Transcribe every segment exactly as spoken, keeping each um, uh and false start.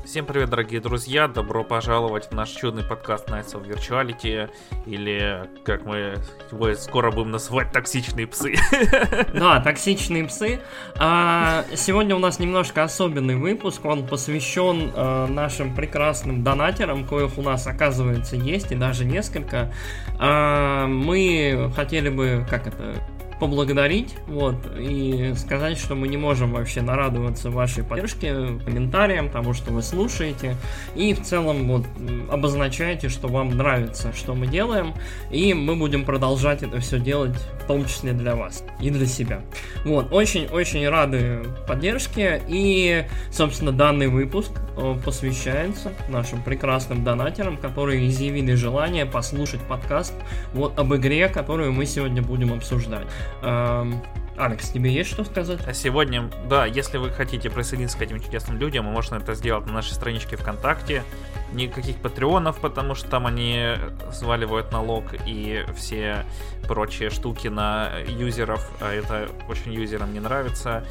Всем привет, дорогие друзья! Добро пожаловать в наш чудный подкаст Nights of Virtuality, или, как мы его скоро будем называть, токсичные псы. Да, токсичные псы. А, сегодня у нас немножко особенный выпуск, он посвящен а, нашим прекрасным донатерам, коих у нас, оказывается, есть, и даже несколько. А, мы хотели бы, как это... поблагодарить, вот, и сказать, что мы не можем вообще нарадоваться вашей поддержке, комментариям, тому, что вы слушаете, и в целом вот обозначаете, что вам нравится, что мы делаем, и мы будем продолжать это все делать, в том числе для вас и для себя. Вот, очень-очень рады поддержке, и, собственно, данный выпуск посвящается нашим прекрасным донатерам, которые изъявили желание послушать подкаст вот об игре, которую мы сегодня будем обсуждать. Алекс, тебе есть что сказать? А сегодня, да, если вы хотите присоединиться к этим чудесным людям, вы можете это сделать на нашей страничке ВКонтакте. Никаких патреонов, потому что там они сваливают налог и все прочие штуки на юзеров, а это очень юзерам не нравится.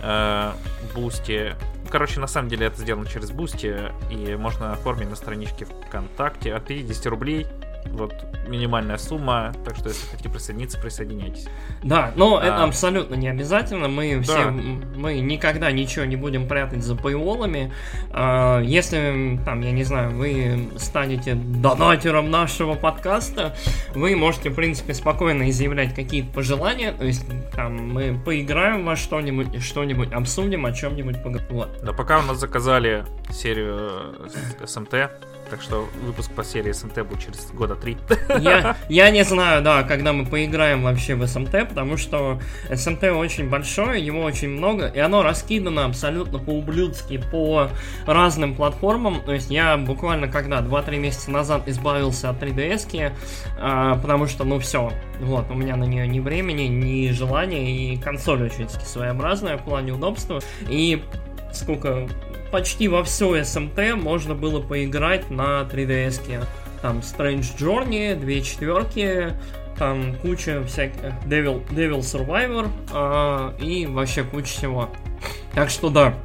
Бусти. Короче, на самом деле это сделано через Бусти, и можно оформить на страничке ВКонтакте от пятьдесят рублей. Вот минимальная сумма, так что если хотите присоединиться, присоединяйтесь. Да, но а... это абсолютно не обязательно. Мы все, да. мы никогда ничего не будем прятать за пейволами. А, если, там, я не знаю, вы станете донатером нашего подкаста, вы можете, в принципе, спокойно изъявлять какие-то пожелания. То есть, там, мы поиграем во что-нибудь, что-нибудь обсудим, о чем-нибудь поговорим. Вот. Да, пока у нас заказали серию эс эм тэ. Так что выпуск по серии эс эм тэ будет через года три. Я, я не знаю, да, когда мы поиграем вообще в эс эм тэ, потому что эс эм тэ очень большое, его очень много, и оно раскидано абсолютно по-ублюдски по разным платформам. То есть я буквально когда два-три месяца назад избавился от три ди эс-ки, а, потому что, ну все, вот, у меня на нее ни времени, ни желания, и консоль очень своеобразная в плане удобства. И сколько... Почти во все эс эм тэ можно было поиграть на три ди эс-ке. Там Strange Journey, две четверки, там куча всяких Devil, Devil Survivor э, и вообще куча всего. Так что да,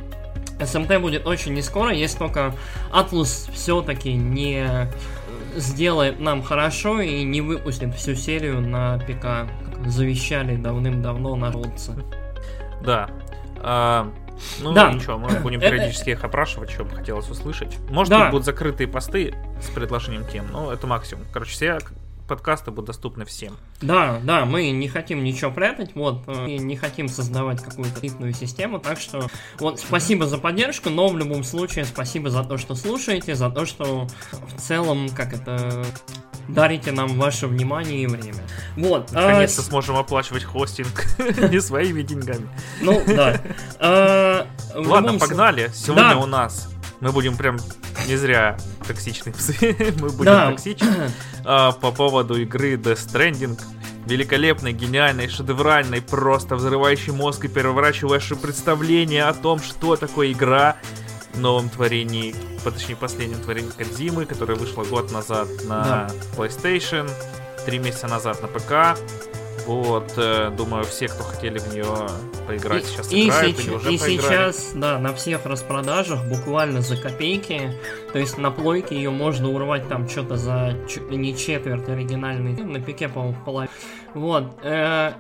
эс эм тэ будет очень не скоро, если только Atlus все-таки не сделает нам хорошо и не выпустит всю серию на ПК, как завещали давным-давно народцы. Да. А... Ну, да. Ничего, мы будем периодически их опрашивать, что бы хотелось услышать. Может да. быть, будут закрытые посты с предложением тем, но это максимум. Короче, все подкасты будут доступны всем. Да, да, мы не хотим ничего прятать, вот, и не хотим создавать какую-то элитную систему, так что, вот, спасибо за поддержку, но в любом случае спасибо за то, что слушаете, за то, что в целом, как это... дарите нам ваше внимание и время. Вот. Наконец-то а... сможем оплачивать хостинг не своими деньгами. Ну, да. А, ладно, погнали. Сегодня да. у нас мы будем прям не зря токсичные псы. Мы будем да. токсичны а, по поводу игры Death Stranding. Великолепной, гениальной, шедевральной, просто взрывающей мозг и переворачивающей представление о том, что такое игра. Новом творении, точнее последнем творении Кодзимы, которое вышло год назад на да. PlayStation, три месяца назад на ПК. Вот, э, думаю, все, кто хотели в нее поиграть, и, сейчас и играют сеч- или уже и поиграли. И сейчас, да, на всех распродажах буквально за копейки. То есть на плойке ее можно урвать там что-то за чуть ли не четверть оригинальной. На пике, по-моему, в половине. Вот. Э,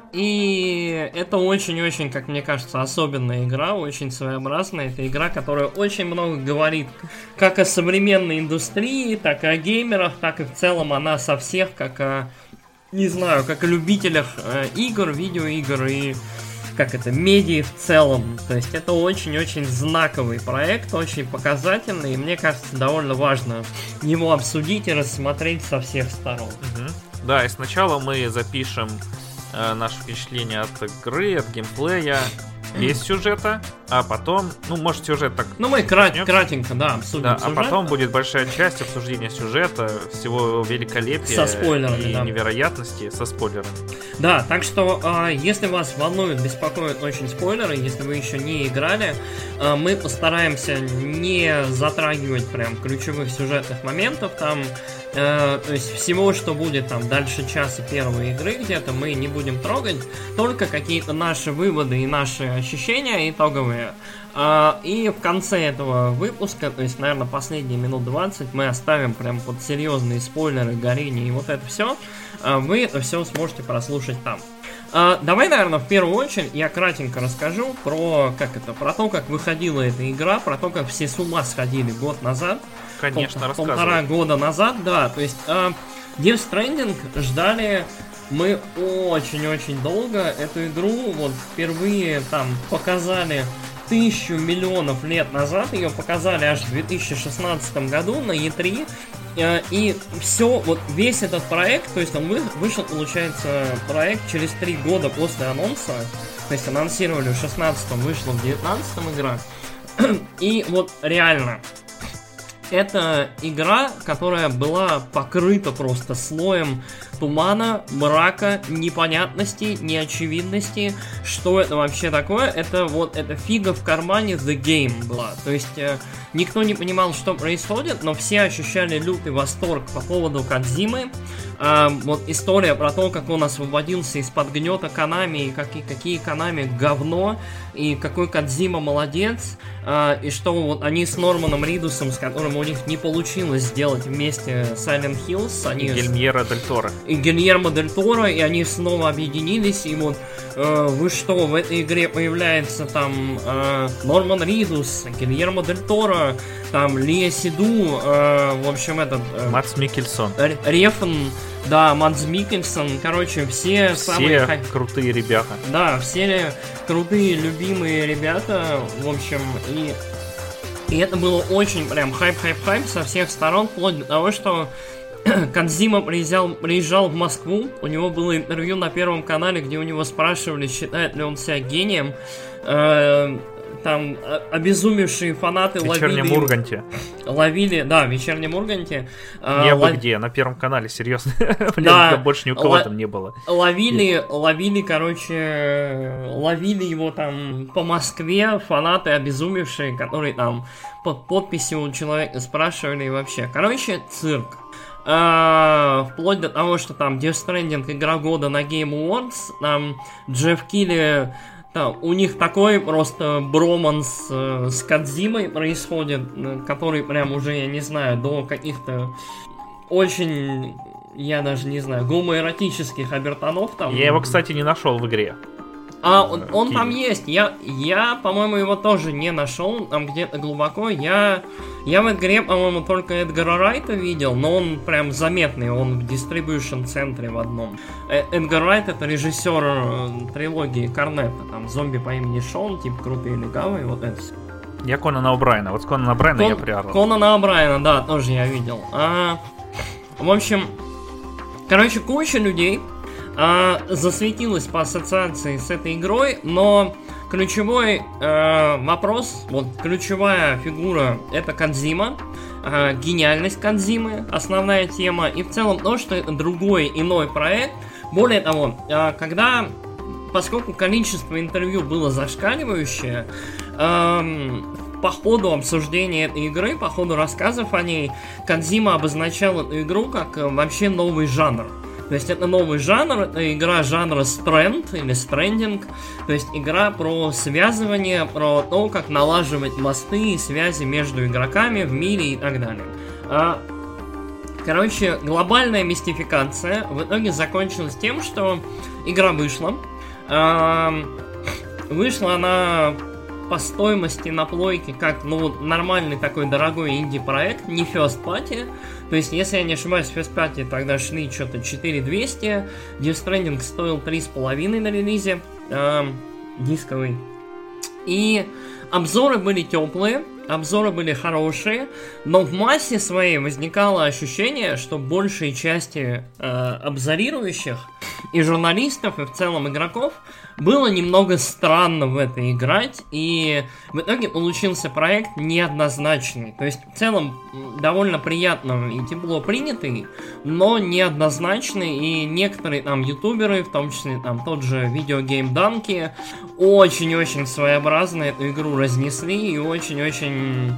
и это очень-очень, как мне кажется, особенная игра, очень своеобразная. Это игра, которая очень много говорит как о современной индустрии, так и о геймерах, так и в целом она со всех, как о, не знаю, как о любителях э, игр, видеоигр и как это, медиа в целом. То есть это очень-очень знаковый проект, очень показательный, и мне кажется, довольно важно его обсудить и рассмотреть со всех сторон. Угу. Да, и сначала мы запишем э, наши впечатления от игры, от геймплея, без сюжета, а потом, ну, может, сюжет так... Ну, мы крат, кратенько, да, обсудим да, сюжет. А потом будет большая часть обсуждения сюжета, всего великолепия со спойлерами, и да. невероятности со спойлерами. Да, так что, э, если вас волнуют, беспокоят очень спойлеры, если вы еще не играли, э, мы постараемся не затрагивать прям ключевых сюжетных моментов, там, э, то есть всего, что будет там дальше часа первой игры где-то, мы не будем трогать, только какие-то наши выводы и наши ощущения итоговые. А, и в конце этого выпуска, то есть, наверное, последние минут двадцать, мы оставим прям под серьезные спойлеры, горение и вот это все. А, вы это все сможете прослушать там. А, давай, наверное, в первую очередь я кратенько расскажу про, как это, про то, как выходила эта игра, про то, как все с ума сходили год назад. Конечно, пол- рассказывай. Полтора года назад, да. То есть а, Death Stranding ждали мы очень-очень долго. Эту игру вот впервые там показали тысячу миллионов лет назад. Ее показали аж в две тысячи шестнадцатом году на и три. И все, вот весь этот проект, то есть он вы, вышел, получается, проект через три года после анонса. То есть анонсировали в шестнадцатом, вышла в девятнадцатом игра. И вот реально, это игра, которая была покрыта просто слоем тумана, мрака, непонятности, неочевидности. Что это вообще такое? Это вот эта фига в кармане The Game была. То есть э, никто не понимал, что происходит, но все ощущали лютый восторг по поводу Кодзимы. Э, вот история про то, как он освободился из-под гнета Konami, и какие, какие Konami говно, и какой Кодзима молодец. Uh, и что вот они с Норманом Ридусом, с которым у них не получилось сделать вместе Silent Hills, они... И Гильермо дель Торо. И Гильермо дель Торо, и они снова объединились, и вот uh, вы что, в этой игре появляется там uh, Норман Ридус, Гильермо дель Торо, там Лия Сиду, uh, в общем этот... Uh, Мадс Миккельсон. Рефн, да, Мадс Миккельсон, короче, все, все самые... Все крутые ребята. Да, все крутые, любимые ребята, в общем, и, и это было очень прям хайп-хайп-хайп со всех сторон, вплоть до того, что Кодзима приезжал, приезжал в Москву, у него было интервью на Первом канале, где у него спрашивали, считает ли он себя гением. Э, там обезумевшие фанаты в ловили... В Вечернем Урганте. Ловили, да, в Вечернем Урганте. Не было где, на Первом канале, серьезно. Да, больше ни у кого там не было. Ловили, ловили, короче, ловили его там по Москве фанаты обезумевшие, которые там под подписью у человека спрашивали и вообще. Короче, цирк. А, вплоть до того, что там Death Stranding игра года на Game Awards, там Джефф Килли... Да, у них такой просто броманс э, с Кодзимой происходит, э, который прям уже, я не знаю, до каких-то очень, я даже не знаю, гомоэротических обертонов там. Я его, кстати, не нашел в игре. А, он, он там есть. Я, я, по-моему, его тоже не нашел, там где-то глубоко. Я, я в этой игре, по-моему, только Эдгара Райта видел, но он прям заметный, он в дистрибьюшн-центре в одном. Э, Эдгар Райт — это режиссер э, трилогии Корнетта, там «Зомби по имени Шон», типа «Крутые легавые», вот это все. Я Конана О'Брайена, вот с Конана О'Брайена Кон, я приорал. Конана О'Брайена, да, тоже я видел. А, в общем, короче, куча людей а, засветилась по ассоциации с этой игрой, но ключевой а, вопрос, вот ключевая фигура — это Кодзима, а, гениальность Кодзимы, основная тема, и в целом то, что это другой, иной проект. Более того, а, когда, поскольку количество интервью было зашкаливающее, а, по ходу обсуждения этой игры, по ходу рассказов о ней, Кодзима обозначал эту игру как вообще новый жанр. То есть это новый жанр, это игра жанра Strand или Stranding, то есть игра про связывание, про то, как налаживать мосты и связи между игроками в мире и так далее. А, короче, глобальная мистификация в итоге закончилась тем, что игра вышла. А, вышла она по стоимости на плойке как, ну, нормальный такой дорогой инди-проект, не first party. То есть, если я не ошибаюсь, first party тогда шли что-то четыре тысячи двести, Death Stranding стоил три с половиной на релизе, э, дисковый. И обзоры были теплые, обзоры были хорошие, но в массе своей возникало ощущение, что большей части э, обзорирующих и журналистов, и в целом игроков было немного странно в это играть, и в итоге получился проект неоднозначный. То есть, в целом, довольно приятно и тепло принятый, но неоднозначный, и некоторые там ютуберы, в том числе там тот же Videogame Donkey, очень-очень своеобразно эту игру разнесли, и очень-очень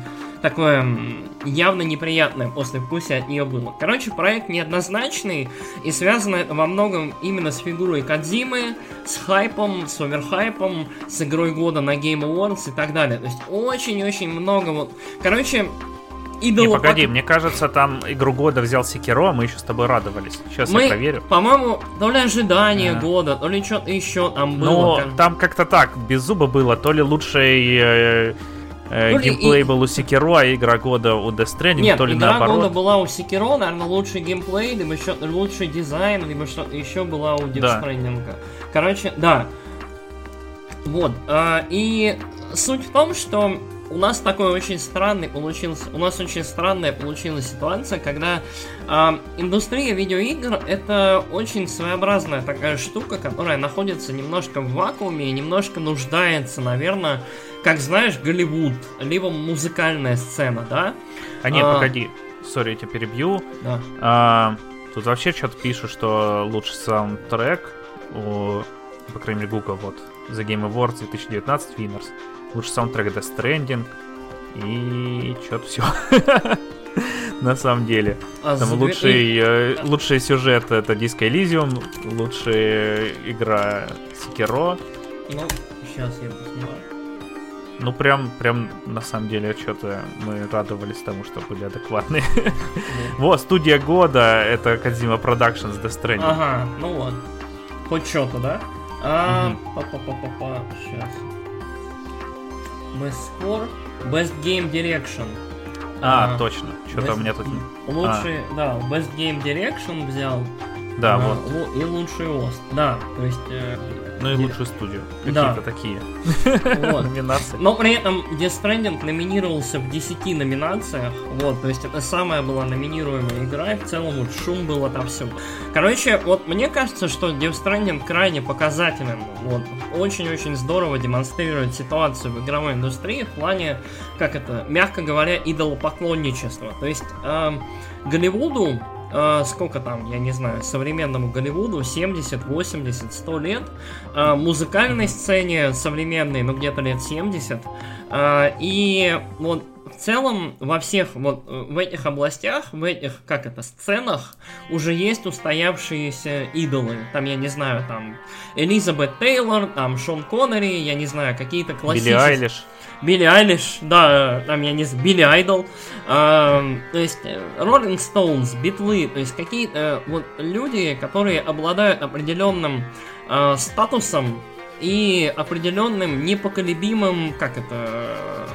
такое явно неприятное послевкусие от нее было. Короче, проект неоднозначный, и связано это во многом именно с фигурой Кодзимы, с хайпом, с оверхайпом, с игрой года на Game Awards и так далее. То есть очень-очень много вот... Короче... Не, погоди, мне кажется, там игру года взял Секиро, а мы еще с тобой радовались. Сейчас мы, я проверю. По-моему, то ли ожидание а. года, то ли что-то еще там было. Ну, как... там как-то так, без зуба было. То ли лучший э, э, то геймплей и... был у Секиро, а игра года у Death Stranding, Нет, то ли игра наоборот. года была у Секиро, наверное, лучший геймплей, либо что-то, лучший дизайн, либо что-то еще была у Death да. Stranding. Короче, да. Вот. Э, и суть в том, что... У нас такой очень странный получился, у нас очень странная получилась ситуация, когда э, индустрия видеоигр это очень своеобразная такая штука, которая находится немножко в вакууме и немножко нуждается, наверное, как знаешь, Голливуд, либо музыкальная сцена, да? А не, а, погоди, сори, я тебя перебью. Да. А, тут вообще что-то пишут, что лучший саундтрек у, по крайней мере, Google, вот, The Game Awards две тысячи девятнадцать Winners. Лучший саундтрек Death Stranding. И что-то все. На самом деле. А там лучший, э, лучший сюжет это Disco Elysium. Лучшая игра Sekiro. Ну, сейчас я посмотрю. Ну, прям, прям, на самом деле, что-то мы радовались тому, что были адекватные. Вот, студия года это Kojima Productions Death Stranding. Ага, ну вот. Хоть что-то, да? А, па-па-па-па-па, сейчас. Best Score, Best Game Direction. А, а точно. Что-то у меня тут... Лучший, а. да, Best Game Direction взял. Да, а, вот. И лучший ост. Да, то есть... Э, ну и лучшую студию. Какие-то да. такие вот. номинации. Но при этом Death Stranding номинировался в десяти номинациях. Вот, то есть это самая была номинируемая игра, и в целом вот шум был отовсюду. Короче, вот мне кажется, что Death Stranding крайне показателен. Вот, очень-очень здорово демонстрирует ситуацию в игровой индустрии в плане, как это, мягко говоря, идолопоклонничества. То есть э, Голливуду, Uh, сколько там, я не знаю, современному Голливуду, семьдесят, восемьдесят, сто лет, uh, музыкальной сцене современной, ну где-то лет семьдесят, uh, и вот в целом во всех вот в этих областях, в этих, как это, сценах уже есть устоявшиеся идолы, там, я не знаю, там, Элизабет Тейлор, там, Шон Коннери, я не знаю, какие-то классические... Билли Айлиш. Билли Айлиш, да, там, я не знаю, Билли Айдол, э, то есть Rolling Stones, Битлы, то есть какие-то э, вот люди, которые обладают определенным э, статусом и определенным непоколебимым, как это, э,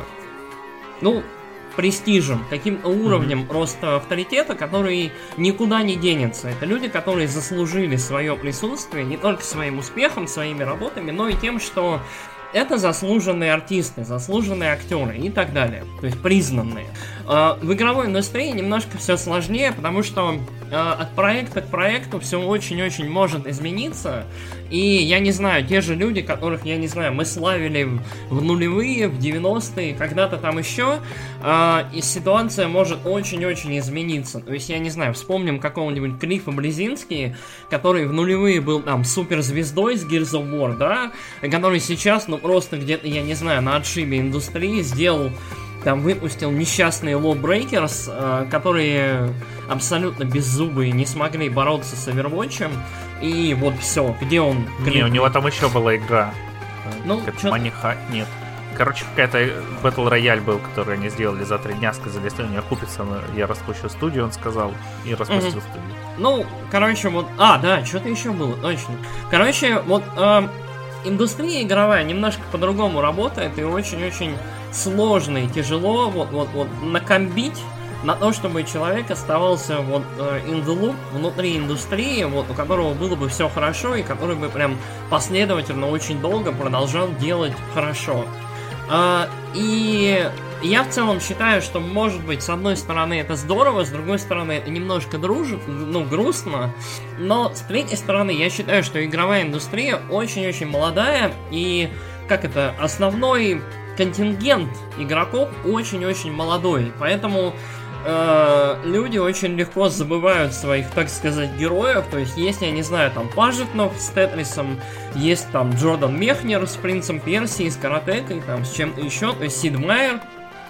ну, престижем, каким-то уровнем mm-hmm. роста авторитета, который никуда не денется. Это люди, которые заслужили свое присутствие не только своим успехом, своими работами, но и тем, что это заслуженные артисты, заслуженные актеры и так далее. То есть признанные. В игровой индустрии немножко все сложнее, потому что от проекта к проекту все очень-очень может измениться. И я не знаю, те же люди, которых, я не знаю, мы славили в нулевые, в девяностые, когда-то там еще, и ситуация может очень-очень измениться. То есть, я не знаю, вспомним какого-нибудь Клиффа Близински, который в нулевые был там суперзвездой с Gears of War, да, который сейчас, ну, просто где-то, я не знаю, на отшибе индустрии сделал, там, выпустил несчастные Lawbreakers, э, которые абсолютно беззубые, не смогли бороться с Overwatch'ем, и вот все, где он... Не, у него там еще была игра. Ну, какая-то Маниха... Нет. Короче, какая-то Battle Royale был, который они сделали за три дня, сказали, если он не окупится, я распущу студию, он сказал, и распустил mm-hmm. студию. Ну, короче, вот... А, да, что-то еще было, точно. Короче, вот... Э, индустрия игровая немножко по-другому работает, и очень-очень сложно и тяжело вот, вот, вот накомбить на то, чтобы человек оставался вот uh, in the loop внутри индустрии, вот, у которого было бы все хорошо, и который бы прям последовательно очень долго продолжал делать хорошо. Uh, и я в целом считаю, что, может быть, с одной стороны это здорово, с другой стороны это немножко дружит, ну, грустно, но с третьей стороны я считаю, что игровая индустрия очень-очень молодая, и, как это, основной контингент игроков очень-очень молодой, поэтому э, люди очень легко забывают своих, так сказать, героев, то есть есть, я не знаю, там Пажитнов с Тетрисом, есть там Джордан Мехнер с Принцем Персии, с Каратекой, там с чем-то еще, то есть Сид Майер,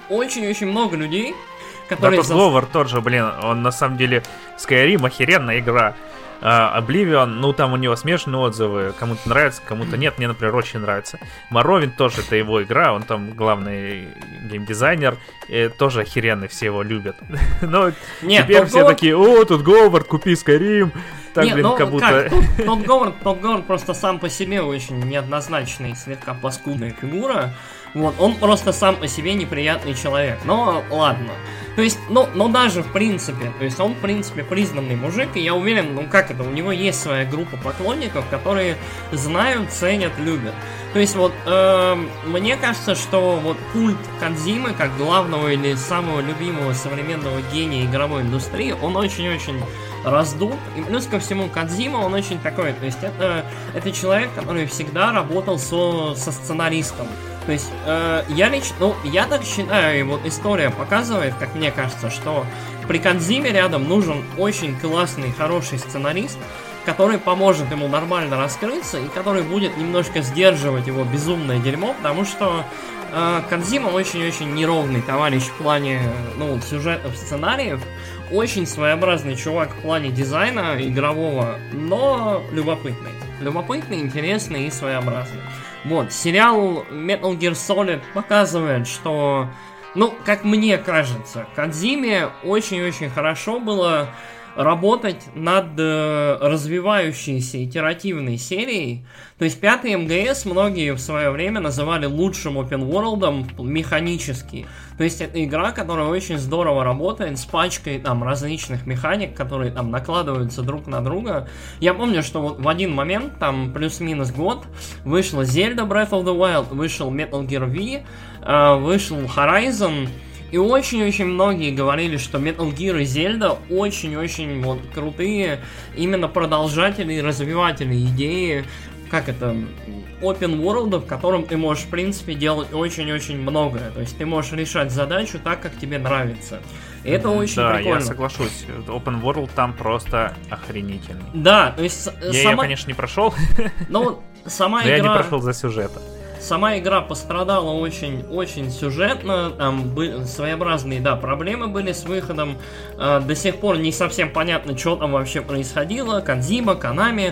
очень-очень много людей, которые... Да, тот Говард за... тот же, блин, он на самом деле Skyrim охеренная игра. Oblivion, ну там у него смешанные отзывы, кому-то нравится, кому-то нет, мне, например, очень нравится. Morrowind тоже, это его игра, он там главный геймдизайнер, и тоже охеренный, все его любят. Но нет, теперь все Говард... такие, о, тут Говард, купи Skyrim. Так, нет, блин, ну, как будто... Как? Тот, тот, Говард, тот Говард просто сам по себе очень неоднозначный, слегка паскудная фигура. Вот, он просто сам по себе неприятный человек. Но ладно. То есть, ну, но даже в принципе, то есть он, в принципе, признанный мужик, и я уверен, ну как это, у него есть своя группа поклонников, которые знают, ценят, любят. То есть вот, э, мне кажется, что вот культ Кодзимы, как главного или самого любимого современного гения игровой индустрии, он очень-очень раздут. И плюс ко всему, Кодзима, он очень такой, то есть это, это человек, который всегда работал со, со сценаристом. То есть, э, я лично, ну, я так считаю, и вот история показывает, как мне кажется, что при Кодзиме рядом нужен очень классный, хороший сценарист, который поможет ему нормально раскрыться и который будет немножко сдерживать его безумное дерьмо, потому что э, Кодзима очень-очень неровный товарищ в плане, ну, сюжетов, сценариев, очень своеобразный чувак в плане дизайна игрового, но любопытный. Любопытный, интересный и своеобразный. Вот, сериал Metal Gear Solid показывает, что, ну, как мне кажется, Кодзиме очень-очень хорошо было работать над э, развивающейся итеративной серией. То есть пятый эм гэ эс многие в свое время называли лучшим опенворлдом механически. То есть это игра, которая очень здорово работает с пачкой там различных механик, которые там накладываются друг на друга. Я помню, что вот в один момент, там плюс-минус год, вышла Zelda Breath of the Wild, вышел Metal Gear V, э, вышел Horizon. И очень-очень многие говорили, что Metal Gear и Zelda очень-очень вот крутые именно продолжатели и развиватели идеи, как это, open world, в котором ты можешь, в принципе, делать очень-очень многое. То есть ты можешь решать задачу так, как тебе нравится. И это очень да, прикольно. Да, я соглашусь. Open world там просто охренительный. Да, то есть... Я сама... ее, конечно, не прошел. Но сама игра... я не прошел за сюжета. Сама игра пострадала очень-очень сюжетно, там были своеобразные, да, проблемы были с выходом, э, до сих пор не совсем понятно, что там вообще происходило, Кодзима, Konami,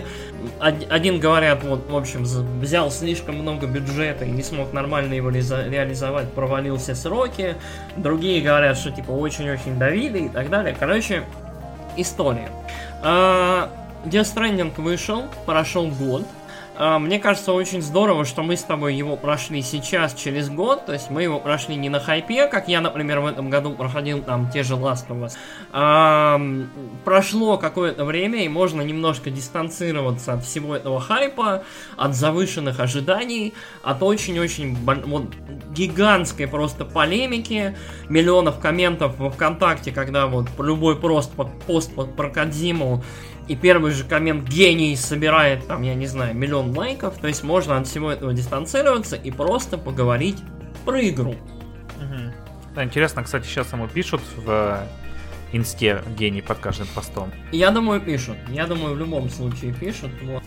один, говорят, вот, в общем, взял слишком много бюджета и не смог нормально его реализовать, провалил все сроки, другие говорят, что, типа, очень-очень давили и так далее, короче, история. Э, Death Stranding вышел, прошел год. Мне кажется, очень здорово, что мы с тобой его прошли сейчас, через год. То есть мы его прошли не на хайпе, как я, например, в этом году проходил там те же Last of Us. А, прошло какое-то время, и можно немножко дистанцироваться от всего этого хайпа, от завышенных ожиданий, от очень-очень вот, гигантской просто полемики, миллионов комментов во ВКонтакте, когда вот любой пост под пост под про Кодзиму и первый же коммент «Гений» собирает, там, я не знаю, миллион лайков. То есть можно от всего этого дистанцироваться и просто поговорить про игру. Угу. Да, интересно, кстати, сейчас ему пишут в инсте «Гений» под каждым постом. Я думаю, пишут. Я думаю, в любом случае пишут. Вот.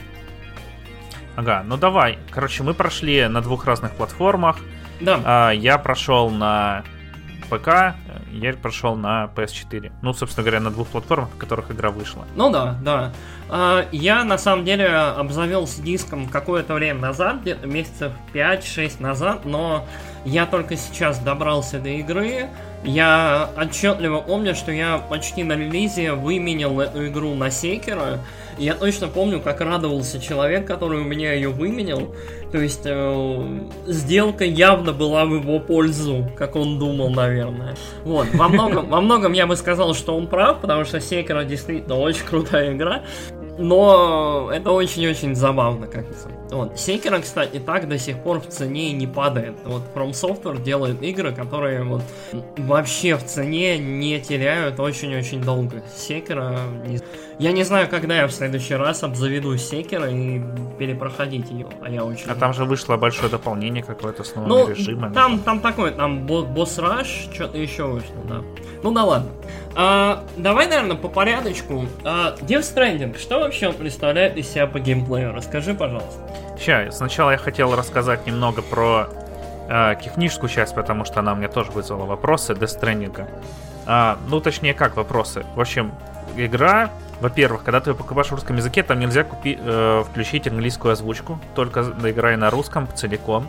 Ага, ну давай. Короче, мы прошли на двух разных платформах. Да. А, я прошел на ПК, я прошел на пи эс четыре. Ну, собственно говоря, на двух платформах, на которых игра вышла. Ну да, да. А, я, на самом деле, обзавелся диском какое-то время назад, где-то месяцев пять-шесть назад, но я только сейчас добрался до игры. Я отчетливо помню, что я почти на релизе выменял эту игру на Sekiro. Я точно помню, как радовался человек, который у меня ее выменял. То есть, э, сделка явно была в его пользу, как он думал, наверное. Вот, во многом, во многом я бы сказал, что он прав, потому что Sekiro действительно очень крутая игра. Но это очень-очень забавно, как-то. Вот. Sekiro, кстати, так до сих пор в цене и не падает. Вот From Software делает игры, которые вот вообще в цене не теряют очень-очень долго. Sekiro... Не... Я не знаю, когда я в следующий раз обзаведу Sekiro и перепроходить ее, а я очень... А там же вышло большое дополнение какое-то с новыми ну, режимами. Там, там такое, там босс-раш, что-то еще вышло, да. Ну да ладно. А, давай, наверное, по порядочку. А, Death Stranding, что вообще он представляет из себя по геймплею? Расскажи, пожалуйста. Сейчас, сначала я хотел рассказать немного про э, техническую часть, потому что она мне тоже вызвала вопросы Death Stranding. А, ну, точнее, как вопросы. В общем, игра, во-первых, когда ты ее покупаешь в русском языке, там нельзя купи, э, включить английскую озвучку, только играй на русском целиком.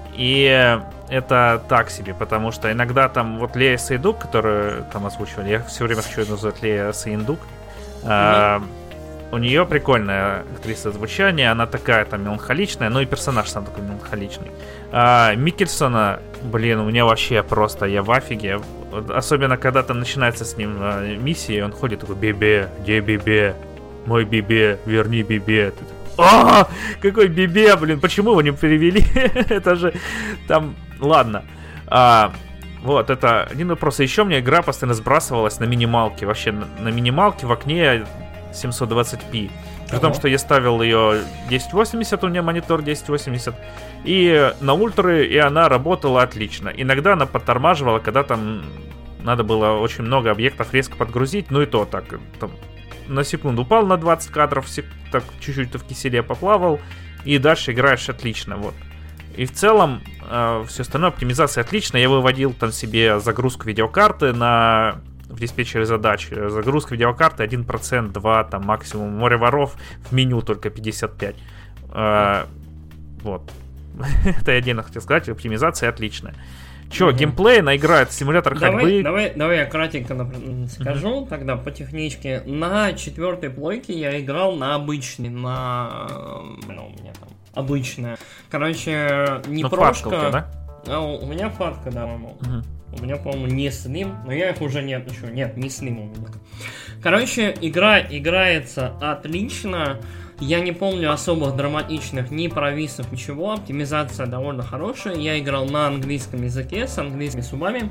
И это так себе, потому что иногда там вот Лея Сейдук, которую там озвучивали, я все время хочу ее назвать Лея Сейндук, mm-hmm. э, у нее прикольная актриса звучания, она такая там меланхоличная, ну и персонаж сам такой меланхоличный. А Миккельсона, блин, у меня вообще просто, я в афиге. Особенно, когда там начинается с ним а, миссия, он ходит такой: Бибе, где Бибе? Мой Бибе, верни Бибе. А, какой Бибе, блин, почему его не перевели? Это же там, ладно. А, вот, это один вопрос. Еще мне игра постоянно сбрасывалась на минималке. Вообще, на, на минималке в окне семьсот двадцать пи. При том, что я ставил ее десять восемьдесят, у меня монитор десять восемьдесят, и на ультра, и она работала отлично. Иногда она подтормаживала, когда там надо было очень много объектов резко подгрузить, ну и то так, там, на секунду упал на двадцать кадров, так чуть-чуть в киселе поплавал, и дальше играешь отлично, вот. И в целом, э, все остальное, оптимизация отличная. Я выводил там себе загрузку видеокарты на... в диспетчере задач. Загрузка видеокарты один процент, два там максимум. Море воров, в меню только пятьдесят пять. А, вот. Это я отдельно хотел сказать. Оптимизация отличная. Че, mm-hmm. геймплей она играет, симулятор давай, ходьбы. Давай, давай я кратенько скажу mm-hmm. тогда по техничке. На четвертой плойке я играл на обычный, на... Ну, у меня там обычная. Короче, не ну, прошка. Фатка, да? А, у меня фатка, да, по-моему. Mm-hmm. У меня, по-моему, не слим, но я их уже нет еще. Нет, не слим у меня. Короче, игра играется отлично. Я не помню особых драматичных ни провисов, ничего. Оптимизация довольно хорошая. Я играл на английском языке с английскими субами.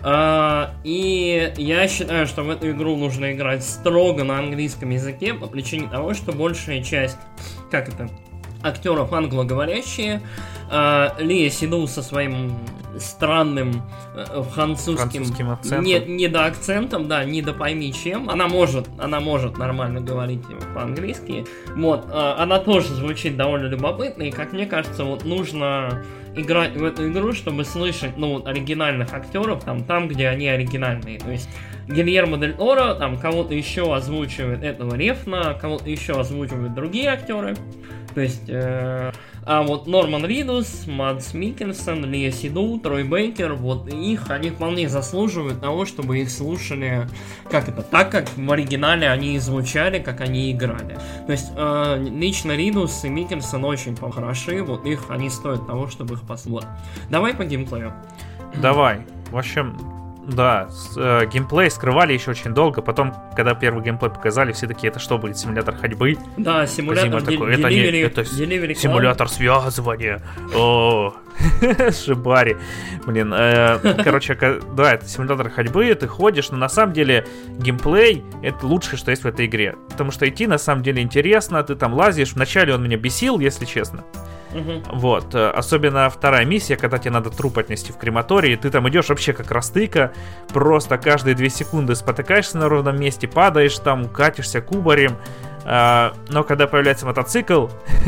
И я считаю, что в эту игру нужно играть строго на английском языке по причине того, что большая часть, как это, актеров англоговорящие. Лия Сейдук со своим странным э, французским, французским акцентом. Не, не до акцентом, да, не до пойми чем. Она может, она может нормально говорить по-английски. Вот, э, она тоже звучит довольно любопытно, и, как мне кажется, вот нужно играть в эту игру, чтобы слышать, ну, вот, оригинальных актеров там, там, где они оригинальные. То есть Гильермо дель Торо, там кого-то еще озвучивает этого Рефна, кого-то еще озвучивают другие актеры. То есть, э, а вот Норман Ридус, Мадс Миккельсон, Лия Сейдук, Трой Бейкер, вот их, они вполне заслуживают того, чтобы их слушали, как это, так, как в оригинале они звучали, как они играли. То есть, э, лично Ридус и Миккельсон очень хороши, вот их, они стоят того, чтобы их послушать. Давай по геймплею. Давай. В общем... Да, с, э, геймплей скрывали еще очень долго. Потом, когда первый геймплей показали, все такие: это что будет, симулятор ходьбы? Да, симулятор ди- такой, это delivery, не, это delivery симулятор связывания. О, шибари. Блин, э, короче, да, это симулятор ходьбы, ты ходишь, но на самом деле геймплей — это лучшее, что есть в этой игре. Потому что идти на самом деле интересно, ты там лазишь. Вначале он меня бесил, если честно. Uh-huh. Вот, особенно вторая миссия, когда тебе надо труп отнести в крематорий, ты там идешь вообще как растыка, просто каждые две секунды спотыкаешься на ровном месте, падаешь там, катишься кубарем, а, но когда появляется мотоцикл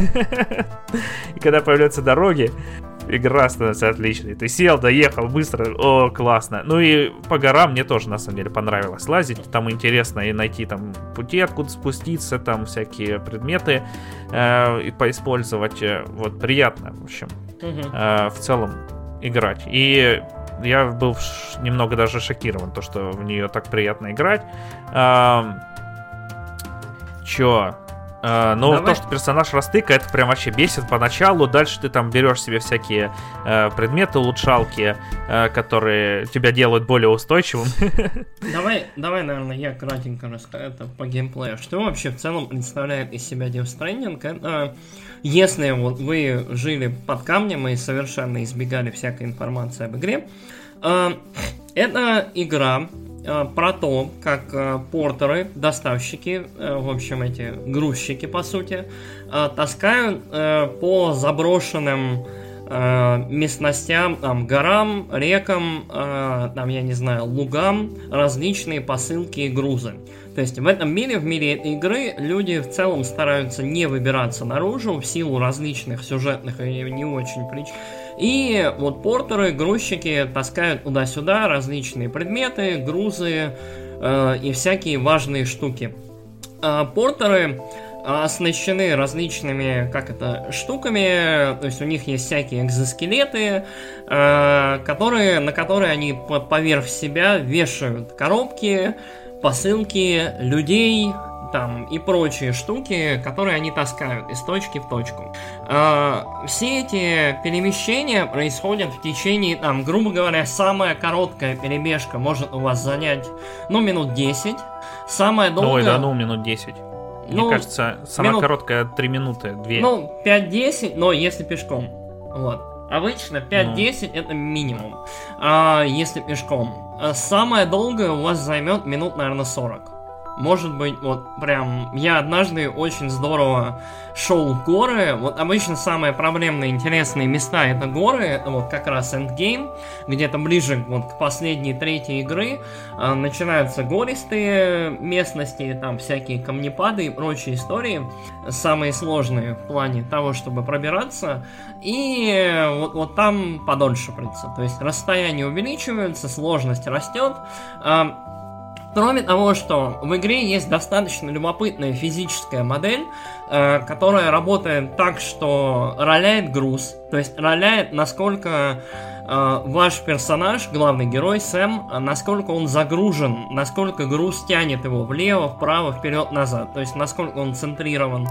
и когда появляются дороги, игра становится отличной. Ты сел, доехал быстро, о, классно. Ну и по горам мне тоже, на самом деле, понравилось лазить. Там интересно и найти там пути, откуда спуститься, там всякие предметы э, и поиспользовать. Вот, приятно, в общем, э, в целом играть. И я был ш- немного даже шокирован, то, что в нее так приятно играть. Э, чё? Uh, но Давай. То, что персонаж растыка, это прям вообще бесит поначалу. Дальше ты там берешь себе всякие uh, предметы, улучшалки, uh, которые тебя делают более устойчивым. Давай, давай, наверное, я кратенько расскажу это по геймплею. Что вообще в целом представляет из себя Death Stranding? Это, если вот вы жили под камнем и совершенно избегали всякой информации об игре, uh, это игра про то, как э, портеры, доставщики, э, в общем, эти грузчики, по сути, э, таскают э, по заброшенным э, местностям, там, горам, рекам, э, там, я не знаю, лугам, различные посылки и грузы. То есть в этом мире, в мире этой игры, люди в целом стараются не выбираться наружу в силу различных сюжетных и не очень причин. И вот портеры, грузчики таскают туда-сюда различные предметы, грузы э, и всякие важные штуки. Э, портеры оснащены различными, как это, штуками, то есть у них есть всякие экзоскелеты, э, которые, на которые они поверх себя вешают коробки, посылки, людей, там, и прочие штуки, которые они таскают из точки в точку. Э, все эти перемещения происходят в течение, там, грубо говоря, самая короткая перебежка может у вас занять, ну, минут десять. Самая долгая... Ой, да ну, минут десять. Мне ну, кажется, самая минут... короткая три минуты, две. Ну, пять-десять, но если пешком. Вот. Обычно пять-десять ну. это минимум, а, если пешком. А самое долгое у вас займет минут, наверное, сорок. Может быть, вот прям... Я однажды очень здорово шел в горы. Вот обычно самые проблемные, интересные места это горы. Это вот как раз эндгейм. Где-то ближе вот к последней третьей игры э, начинаются гористые местности. Там всякие камнепады и прочие истории. Самые сложные в плане того, чтобы пробираться. И вот, вот там подольше придется. То есть расстояние увеличивается, сложность растет. Э, Кроме того, что в игре есть достаточно любопытная физическая модель, э, которая работает так, что роляет груз, то есть роляет, насколько э, ваш персонаж, главный герой Сэм, насколько он загружен, насколько груз тянет его влево, вправо, вперед, назад, то есть насколько он центрирован.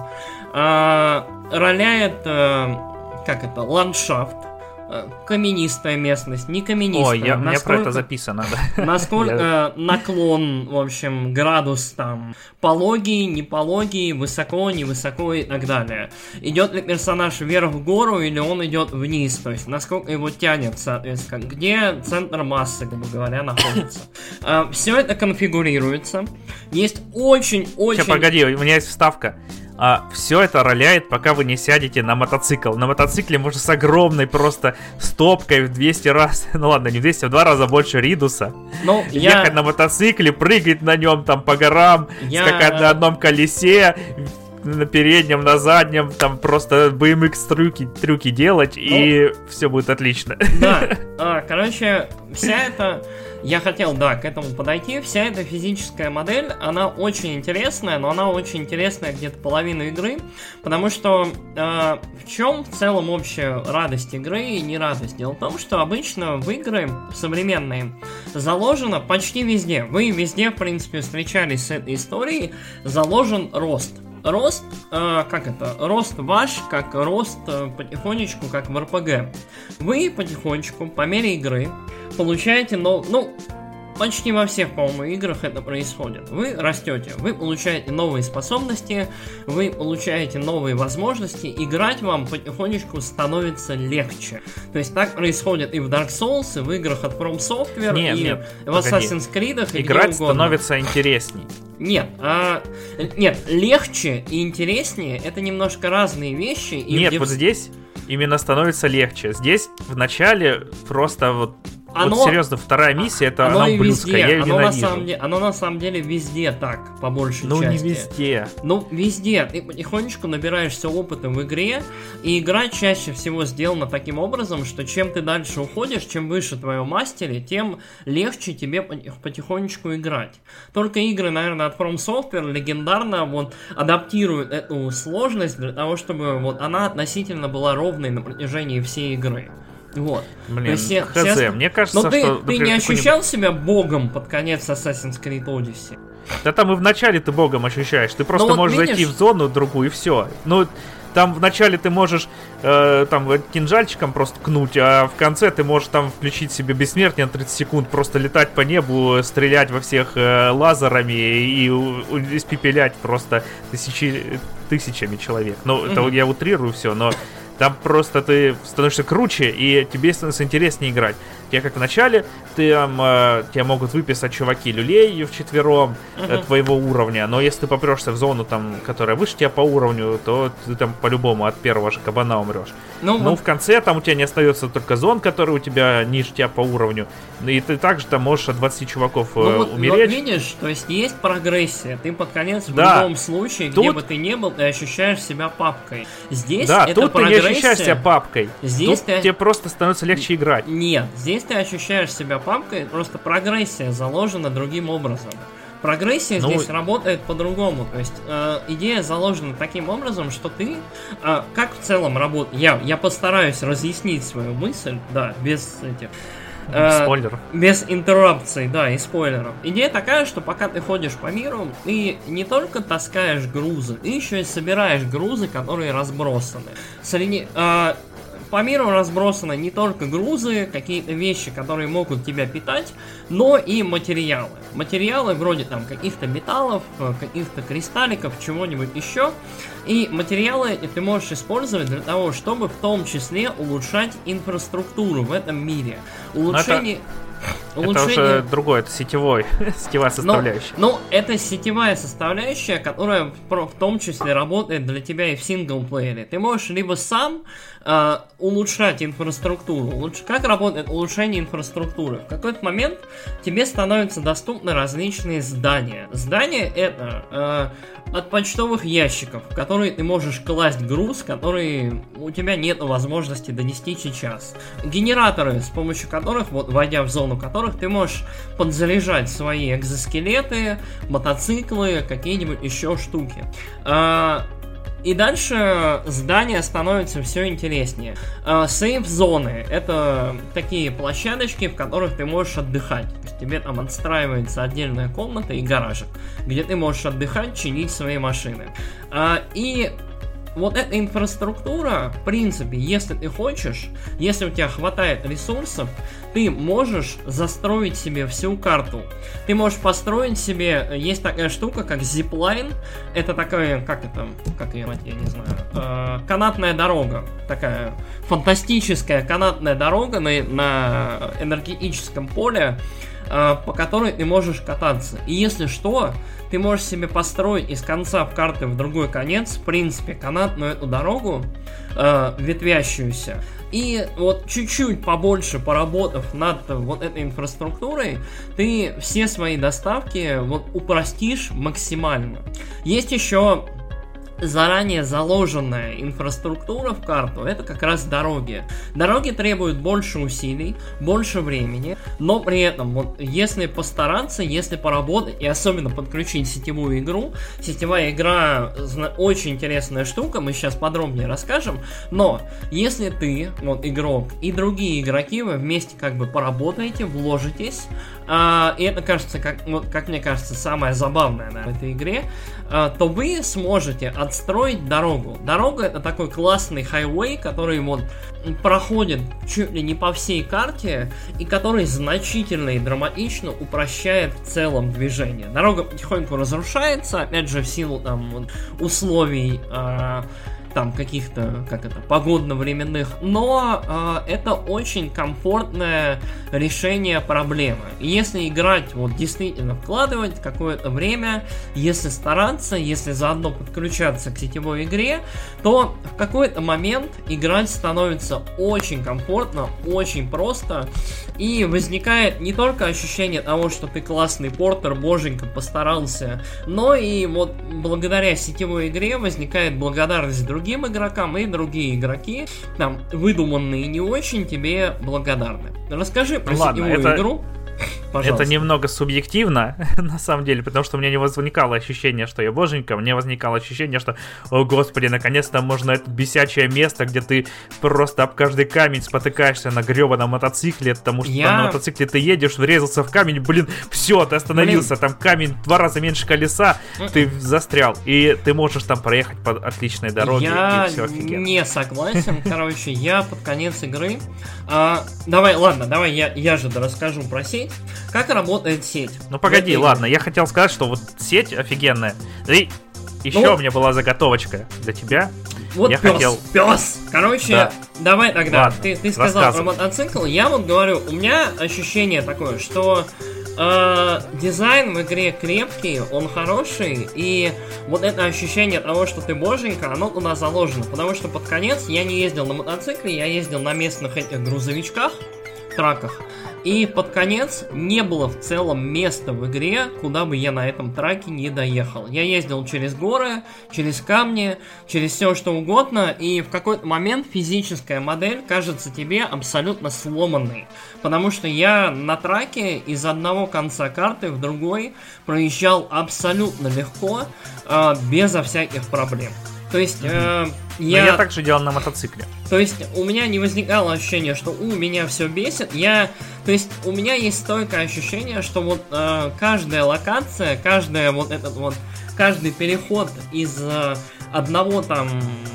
Э, роляет, э, как это, ландшафт. Каменистая местность, не каменистая. Ой, я, насколько, у меня про это записано, да. Насколько наклон, в общем, градус там, пологий, не пологий, высоко, невысоко и так далее. Идет ли персонаж вверх в гору или он идет вниз, то есть насколько его тянет, соответственно, где центр массы, грубо говоря, находится. Все это конфигурируется. Есть очень-очень... Сейчас, погоди, у меня есть вставка. А, все это роляет, пока вы не сядете на мотоцикл. На мотоцикле можно с огромной просто стопкой в двести раз, ну ладно, не в двести, а в два раза больше Ридуса. Ну, ехать я... на мотоцикле, прыгать на нем там по горам, я... скакать на одном колесе, на переднем, на заднем, там просто би эм икс трюки, трюки делать, ну, и все будет отлично. Да, а, короче, вся эта... Я хотел, да, к этому подойти. Вся эта физическая модель, она очень интересная, но она очень интересная где-то половину игры, потому что э, в чем в целом общая радость игры и не радость? Дело в том, что обычно в игры современные заложено почти везде, вы везде, в принципе, встречались с этой историей, заложен рост. Рост, э, как это, рост ваш, как рост э, потихонечку, как в эр пи джи. Вы потихонечку, по мере игры, получаете, нов... ну, почти во всех, по-моему, играх это происходит. Вы растете, вы получаете новые способности, вы получаете новые возможности, играть вам потихонечку становится легче. То есть так происходит и в Dark Souls, и в играх от From Software, нет, и нет, в Assassin's Creed, и играть становится интересней. Нет, а, нет, легче и интереснее это немножко разные вещи. И нет, где... вот здесь именно становится легче. Здесь в начале просто вот Оно, вот серьезно, вторая миссия, это оно она ублюдская, я ее оно ненавижу. На самом деле, оно на самом деле везде так, по большей ну, части. Ну, не везде. Ну, везде. Ты потихонечку набираешься опыта в игре, и игра чаще всего сделана таким образом, что чем ты дальше уходишь, чем выше твое мастере, тем легче тебе потихонечку играть. Только игры, наверное, от From Software легендарно вот адаптируют эту сложность для того, чтобы вот она относительно была ровной на протяжении всей игры. Вот. Блин, все, хз, все... мне кажется, Но ты, что... ты не ощущал себя богом под конец Assassin's Creed Odyssey? Да там и вначале ты богом ощущаешь. Ты просто вот можешь видишь... зайти в зону другую, и все. Ну, там вначале ты можешь э, там кинжальчиком просто ткнуть, а в конце ты можешь там включить себе бессмертие на тридцать секунд, просто летать по небу, стрелять во всех э, лазерами и у, испепелять просто тысячи, тысячами человек. Ну, mm-hmm. это я утрирую все, но... Там просто ты становишься круче, и тебе становится интереснее играть. Тебе как в начале, ты, там, э, тебя могут выписать чуваки люлей вчетвером uh-huh. э, твоего уровня, но если ты попрешься в зону, там, которая выше тебя по уровню, то ты там по-любому от первого же кабана умрешь. Ну, ну вот... в конце там у тебя не остается только зон, который у тебя ниже тебя по уровню, и ты также там можешь от двадцати чуваков э, ну, вот, умереть. Вот видишь, то есть есть прогрессия, ты под конец да. в любом случае, тут... где бы ты ни был, ты ощущаешь себя папкой. Здесь да, эта тут прогрессия... ощущаешь себя папкой. Здесь Тут ты... тебе просто становится легче играть. Нет, здесь ты ощущаешь себя папкой, просто прогрессия заложена другим образом. Прогрессия ну... здесь работает по-другому. То есть э, идея заложена таким образом, что ты, э, как в целом работает... Я, я постараюсь разъяснить свою мысль, да, без этих... Э, Спойлер. Без интеррупций, да, и спойлеров. Идея такая, что пока ты ходишь по миру, ты не только таскаешь грузы, ты еще и собираешь грузы, которые разбросаны. Среди... Э, По миру разбросаны не только грузы, какие-то вещи, которые могут тебя питать, но и материалы. Материалы вроде там каких-то металлов, каких-то кристалликов, чего-нибудь еще. И материалы ты можешь использовать для того, чтобы в том числе улучшать инфраструктуру в этом мире. Улучшение... Улучшение... Это уже другое, это сетевой, сетевая составляющая. Ну, это сетевая составляющая, которая в, в том числе работает для тебя и в синглплеере. Ты можешь либо сам э, улучшать инфраструктуру. Улуч... Как работает улучшение инфраструктуры? В какой-то момент тебе становятся доступны различные здания. Здания это э, от почтовых ящиков, в которые ты можешь класть груз, который у тебя нет возможности донести сейчас. Генераторы, с помощью которых, вот войдя в зону которых ты можешь подзаряжать свои экзоскелеты, мотоциклы, какие-нибудь еще штуки. И дальше здания становятся все интереснее. Сейф-зоны — это такие площадочки, в которых ты можешь отдыхать. Тебе там отстраивается отдельная комната и гаражик, где ты можешь отдыхать, чинить свои машины. И вот эта инфраструктура, в принципе, если ты хочешь, если у тебя хватает ресурсов, ты можешь застроить себе всю карту. Ты можешь построить себе... Есть такая штука, как зиплайн. Это такая... Как это? Как ее, я не знаю. Э, канатная дорога. Такая фантастическая канатная дорога на, на энергетическом поле, э, по которой ты можешь кататься. И если что, ты можешь себе построить из конца в карты в другой конец, в принципе, канатную эту дорогу, э, ветвящуюся. И вот чуть-чуть побольше поработав над вот этой инфраструктурой, ты все свои доставки вот упростишь максимально. Есть еще заранее заложенная инфраструктура в карту, это как раз дороги. Дороги требуют больше усилий, больше времени, но при этом, вот если постараться, если поработать и особенно подключить сетевую игру, сетевая игра очень интересная штука, мы сейчас подробнее расскажем, но если ты, вот игрок, и другие игроки, вы вместе как бы поработаете, вложитесь, а, и это кажется, как, вот, как мне кажется, самое забавное на этой игре, а, то вы сможете отстроить дорогу. Дорога — это такой классный хайвей, который вот проходит чуть ли не по всей карте и который значительно и драматично упрощает в целом движение. Дорога потихоньку разрушается, опять же в силу там вот, условий а, там каких-то, как это, погодно-временных, но э, это очень комфортное решение проблемы. И если играть, вот действительно вкладывать какое-то время, если стараться, если заодно подключаться к сетевой игре, то в какой-то момент играть становится очень комфортно, очень просто, и возникает не только ощущение того, что ты классный портер, боженька, постарался, но и вот благодаря сетевой игре возникает благодарность другим другим игрокам, и другие игроки, там, выдуманные не очень, тебе благодарны. Расскажи про Ладно, сетевую это... игру. Пожалуйста. Это немного субъективно, на самом деле, потому что у меня не возникало ощущение, что я боженька, мне возникало ощущение, что, о господи, наконец-то можно это бесячее место, где ты просто об каждый камень спотыкаешься на гребаном мотоцикле, потому что я... на мотоцикле ты едешь, врезался в камень, блин, все, ты остановился, блин. Там камень в два раза меньше колеса, ты застрял, и ты можешь там проехать по отличной дороге, я и все офигенно. Не согласен, короче, я под конец игры, а, давай, ладно, давай я, я же расскажу про сеть. Как работает сеть? Ну погоди, ладно, я хотел сказать, что вот сеть офигенная. И еще ну, у меня была заготовочка для тебя. Вот я пес, хотел... пес. Короче, да. Давай тогда. Ладно, ты, ты сказал про мотоцикл. Я вот говорю, у меня ощущение такое, что э, дизайн в игре крепкий, он хороший, и вот это ощущение того, что ты боженька, оно туда заложено. Потому что под конец я не ездил на мотоцикле, я ездил на местных этих грузовичках, траках. И под конец не было в целом места в игре, куда бы я на этом траке не доехал. Я ездил через горы, через камни, через все что угодно, и в какой-то момент физическая модель кажется тебе абсолютно сломанной. Потому что я на траке из одного конца карты в другой проезжал абсолютно легко, э, безо всяких проблем. То есть, э, я... я так же делал на мотоцикле. То есть, у меня не возникало ощущения, что у меня все бесит. Я... То есть, у меня есть стойкое ощущение, что вот э, каждая локация, каждая вот этот вот... Каждый переход из э, одного там...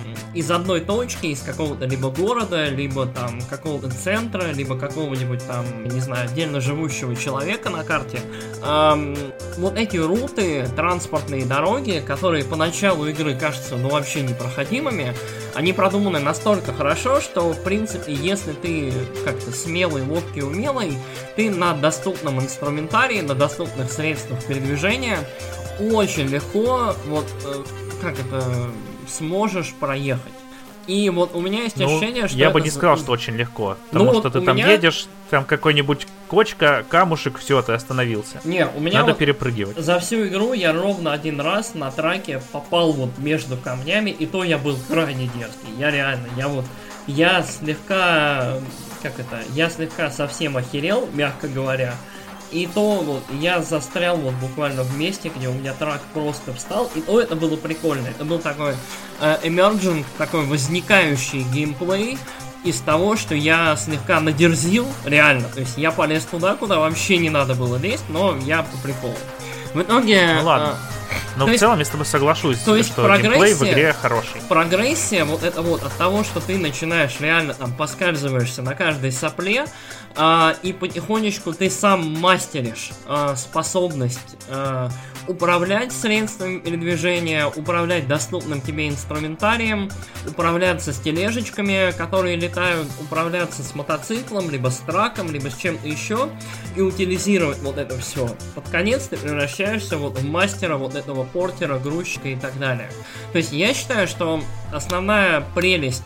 Из одной точки, из какого-то либо города, либо там какого-то центра, либо какого-нибудь там, не знаю, отдельно живущего человека на карте. Эм, вот эти руты, транспортные дороги, которые по началу игры кажутся, ну, вообще непроходимыми, они продуманы настолько хорошо, что, в принципе, если ты как-то смелый, ловкий, умелый, ты на доступном инструментарии, на доступных средствах передвижения очень легко, вот, э, как это... сможешь проехать. И вот у меня есть ощущение, ну, что... Я это... бы не сказал, что очень легко. Потому ну, что вот ты там меня... едешь, там какой-нибудь кочка, камушек, все, ты остановился. Не, у меня Надо вот перепрыгивать. За всю игру я ровно один раз на траке попал вот между камнями, и то я был крайне дерзкий. Я реально, я вот... Я слегка... Как это? Я слегка совсем охерел, мягко говоря. И то вот я застрял вот буквально в месте, где у меня трак просто встал. И то это было прикольно. Это был такой э, emerging, такой возникающий геймплей из того, что я слегка надерзил, реально. То есть я полез туда, куда вообще не надо было лезть, но я по приколу. В итоге... Ну ладно. Но в есть, целом я с тобой соглашусь, то есть что геймплей в игре хороший. Прогрессия, вот это вот от того, что ты начинаешь реально там поскальзываешься на каждой сопле, э, и потихонечку ты сам мастеришь э, способность э, управлять средствами передвижения, управлять доступным тебе инструментарием, управляться с тележечками, которые летают, управляться с мотоциклом, либо с траком, либо с чем-то еще, и утилизировать вот это все. Под конец ты превращаешься вот в мастера вот этого портера, грузчика и так далее. То есть я считаю, что основная прелесть...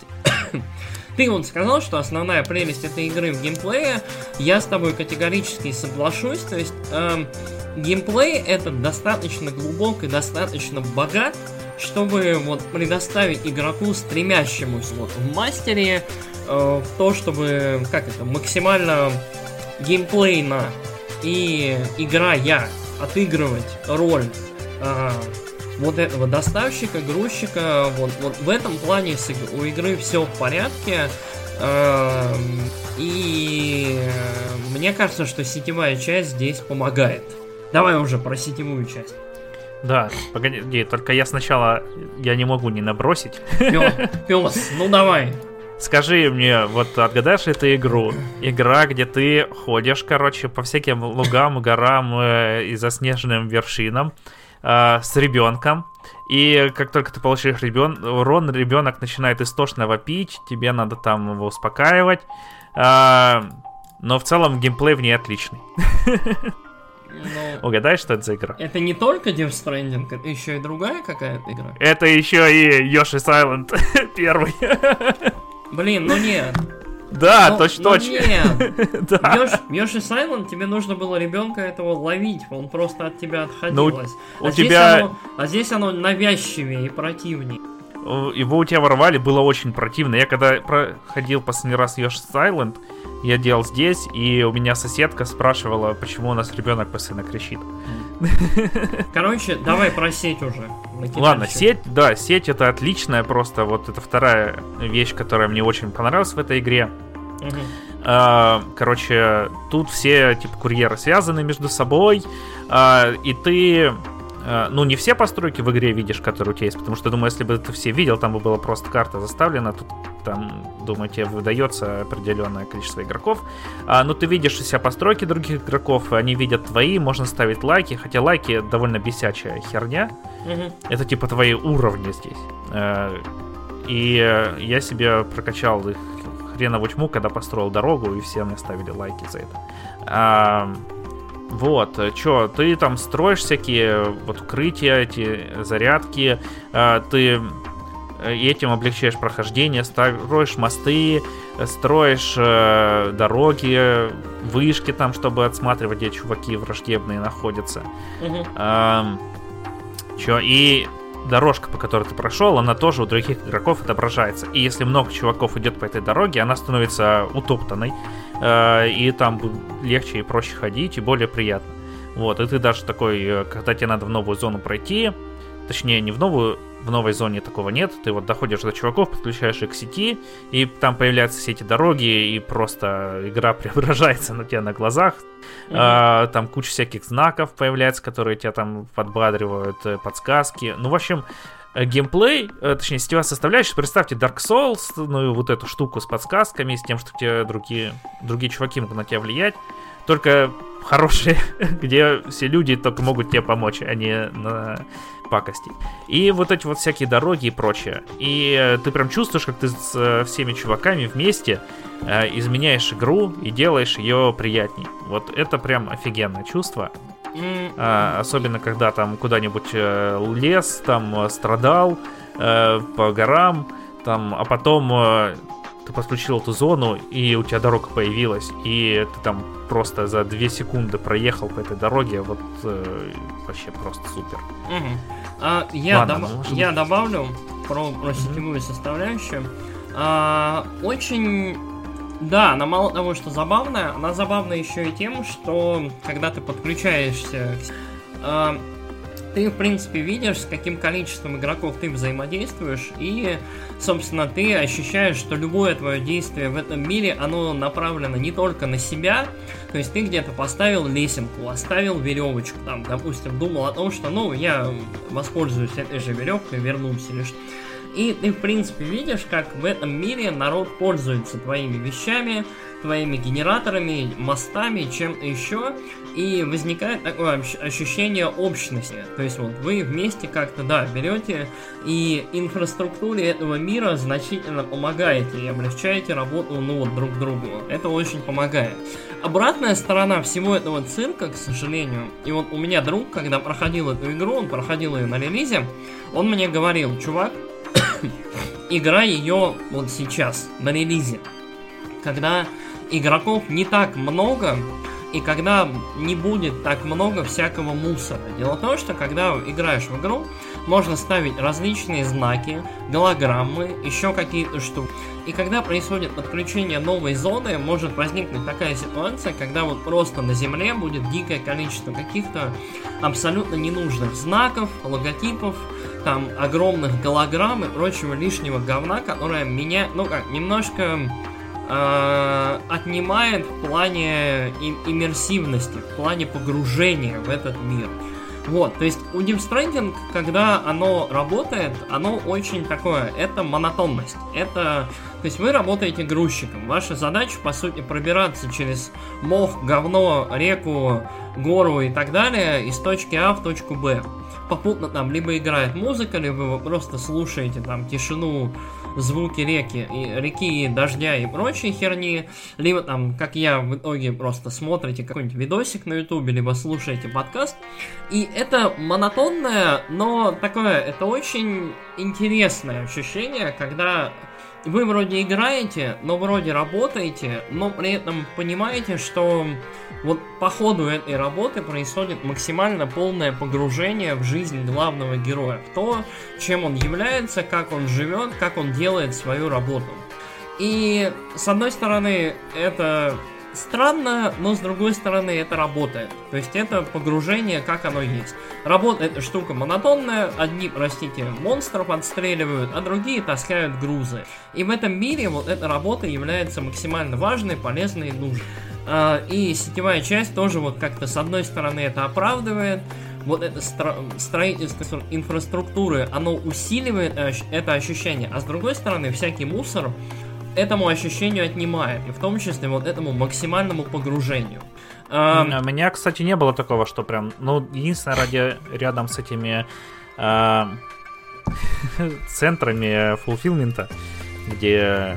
Ты вот сказал, что основная прелесть этой игры в геймплее. Я с тобой категорически соглашусь. То есть эм, геймплей этот достаточно глубок и достаточно богат, чтобы вот предоставить игроку, стремящемуся вот в мастере, э, в то, чтобы, как это, максимально геймплейно и играя отыгрывать роль э, вот этого доставщика, грузчика. Вот, вот в этом плане у игры все в порядке. Э, и мне кажется, что сетевая часть здесь помогает. Давай уже про сетевую часть. Да, погоди, только я сначала, я не могу не набросить. Пёс, ну давай. Скажи мне, вот отгадаешь эту игру? Игра, где ты ходишь, короче, по всяким лугам, горам э, и заснеженным вершинам э, с ребенком. И как только ты получаешь ребен... урон, ребенок начинает истошно вопить, тебе надо там его успокаивать. Э, но в целом геймплей в ней отличный. Ну, угадай, что это за игра? Это не только Death Stranding, это еще и другая какая-то игра. Это еще и Yoshi's Island первый. Блин, ну нет. Да, ну, точно-точно. Ну нет. Да. Yoshi's Island, тебе нужно было ребенка этого ловить, он просто от тебя отходил. Ну, а, у здесь тебя... оно, а здесь оно навязчивее и противнее. Его у тебя ворвали, было очень противно. Я когда проходил последний раз Yoshi's Island, я делал здесь, и у меня соседка спрашивала, почему у нас ребенок постоянно кричит. Короче, давай про сеть уже. Ладно, сеть, да, сеть это отличная, просто вот это вторая вещь, которая мне очень понравилась в этой игре. Угу. А, короче, тут все типа курьеры связаны между собой, а, и ты... Ну, не все постройки в игре видишь, которые у тебя есть, потому что, думаю, если бы ты все видел, там бы была просто карта заставлена, тут, там, думаю, тебе выдается определенное количество игроков. А, но ты видишь у себя постройки других игроков, они видят твои, можно ставить лайки, хотя лайки довольно бесячая херня. Угу. Это типа твои уровни здесь. И я себе прокачал их хренову тьму, когда построил дорогу, и все мне ставили лайки за это. Вот, чё, ты там строишь всякие вот укрытия, эти зарядки, э, ты и этим облегчаешь прохождение, строишь мосты, строишь э, дороги, вышки там, чтобы отсматривать, где чуваки враждебные находятся. Угу. Эм, чё, и дорожка, по которой ты прошел, она тоже у других игроков отображается. И если много чуваков идет по этой дороге, она становится утоптанной, э, и там легче и проще ходить, и более приятно. Вот, и ты даже такой, когда тебе надо в новую зону пройти, точнее, не в новую, в новой зоне такого нет, ты вот доходишь до чуваков, подключаешь их к сети, и там появляются все эти дороги, и просто игра преображается на тебя на глазах. Mm-hmm. А, там куча всяких знаков появляется, которые тебя там подбадривают, подсказки. Ну, в общем, геймплей, точнее, сетевая составляющая, представьте Dark Souls, ну, вот эту штуку с подсказками, с тем, что тебе другие, другие чуваки могут на тебя влиять, только хорошие, где все люди только могут тебе помочь, а не на пакости. И вот эти вот всякие дороги и прочее. И ты прям чувствуешь, как ты с всеми чуваками вместе э, изменяешь игру и делаешь ее приятней. Вот это прям офигенное чувство. Mm. А, особенно когда там куда-нибудь э, лес, там страдал э, по горам, там, а потом э, ты подключил эту зону, и у тебя дорога появилась, и ты там просто за две секунды проехал по этой дороге, вот э, вообще просто супер. Mm-hmm. А, я, Ладно, доб- ну, я добавлю про, про сетевую mm-hmm. составляющую. А, очень... Да, она мало того, что забавная, она забавна еще и тем, что когда ты подключаешься, э, ты, в принципе, видишь, с каким количеством игроков ты взаимодействуешь, и, собственно, ты ощущаешь, что любое твое действие в этом мире, оно направлено не только на себя, то есть ты где-то поставил лесенку, оставил веревочку, там, допустим, думал о том, что, ну, я воспользуюсь этой же веревкой, вернусь или что. И ты, в принципе, видишь, как в этом мире народ пользуется твоими вещами, твоими генераторами, мостами, чем-то еще, и возникает такое ощущение общности. То есть вот вы вместе как-то, да, берете и инфраструктуре этого мира значительно помогаете и облегчаете работу, ну вот, друг другу. Это очень помогает. Обратная сторона всего этого цирка, к сожалению, и вот у меня друг, когда проходил эту игру, он проходил ее на релизе, он мне говорил: чувак, играй ее вот сейчас, на релизе, когда игроков не так много, и когда не будет так много всякого мусора. Дело в том, что когда играешь в игру, можно ставить различные знаки, голограммы, еще какие-то штуки. И когда происходит подключение новой зоны, может возникнуть такая ситуация, когда вот просто на земле будет дикое количество каких-то абсолютно ненужных знаков, логотипов, там огромных голограмм и прочего лишнего говна, которое меня, ну как, немножко э, отнимает в плане им- иммерсивности, в плане погружения в этот мир. Вот, то есть у Death Stranding, когда оно работает, оно очень такое, это монотонность, это, то есть вы работаете грузчиком, ваша задача, по сути, пробираться через мох, говно, реку, гору и так далее из точки А в точку Б. Попутно там либо играет музыка, либо вы просто слушаете там тишину, звуки реки, и, реки, дождя и прочей херни, либо там, как я, в итоге просто смотрите какой-нибудь видосик на ютубе, либо слушаете подкаст. И это монотонное, но такое, это очень интересное ощущение, когда вы вроде играете, но вроде работаете, но при этом понимаете, что вот по ходу этой работы происходит максимально полное погружение в жизнь главного героя, в то, чем он является, как он живет, как он делает свою работу. И с одной стороны это странно, но с другой стороны это работает. То есть это погружение, как оно есть. Работает эта штука монотонная, одни, простите, монстров отстреливают, а другие таскают грузы. И в этом мире вот эта работа является максимально важной, полезной и нужной. И сетевая часть тоже вот как-то с одной стороны это оправдывает, вот это стро- строительство инфраструктуры, оно усиливает это ощущение, а с другой стороны всякий мусор этому ощущению отнимает, и в том числе вот этому максимальному погружению. У меня, кстати, не было такого, что прям, ну, единственное, ради рядом с этими э, центрами фулфилмента, где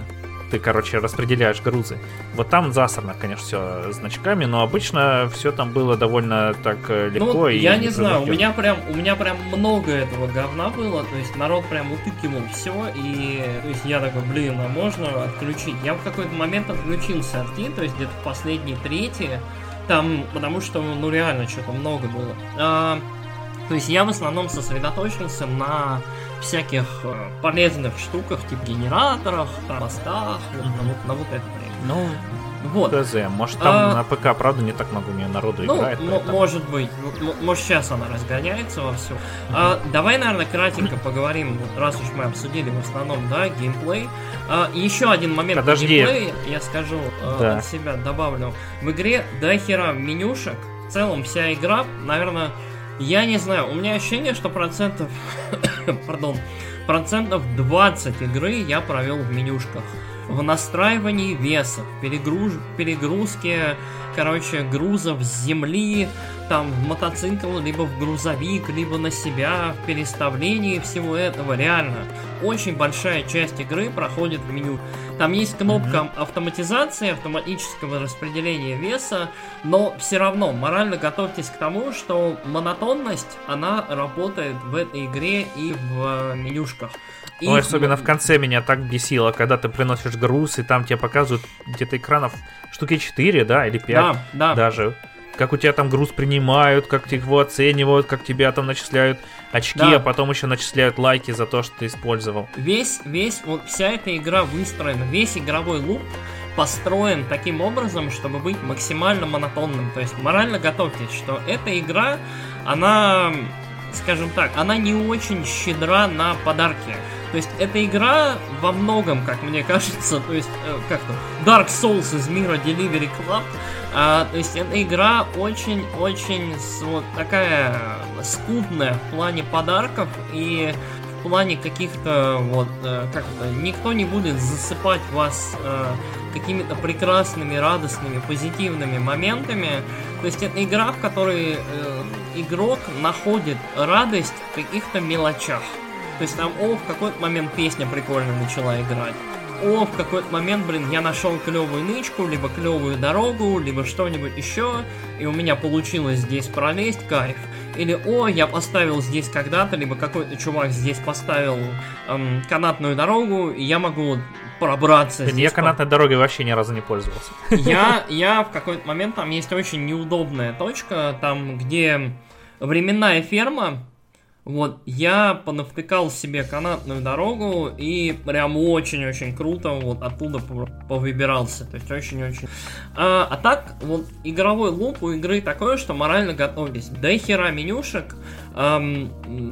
ты, короче, распределяешь грузы. Вот там засрано, конечно, все значками, но обычно все там было довольно так легко. Ну, и я не знаю, у меня прям у меня прям много этого говна было, то есть народ прям утыкивал все, и то есть я такой, блин, а можно отключить? Я в какой-то момент отключил сорти, то есть где-то в последней трети, там, потому что, ну, реально, что-то много было. А, то есть я в основном сосредоточился на всяких э, полезных штуках, типа генераторах, мостах, вот, mm-hmm. на, вот, на вот это время. Ну, вот. ТЗ. Может, там а, на ПК, правда, не так много у нее народу ну, играет. М- поэтому... Может быть. М- может, сейчас она разгоняется во все. Mm-hmm. А, давай, наверное, кратенько поговорим, вот, раз уж мы обсудили в основном, да, геймплей. А, еще один момент Подожди. геймплея, я скажу, да. от себя добавлю. В игре до хера менюшек. В целом вся игра, наверное, я не знаю, у меня ощущение, что процентов... Пардон. Процентов двадцать игры я провел в менюшках. В настраивании веса, в перегруз... перегрузке, короче, грузов с земли, там, в мотоцикл, либо в грузовик, либо на себя, в переставлении всего этого, реально. Очень большая часть игры проходит в меню. Там есть кнопка mm-hmm. автоматизации, автоматического распределения веса, но все равно морально готовьтесь к тому, что монотонность, она работает в этой игре и в менюшках. И Ой, особенно в конце меня так бесило, когда ты приносишь груз, и там тебе показывают где-то экранов штуки четыре, да, или пять да, да. даже. Как у тебя там груз принимают, как его оценивают, как тебя там начисляют очки, да. а потом еще начисляют лайки за то, что ты использовал. Весь, весь, вот вся эта игра выстроена, весь игровой луп построен таким образом, чтобы быть максимально монотонным. То есть морально готовьтесь, что эта игра, она, скажем так, она не очень щедра на подарки. То есть эта игра во многом, как мне кажется, то есть э, как-то Dark Souls из мира Delivery Club, а, то есть эта игра очень-очень вот такая скудная в плане подарков и в плане каких-то вот э, как-то никто не будет засыпать вас э, какими-то прекрасными, радостными, позитивными моментами. То есть это игра, в которой э, игрок находит радость в каких-то мелочах. То есть там, о, в какой-то момент песня прикольно начала играть. О, в какой-то момент, блин, я нашел клевую нычку, либо клевую дорогу, либо что-нибудь еще, и у меня получилось здесь пролезть, кайф. Или, о, я поставил здесь когда-то, либо какой-то чувак здесь поставил эм, канатную дорогу, и я могу пробраться здесь. Я канатной дорогой вообще ни разу не пользовался. Я, я в какой-то момент, там есть очень неудобная точка, там, где временная ферма. Вот, я понавтыкал себе канатную дорогу и прям очень-очень круто вот оттуда повыбирался. То есть очень-очень... А, а так, вот игровой луп у игры такой, что морально готовились. До хера менюшек, эм,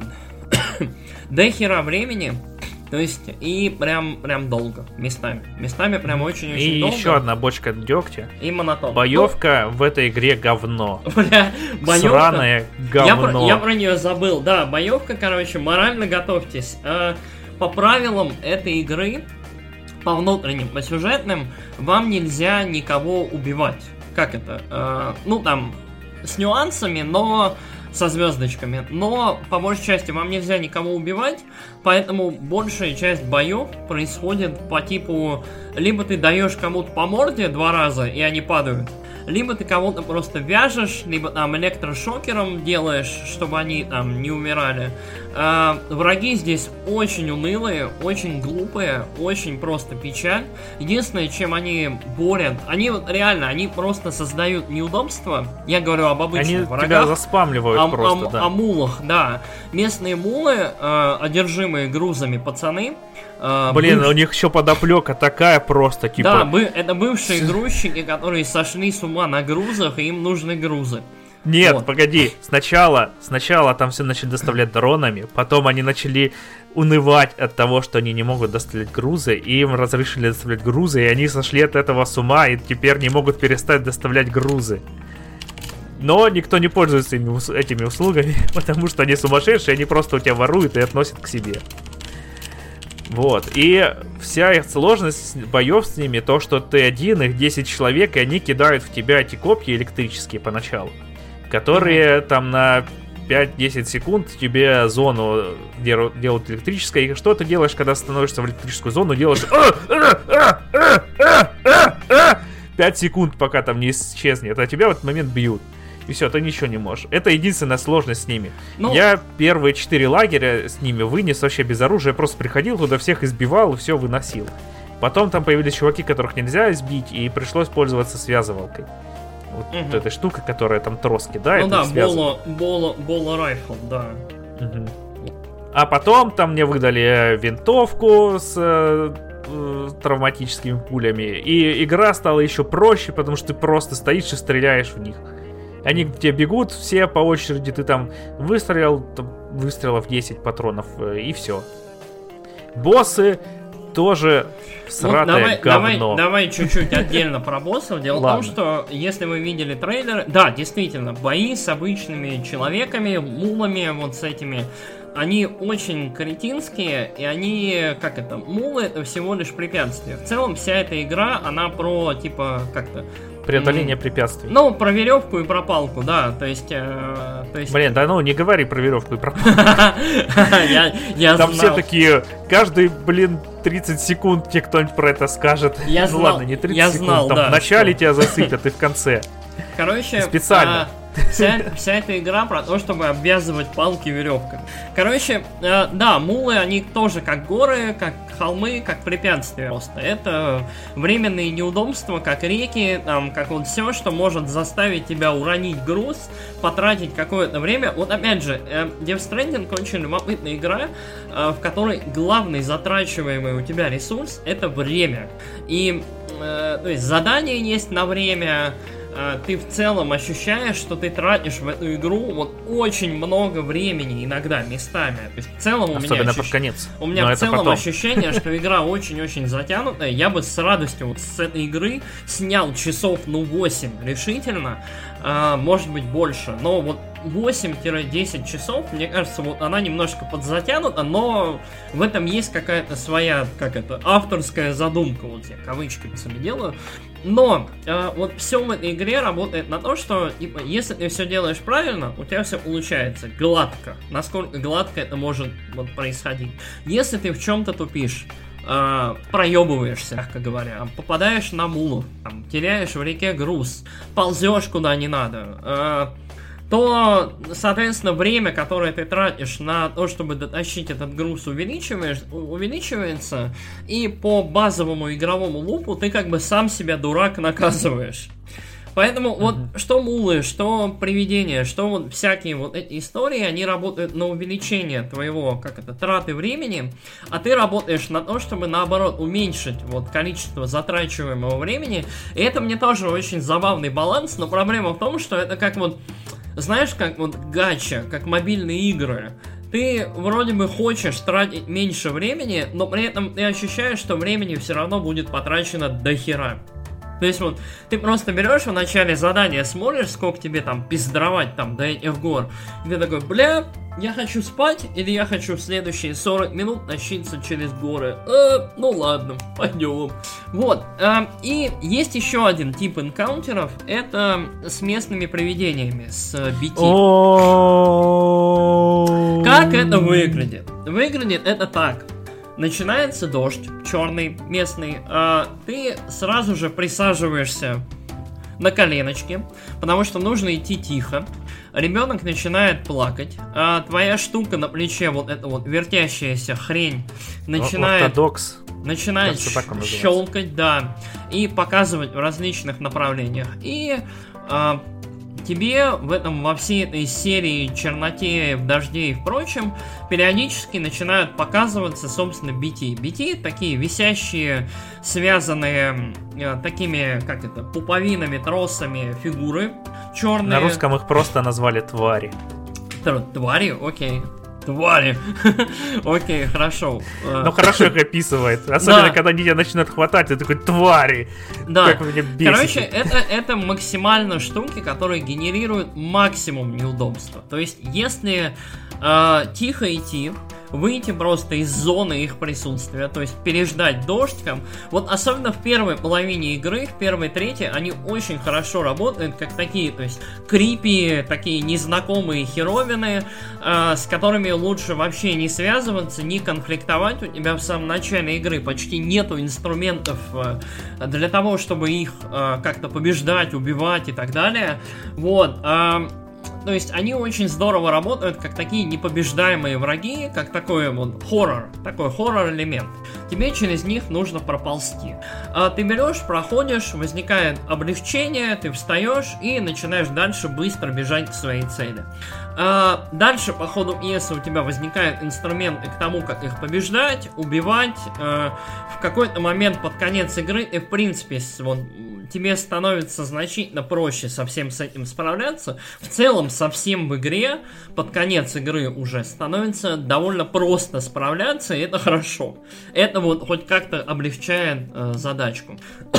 до хера времени. То есть, и прям, прям долго, местами. Местами прям очень-очень и долго. И еще одна бочка дегтя. И монотон. Боевка ну, в этой игре говно. Бля, боевка... Сраное говно. Я про, я про нее забыл. Да, боевка, короче, морально готовьтесь. Э, по правилам этой игры, по внутренним, по сюжетным, вам нельзя никого убивать. Как это? Э, ну, там, с нюансами, но... со звездочками, но по большей части вам нельзя никого убивать, поэтому большая часть боев происходит по типу либо ты даешь кому-то по морде два раза, и они падают, либо ты кого-то просто вяжешь, либо там электрошокером делаешь, чтобы они там не умирали. А, враги здесь очень унылые, очень глупые, очень просто печаль. Единственное, чем они борят, они вот реально, они просто создают неудобства. Я говорю об обычных они врагах. Они тебя заспамливают о, просто, о, да. О мулах, да. Местные мулы, э, одержимые грузами пацаны. Э, Блин, быв... у них еще подоплека такая просто, типа... Да, бы, это бывшие грузчики, которые сошли с ума на грузах, и им нужны грузы. Нет, вот. Погоди, сначала, сначала там все начали доставлять дронами, потом они начали унывать от того, что они не могут доставлять грузы, и им разрешили доставлять грузы, и они сошли от этого с ума, и теперь не могут перестать доставлять грузы. Но никто не пользуется ими, этими услугами, потому что они сумасшедшие, они просто у тебя воруют и относят к себе. Вот, и вся их сложность боев с ними, то, что ты один, их десять человек, и они кидают в тебя эти копья электрические поначалу, которые mm-hmm. там на пять-десять секунд тебе зону делают электрической. И что ты делаешь, когда становишься в электрическую зону? Делаешь пять секунд, пока там не исчезнет, а тебя в этот момент бьют. И все, ты ничего не можешь. Это единственная сложность с ними. Ну, я первые четыре лагеря с ними вынес вообще без оружия. Я просто приходил туда, всех избивал и все выносил. Потом там появились чуваки, которых нельзя избить, и пришлось пользоваться связывалкой. Вот угу. этой штукой, которая там трос кидает. Ну да, боло, боло, боло райфл, да. Угу. А потом там мне выдали винтовку с э, травматическими пулями. И игра стала еще проще, потому что ты просто стоишь и стреляешь в них. Они к тебе бегут, все по очереди, ты там выстрелил, там, выстрелов десять патронов, и все. Боссы тоже сратое ну, давай, говно. Давай, давай чуть-чуть отдельно про боссов. Дело в том, что если вы видели трейлеры, да, действительно, бои с обычными человеками, мулами, вот с этими, они очень кретинские, и они, как это, мулы, это всего лишь препятствия. В целом вся эта игра, она про, типа, как-то... Преодоление препятствий. Ну, про веревку и про палку, да, то есть... Э, то есть... Блин, да ну, не говори про веревку и про палку. Там все такие, каждый, блин, тридцать секунд тебе кто-нибудь про это скажет. Ну ладно, не тридцать секунд, там в начале тебя засыпят и в конце. Короче... Специально. Вся, вся эта игра про то, чтобы обвязывать палки веревками. Короче, э, да, мулы, они тоже как горы, как холмы, как препятствия просто. Это временные неудобства, как реки, там, как вот все, что может заставить тебя уронить груз, потратить какое-то время. Вот опять же, э, Death Stranding очень любопытная игра, э, в которой главный затрачиваемый у тебя ресурс — это время. И, э, то есть, задания есть на время. Ты в целом ощущаешь, что ты тратишь в эту игру вот очень много времени, иногда местами. То есть в целом у Особенно меня ощущ... под конец. У меня Но в целом потом. ощущение, что игра очень-очень затянутая. Я бы с радостью вот с этой игры снял часов ну восемь решительно, а, может быть больше. Но вот восемь-десять часов, мне кажется, вот она немножко подзатянута, но в этом есть какая-то своя, как это, авторская задумка. Вот я кавычки по себе делаю. Но э, вот все в этой игре работает на то, что типа, если ты все делаешь правильно, у тебя все получается гладко. Насколько гладко это может вот, происходить. Если ты в чем-то тупишь, э, проебываешься, мягко говоря, попадаешь на мулу, там, теряешь в реке груз, ползешь куда не надо, э, то, соответственно, время, которое ты тратишь на то, чтобы дотащить этот груз, увеличивается, и по базовому игровому лупу ты как бы сам себя, дурак, наказываешь. Поэтому mm-hmm. вот что мулы, что привидения, что вот всякие вот эти истории, они работают на увеличение твоего, как это, траты времени, а ты работаешь на то, чтобы наоборот уменьшить вот количество затрачиваемого времени. И это мне тоже очень забавный баланс, но проблема в том, что это как вот, знаешь, как вот гача, как мобильные игры. Ты вроде бы хочешь тратить меньше времени, но при этом ты ощущаешь, что времени все равно будет потрачено до хера. То есть вот, ты просто берешь в начале задания, смотришь, сколько тебе там пиздровать там до этих гор, и ты такой, бля, я хочу спать, или я хочу в следующие сорок минут тащиться через горы. Э, ну ладно, пойдем. Вот, э, и есть еще один тип энкаунтеров, это с местными привидениями, с би ти. Как это выглядит? Выглядит это так. Начинается дождь, черный, местный, а ты сразу же присаживаешься на коленочки, потому что нужно идти тихо. Ребенок начинает плакать, а твоя штука на плече, вот эта вот вертящаяся хрень, начинает, Ортодокс. начинает щелкать, да, и показывать в различных направлениях. И а, тебе в этом, во всей этой серии черноте, в дожде и впрочем, периодически начинают показываться, собственно, би ти. би ти такие висящие, связанные э, такими, как это, пуповинами, тросами фигуры черные. На русском их просто назвали твари. Твари? Окей. Твари. Окей, хорошо. Ну хорошо их описывает. Особенно, когда они тебя начинают хватать, ты такой, твари. Да. Как вы меня бесите. Короче, это, это максимально штуки, которые генерируют максимум неудобства. То есть, если э, тихо идти, выйти просто из зоны их присутствия, то есть переждать дождьком. Вот особенно в первой половине игры, в первой трети, они очень хорошо работают, как такие, то есть крипи, такие незнакомые херовины, э, с которыми лучше вообще не связываться, не конфликтовать. У тебя в самом начале игры почти нету инструментов э, для того, чтобы их э, как-то побеждать, убивать и так далее. Вот. Э, То есть они очень здорово работают, как такие непобеждаемые враги, как такой вот хоррор, такой хоррор-элемент. Тебе через них нужно проползти. А ты берешь, проходишь, возникает облегчение, ты встаешь и начинаешь дальше быстро бежать к своей цели. А дальше, по ходу пьесы, у тебя возникают инструменты к тому, как их побеждать, убивать. А в какой-то момент под конец игры, и в принципе, вот, тебе становится значительно проще со всем с этим справляться. В целом, совсем в игре, под конец игры уже становится довольно просто справляться, и это хорошо. Это вот хоть как-то облегчает э, задачку.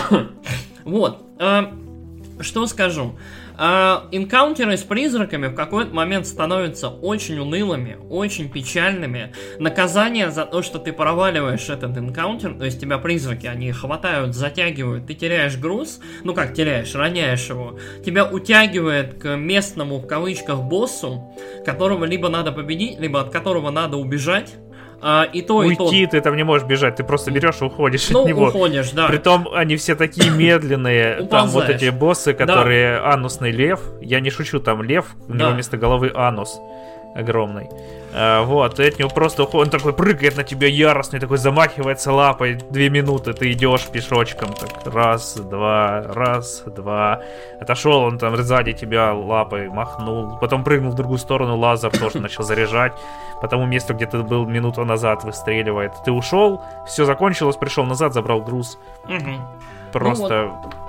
Вот. Э, что скажу? Uh, энкаунтеры с призраками в какой-то момент становятся очень унылыми, очень печальными. Наказание за то, что ты проваливаешь этот энкаунтер, то есть тебя призраки, они хватают, затягивают, ты теряешь груз, ну как теряешь, роняешь его, тебя утягивает к местному, в кавычках, боссу, которого либо надо победить, либо от которого надо убежать. А, и то, Уйти и то... ты там не можешь бежать, ты просто берешь и уходишь ну, от него. уходишь, да. Притом они все такие медленные. Там вот эти боссы, которые анусный лев. Я не шучу, там лев, у него вместо головы анус огромный. А, вот, и от него просто уходит, он такой прыгает на тебя яростный, такой замахивается лапой. Две минуты ты идешь пешочком, так раз, два, раз, два. Отошел, он там сзади тебя лапой махнул. Потом прыгнул в другую сторону, лазер тоже начал заряжать. По тому месту, где ты был минуту назад, выстреливает. Ты ушел, все закончилось, пришел назад, забрал груз. Угу. Просто... Ну, вот.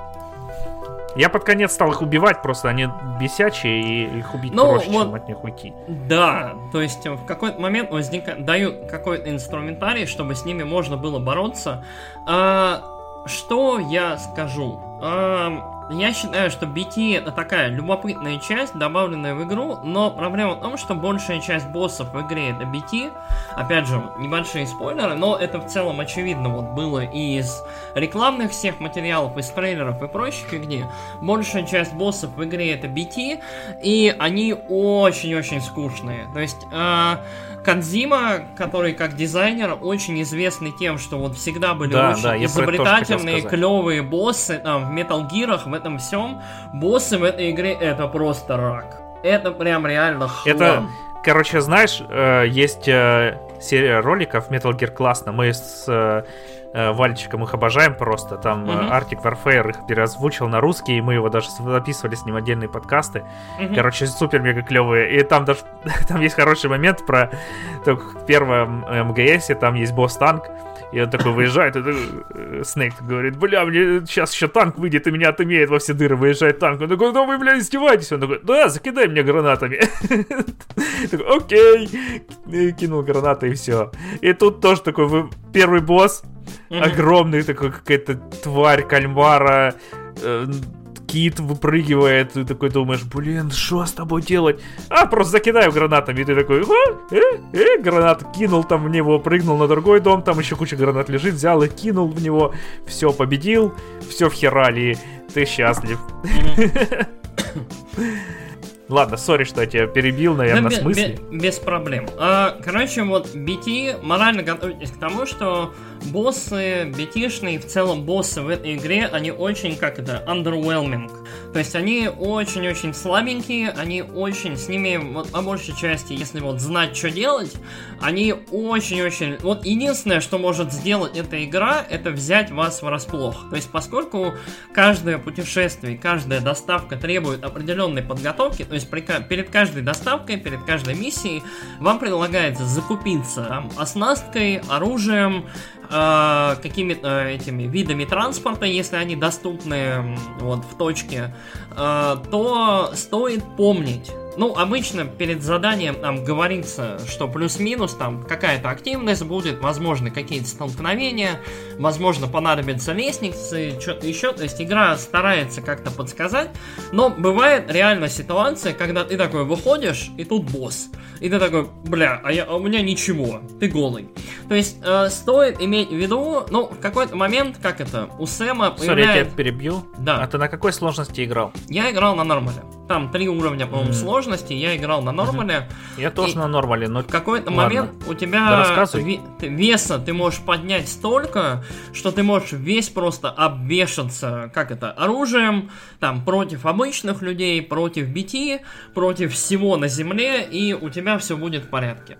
Я под конец стал их убивать, просто они бесячие, и их убить ну, проще, вот, чем от них уйти. Да, то есть в какой-то момент возникает, дают какой-то инструментарий, чтобы с ними можно было бороться. А, что я скажу? А, я считаю, что би ти это такая любопытная часть, добавленная в игру, но проблема в том, что большая часть боссов в игре это би ти. Опять же, небольшие спойлеры, но это в целом очевидно вот было и из рекламных всех материалов, из трейлеров и прочих, где большая часть боссов в игре это би ти, и они очень-очень скучные. То есть... Э- Кодзима, который как дизайнер очень известный тем, что вот всегда были да, очень да, изобретательные, клевые боссы там в Metal Gear'ах, в этом всем. Боссы в этой игре это просто рак. Это прям реально хлам. Это, короче, знаешь, есть серия роликов Metal Gear классно. Мы с Вальчиком их обожаем просто. Там uh-huh. Arctic Warfare их переозвучил на русский, и мы его даже записывали с ним отдельные подкасты. Uh-huh. Короче, супер-мега клевые. И там даже там есть хороший момент про в первом эм гэ эсе, там есть босс-танк, и он такой выезжает, и Снейк говорит: бля, мне сейчас еще танк выйдет и меня отымеет во все дыры. Выезжает танк. Он такой: ну вы, бля, издеваетесь? Он такой: да, закидай меня гранатами. Такой: окей. Кинул гранаты и все. И тут тоже такой первый босс. Mm-hmm. Огромный такой, какая-то тварь кальмара, э, кит выпрыгивает, ты такой думаешь: блин, что с тобой делать? А, просто закидаю гранатами, и ты такой: а, э, э, гранат кинул там в него, прыгнул на другой дом, там еще куча гранат лежит, взял и кинул в него, все, победил, все в херали, ты счастлив. Mm-hmm. Ладно, сори, что я тебя перебил, наверное, да, с мысли. Без, без проблем. А, короче, вот би ти, морально готовитесь к тому, что боссы, би ти-шные, в целом боссы в этой игре, они очень, как это, underwhelming. То есть они очень-очень слабенькие, они очень, с ними, вот по большей части, если вот знать, что делать, они очень-очень... Вот единственное, что может сделать эта игра, это взять вас врасплох. То есть поскольку каждое путешествие, каждая доставка требует определенной подготовки, то есть при, перед каждой доставкой, перед каждой миссией вам предлагается закупиться там оснасткой, оружием, э, какими-то этими видами транспорта, если они доступны вот в точке, э, то стоит помнить, ну, обычно перед заданием там говорится, что плюс-минус там какая-то активность будет, возможно, какие-то столкновения, возможно, понадобятся лестницы, что-то еще. То есть игра старается как-то подсказать, но бывает реально ситуация, когда ты такой выходишь, и тут босс. И ты такой, бля, а, я, а у меня ничего, ты голый. То есть э, стоит иметь в виду, ну, в какой-то момент, как это, у Сэма появляется... появляется... Сори, я тебя перебью. Да. А ты на какой сложности играл? Я играл на нормале. Там три уровня, по-моему, mm. сложности, я играл на нормале. Mm-hmm. Я тоже и на нормале, но... В какой-то ладно. момент у тебя да ве- веса ты можешь поднять столько, что ты можешь весь просто обвешаться, как это, оружием, там, против обычных людей, против би ти, против всего на земле, и у тебя все будет в порядке.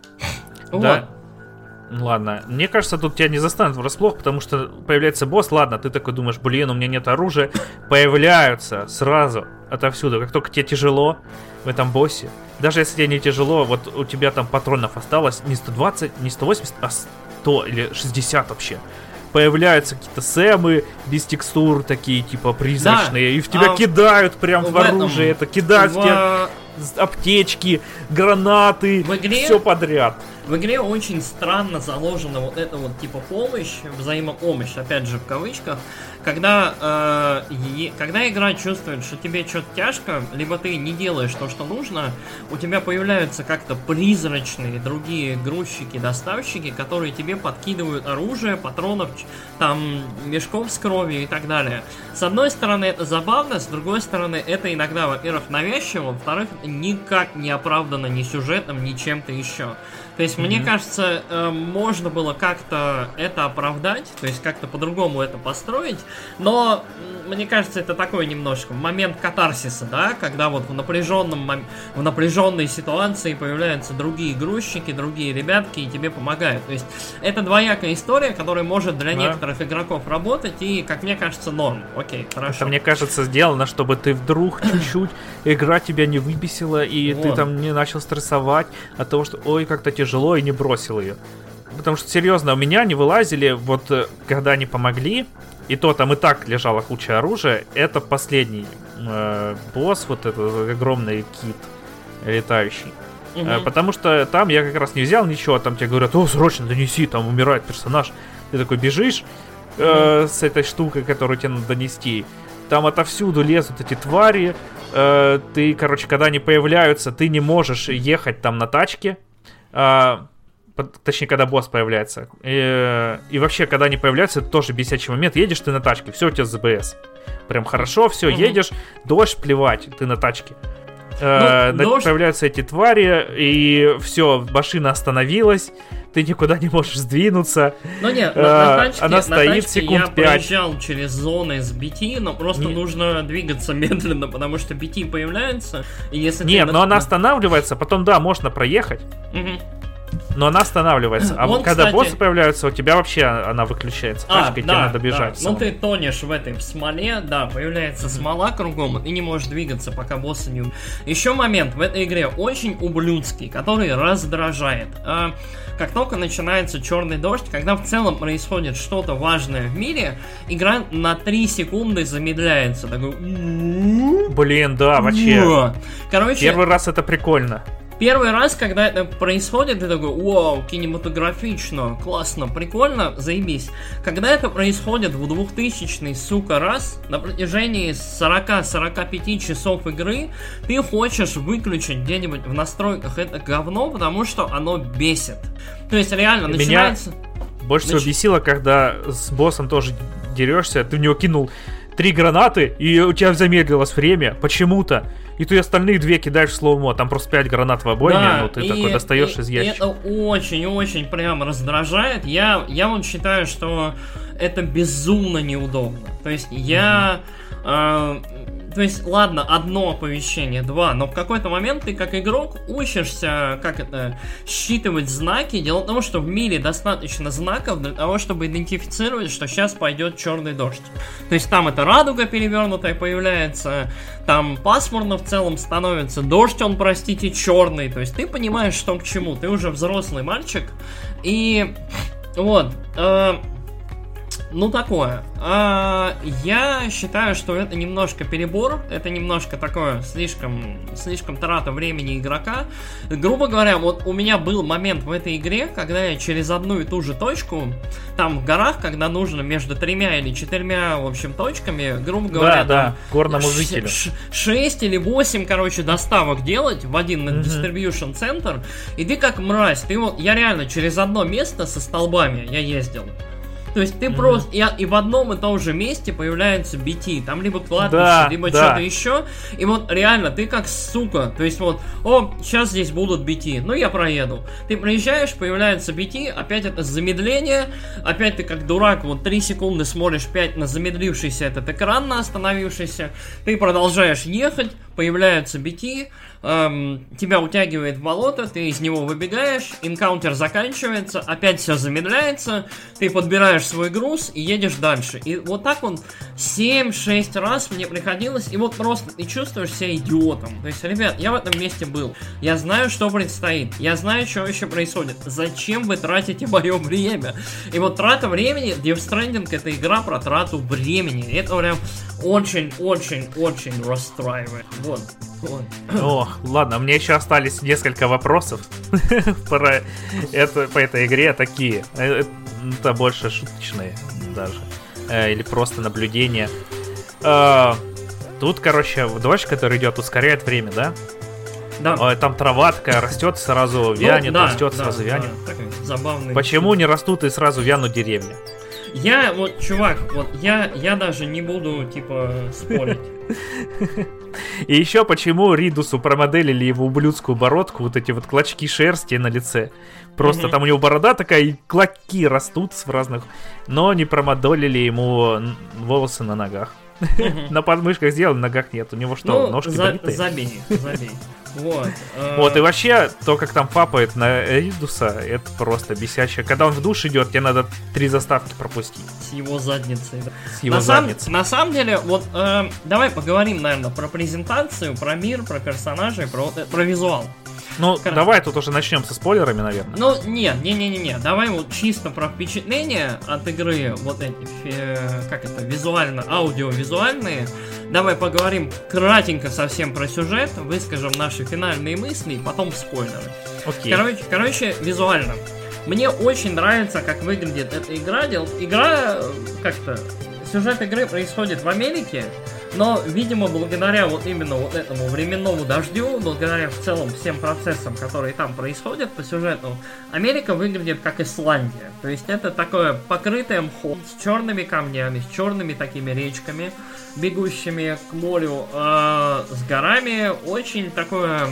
Да. Вот. Ладно, мне кажется, тут тебя не застанут врасплох, потому что появляется босс, ладно, ты такой думаешь, блин, у меня нет оружия, появляются сразу отовсюду, как только тебе тяжело в этом боссе, даже если тебе не тяжело, вот у тебя там патронов осталось не сто двадцать, не сто восемьдесят, а сто или шестьдесят вообще. Появляются какие-то Сэмы без текстур, такие типа призрачные, да, и в тебя а кидают прям в, в оружие, этом, это кидают в... в тебя аптечки, гранаты, в игре... все подряд. В игре очень странно заложена вот эта вот типа помощь, взаимопомощь, опять же в кавычках, когда, э, е- когда игра чувствует, что тебе что-то тяжко, либо ты не делаешь то, что нужно, у тебя появляются как-то призрачные другие грузчики, доставщики, которые тебе подкидывают оружие, патронов, там, мешков с кровью и так далее. С одной стороны это забавно, с другой стороны это иногда, во-первых, навязчиво, во-вторых, никак не оправдано ни сюжетом, ни чем-то еще. То есть, mm-hmm. мне кажется, э, можно было как-то это оправдать, то есть как-то по-другому это построить, но мне кажется, это такой немножко момент катарсиса, да, когда вот в напряженном в напряженной ситуации появляются другие грузчики, другие ребятки и тебе помогают. То есть это двоякая история, которая может для да. некоторых игроков работать и, как мне кажется, норм. Окей, хорошо. Это, мне кажется, сделано, чтобы ты вдруг чуть-чуть игра тебя не выбесила и вот. Ты там не начал стрессовать от того, что ой, как-то тяжело, и не бросил ее. Потому что, серьезно, у меня не вылазили, вот когда они помогли, и то там и так лежала куча оружия, это последний э, босс, вот этот огромный кит летающий. Угу. Э, потому что там я как раз не взял ничего, там тебе говорят, о, срочно донеси, там умирает персонаж. Ты такой бежишь э, угу. с этой штукой, которую тебе надо донести. Там отовсюду лезут эти твари. Э, ты, короче, когда они появляются, ты не можешь ехать там на тачке. Э, Точнее, когда босс появляется. И, и вообще, когда они появляются, это тоже бесячий момент. Едешь ты на тачке, все у тебя зэ бэ эс. Прям хорошо, все, угу. едешь, дождь, плевать, ты на тачке. Ну, э, дождь... Появляются эти твари, и все, машина остановилась, ты никуда не можешь сдвинуться. Ну нет, э, на, на тачке, она стоит на тачке секунд я пять. проезжал через зоны с би ти, но просто не... нужно двигаться медленно, потому что би ти появляется, и если Нет, ты... но она останавливается, потом, да, можно проехать. Угу. Но она останавливается. А Он, когда кстати... боссы появляются, у тебя вообще она выключается. А, Тачкой да, тебе надо бежать. Да. Ну ты тонешь в этой в смоле, да, появляется смола кругом, и не можешь двигаться, пока боссы не... Еще момент в этой игре очень ублюдский, который раздражает. А, как только начинается черный дождь, когда в целом происходит что-то важное в мире, игра на три секунды замедляется. Такой... Блин, да, вообще. Короче... Первый раз это прикольно. Первый раз, когда это происходит, ты такой, вау, кинематографично, классно, прикольно, заебись. Когда это происходит в двухтысячный, сука, раз, на протяжении сорок-сорок пять часов игры, ты хочешь выключить где-нибудь в настройках это говно, потому что оно бесит. То есть реально Меня начинается... больше всего Нач... бесило, когда с боссом тоже дерешься, ты в него кинул три гранаты, и у тебя замедлилось время почему-то. И ты остальные две кидаешь в слоумо, там просто пять гранат в обойме, да, ну ты и, такой достаешь и, из ящика. Это очень-очень прям раздражает. Я, я вот считаю, что это безумно неудобно. То есть я... Mm-hmm. Э, то есть, ладно, одно оповещение, два, но в какой-то момент ты как игрок учишься, как это, считывать знаки. Дело в том, что в мире достаточно знаков для того, чтобы идентифицировать, что сейчас пойдет черный дождь. То есть там эта радуга перевернутая появляется, там пасмурно в целом становится, дождь он, простите, черный. То есть ты понимаешь, что к чему, ты уже взрослый мальчик. И вот... Э, Ну, такое. А, я считаю, что это немножко перебор, это немножко такое, слишком, слишком трата времени игрока. Грубо говоря, вот у меня был момент в этой игре, когда я через одну и ту же точку, там в горах, когда нужно между тремя или четырьмя, в общем, точками, грубо говоря, да, да, горному жителю. шесть или восемь, короче, доставок делать в один mm-hmm. distribution центр, и ты как мразь, ты вот, я реально через одно место со столбами я ездил. То есть ты mm-hmm. просто... И, и в одном и том же месте появляется би ти. Там либо кладбище, да, либо да. что-то еще. И вот реально, ты как сука. То есть вот, о, сейчас здесь будут би ти. Ну, я проеду. Ты проезжаешь, появляется би ти. Опять это замедление. Опять ты как дурак, вот три секунды смотришь пять на замедлившийся этот экран, на остановившийся. Ты продолжаешь ехать. Появляется би ти. Эм, тебя утягивает в болото, ты из него выбегаешь, энкаунтер заканчивается, опять все замедляется, ты подбираешь свой груз и едешь дальше. И вот так он семь-шесть раз мне приходилось, и вот просто ты чувствуешь себя идиотом. То есть, ребят, я в этом месте был, я знаю, что предстоит, я знаю, что еще происходит. Зачем вы тратите мое время? И вот трата времени, Death Stranding — это игра про трату времени. Это прям очень-очень-очень расстраивает. Вот. Вот. О, ладно, мне еще остались несколько вопросов про это, по этой игре, такие. Это больше шуточные даже. Или просто наблюдения. Тут, короче, дождь, который идет, ускоряет время, да? Да. Там трава такая растет, сразу вянет, ну, да, растет, да, сразу да, вянет. Да, забавный. Почему не растут и сразу вянут деревья? Я, вот, чувак, вот, я, я даже не буду, типа, спорить. И еще почему Ридусу промоделили его ублюдскую бородку, вот эти вот клочки шерсти на лице. Просто mm-hmm. там у него борода такая, и клоки растут с разных, но не промоделили ему волосы на ногах. Mm-hmm. На подмышках сделали, на ногах нет. У него что, ну, ножки за- бритые? Забей, забей. Вот. Вот, и вообще, то, как там папает на Ридуса, это просто бесяще. Когда он в душ идет, тебе надо три заставки пропустить. С его задницей, да. С его на задницей. Сам, на самом деле, вот, э, давай поговорим, наверное, про презентацию, про мир, про персонажей, про, э, про визуал. Ну, Кор... давай тут уже начнем со спойлерами, наверное. Ну, нет, не-не-не, давай вот чисто про впечатления от игры, вот эти, э, как это, визуально, аудиовизуальные. Давай поговорим кратенько совсем про сюжет, выскажем наши финальные мысли, и потом спойлеры. Окей. Короче, короче, визуально. Мне очень нравится, как выглядит эта игра. Дел... Игра, как-то, сюжет игры происходит в Америке, но, видимо, благодаря вот именно вот этому временному дождю, благодаря в целом всем процессам, которые там происходят по сюжету, Америка выглядит как Исландия. То есть это такое покрытое мхом, с черными камнями, с черными такими речками, бегущими к морю, э, с горами. Очень такое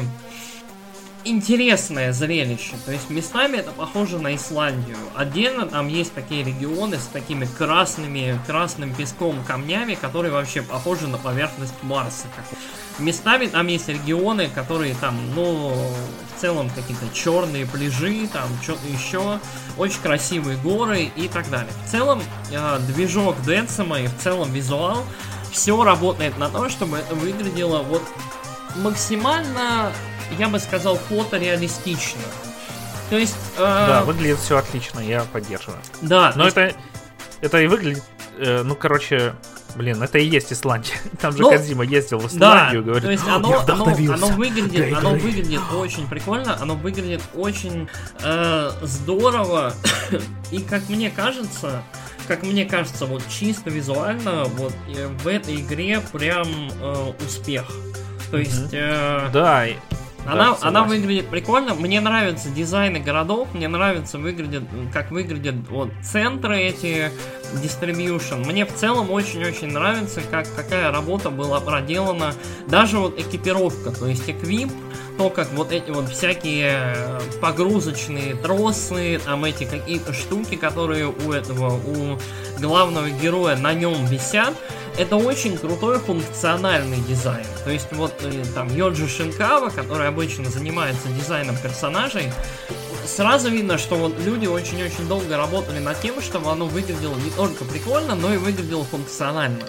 интересное зрелище. То есть местами это похоже на Исландию. Отдельно там есть такие регионы с такими красными, красным песком, камнями, которые вообще похожи на поверхность Марса. Местами там есть регионы, которые там, ну, в целом какие-то черные пляжи, там что-то еще, очень красивые горы и так далее. В целом э, движок Денсома и в целом визуал, все работает на то, чтобы это выглядело вот максимально, я бы сказал, фотореалистично. То есть... Э... Да, выглядит все отлично, я поддерживаю. Да. Но это, есть... это и выглядит, э, ну, короче, блин, это и есть Исландия. Там же ну, Кодзима ездил в Исландию, да, говорит, то есть оно, оно, оно, выглядит, да, оно выглядит очень прикольно, оно выглядит очень э, здорово. И как мне кажется... Как мне кажется, вот чисто визуально, вот э, в этой игре прям э, успех. То есть... Э, да, она, да, она выглядит прикольно. Мне нравятся дизайны городов, мне нравится, выглядит, как выглядят вот центры эти, distribution. Мне в целом очень-очень нравится, как, какая работа была проделана. Даже вот экипировка, то есть эквип, то, как вот эти вот всякие погрузочные тросы, там эти какие-то штуки, которые у этого, у главного героя на нем висят, это очень крутой функциональный дизайн. То есть вот там Йоджи Шинкава, который обычно занимается дизайном персонажей, сразу видно, что вот люди очень-очень долго работали над тем, чтобы оно выглядело не только прикольно, но и выглядело функционально.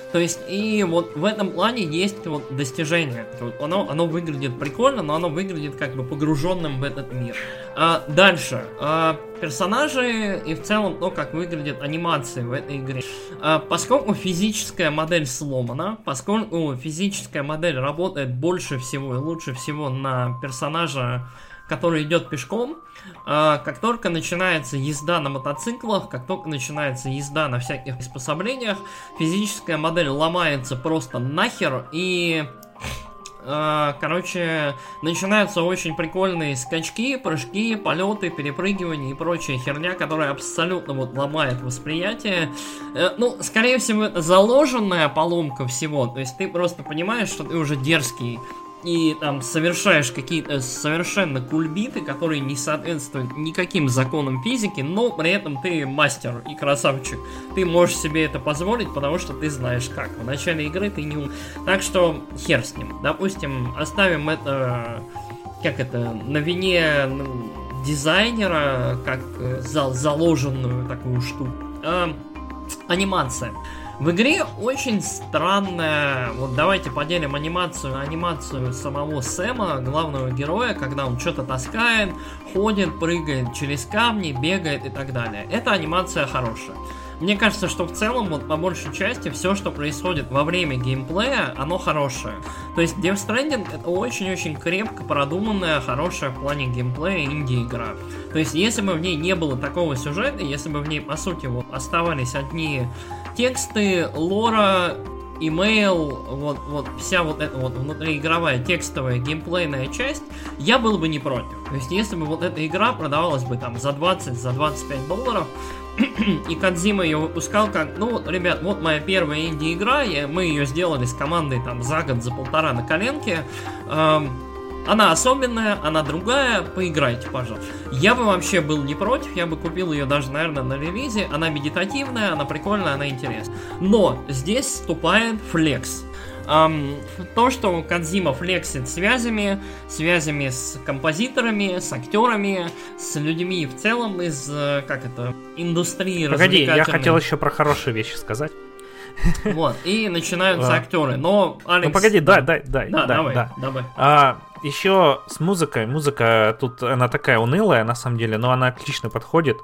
То есть, и вот в этом плане есть вот достижение. Вот оно, оно выглядит прикольно, но оно выглядит как бы погруженным в этот мир. А дальше. А, персонажи и в целом то, как выглядят анимации в этой игре. А, поскольку физическая модель сломана, поскольку физическая модель работает больше всего и лучше всего на персонажа, который идет пешком, э, как только начинается езда на мотоциклах, как только начинается езда на всяких приспособлениях, физическая модель ломается просто нахер, и, э, короче, начинаются очень прикольные скачки, прыжки, полеты, перепрыгивания и прочая херня, которая абсолютно вот ломает восприятие. Э, ну, скорее всего, это заложенная поломка всего, то есть ты просто понимаешь, что ты уже дерзкий, и там совершаешь какие-то совершенно кульбиты, которые не соответствуют никаким законам физики, но при этом ты мастер и красавчик. Ты можешь себе это позволить, потому что ты знаешь как. В начале игры ты не... Так что хер с ним. Допустим, оставим это... Как это? На вине дизайнера, как за, заложенную такую штуку. А, анимация. В игре очень странная, вот давайте поделим анимацию на анимацию самого Сэма, главного героя, когда он что-то таскает, ходит, прыгает через камни, бегает и так далее. Эта анимация хорошая. Мне кажется, что в целом, вот по большей части, все, что происходит во время геймплея, оно хорошее. То есть Death Stranding это очень-очень крепко продуманная, хорошая в плане геймплея инди-игра. То есть если бы в ней не было такого сюжета, если бы в ней, по сути, вот оставались одни тексты, лора, имейл, вот, вот вся вот эта вот внутриигровая текстовая геймплейная часть, я был бы не против. То есть если бы вот эта игра продавалась бы там за двадцать, за двадцать пять долларов, и Кодзима ее выпускал как, ну вот, ребят, вот моя первая инди-игра, я, мы ее сделали с командой там за год, за полтора на коленке, эм, она особенная, она другая, поиграйте, пожалуйста. Я бы вообще был не против, я бы купил ее даже, наверное, на релизе, она медитативная, она прикольная, она интересная. Но здесь вступает флекс. Um, то, что Кодзима флексит связями, связями с композиторами, с актерами, с людьми в целом из, как это, индустрии развлекательной. Погоди, я хотел еще про хорошие вещи сказать. Вот, и начинаются актеры, но Алекс... Ну погоди, дай, дай, дай, да, дай, давай, да. давай. А, еще с музыкой, музыка тут, она такая унылая на самом деле, но она отлично подходит.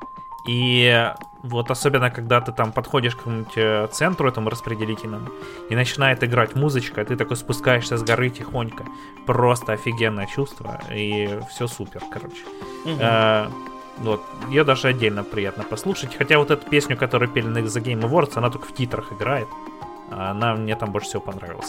И вот особенно, когда ты там подходишь к какому-нибудь центру этому распределительному, и начинает играть музычка, ты такой спускаешься с горы тихонько. Просто офигенное чувство, и все супер, короче. Угу. А, вот, ее даже отдельно приятно послушать. Хотя вот эту песню, которую пели на The Game Awards, она только в титрах играет. Она мне там больше всего понравилась.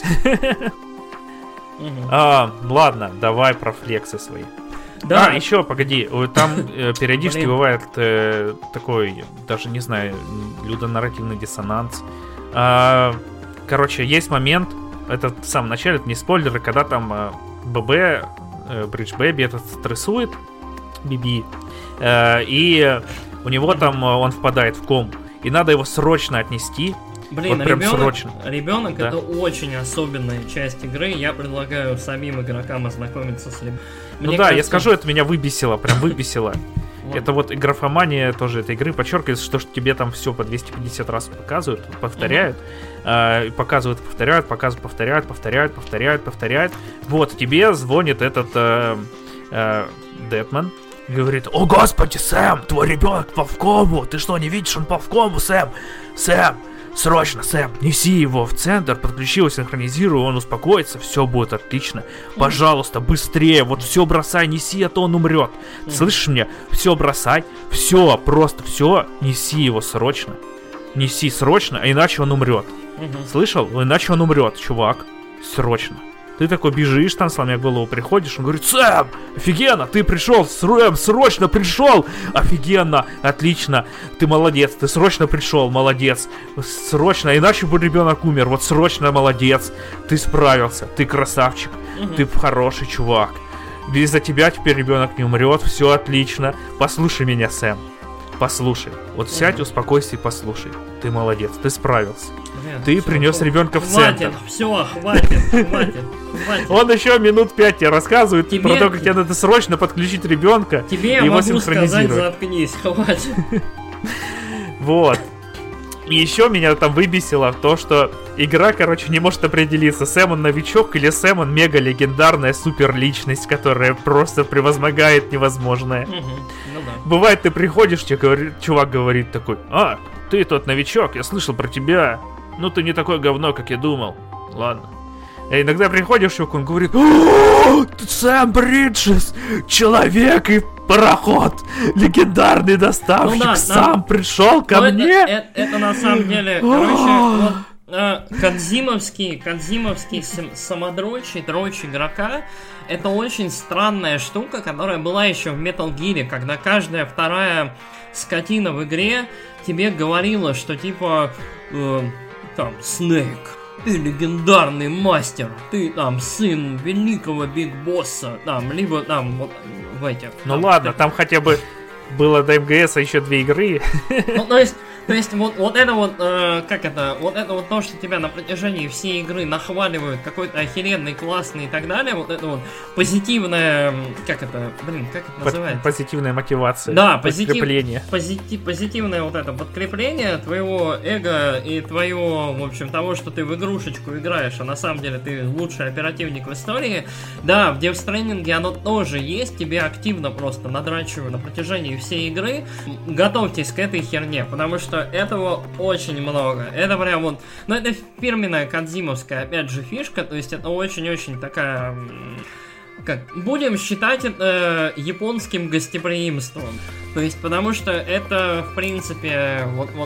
Ладно, давай про флексы свои. Да. А, еще, погоди, там э, периодически бывает э, такой, даже не знаю, людонарративный диссонанс. А, короче, есть момент, это в самом начале, это не спойлеры, когда там э, ББ, э, Bridge Baby этот стрессует, Биби, э, и у него там, он впадает в кому, и надо его срочно отнести. Блин, вот ребенок, ребенок да. Это очень особенная часть игры. Я предлагаю самим игрокам ознакомиться с ним. Ну да, кажется... я скажу, это меня выбесило, прям выбесило. Вот. Это вот графомания тоже этой игры подчеркивает, что тебе там все по двести пятьдесят раз показывают, повторяют, uh-huh. э, показывают, повторяют, показывают, повторяют, повторяют, повторяют, повторяют. Вот, тебе звонит этот э, э, Дэдман. Говорит: о господи, Сэм, твой ребенок попал в кому. Ты что, не видишь, он попал в кому, Сэм? Сэм, срочно, Сэм, неси его в центр, подключи его, синхронизируй, он успокоится, все будет отлично. Пожалуйста, быстрее, вот все бросай, неси, а то он умрет. Ты слышишь меня? Все бросай, все, просто все, неси его срочно. Неси срочно, а иначе он умрет. Слышал? Иначе он умрет, чувак. Срочно. Ты такой бежишь там, сломя голову, приходишь, он говорит: Сэм, офигенно, ты пришел, Сэм, срочно пришел, офигенно, отлично, ты молодец, ты срочно пришел, молодец, срочно, иначе бы ребенок умер, вот срочно, молодец, ты справился, ты красавчик, угу. Ты хороший чувак, из-за тебя теперь ребенок не умрет, все отлично, послушай меня, Сэм, послушай, вот сядь, угу. Успокойся и послушай, ты молодец, ты справился. Нет, ты принес хватит, ребенка в центр. Хватит, все, хватит, хватит, хватит. Он еще минут пять тебе рассказывает тебе... про то, как тебе надо срочно подключить ребенка. Тебе и я его могу сказать, заткнись, хватит. Вот. И еще меня там выбесило то, что игра, короче, не может определиться, Сэм он новичок или Сэм он мега легендарная суперличность, которая просто превозмогает невозможное. Угу. Ну да. Бывает, ты приходишь, тебе говорит, чувак говорит такой: а, ты тот новичок, я слышал про тебя. Ну ты не такое говно, как я думал. Ладно. И иногда приходишь, чувак, он говорит: Сэм Бриджес, человек и пароход, легендарный доставщик, ну, да, сам нам... пришел ко Но мне. Это, это, это на самом деле, короче, вот э, Кодзимовский, Кодзимовский самодрочь, дрочь игрока, это очень странная штука, которая была еще в Metal Gear, когда каждая вторая скотина в игре тебе говорила, что типа э, там Снейк, ты легендарный мастер, ты там сын великого Биг Босса, там, либо там вот в этих. Ну там, ладно, ты... там хотя бы было до эм гэ эс еще две игры. Ну, то есть, то есть вот, вот это вот, э, как это, вот это вот то, что тебя на протяжении всей игры нахваливают, какой-то охеренный, классный и так далее, вот это вот позитивная, как это, блин, как это называется? Позитивная мотивация. Да, позитив, подкрепление. Позитив, позитивное вот это подкрепление твоего эго и твоего, в общем, того, что ты в игрушечку играешь, а на самом деле ты лучший оперативник в истории. Да, в Death Stranding оно тоже есть, тебе активно просто надрачиваю на протяжении всей игры. Готовьтесь к этой херне, потому что этого очень много. Это прям вот... Ну, это фирменная кодзимовская, опять же, фишка. То есть это очень-очень такая... Как? Будем считать это японским гостеприимством. То есть, потому что это, в принципе, вот, вот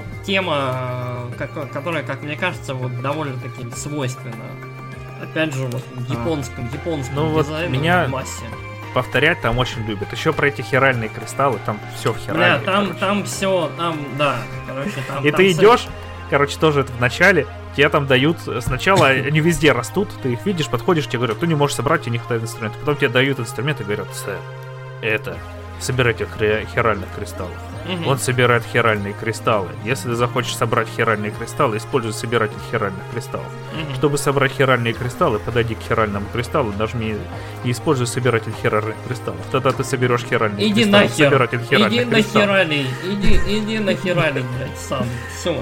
тема, как, которая, как мне кажется, вот довольно-таки свойственна. Опять же, вот в японском, японском ну, дизайне, вот меня... в массе. Повторять там очень любят. Еще про эти хиральные кристаллы, там все в хиральных. Да, там, там все, там, да, короче, там... И там ты все... идешь, короче, тоже это в начале, тебе там дают, сначала они везде растут, ты их видишь, подходишь, тебе говорят, ты не можешь собрать, тебе не хватает инструментов. Потом тебе дают инструменты и говорят: Сэм, это, собирайте хиральных кристаллов. Угу. Он собирает хиральные кристаллы. Если ты захочешь собрать хиральные кристаллы, используй собиратель хиральных кристаллов. Угу. Чтобы собрать хиральные кристаллы, подойди к хиральному кристаллу, нажми и используй собиратель хиральных кристаллов. Тогда ты соберешь хиральные иди кристаллы. Нахер. Собиратель хиральных иди кристаллов. На хирали. Иди, иди на хирали, блядь, сам. Все.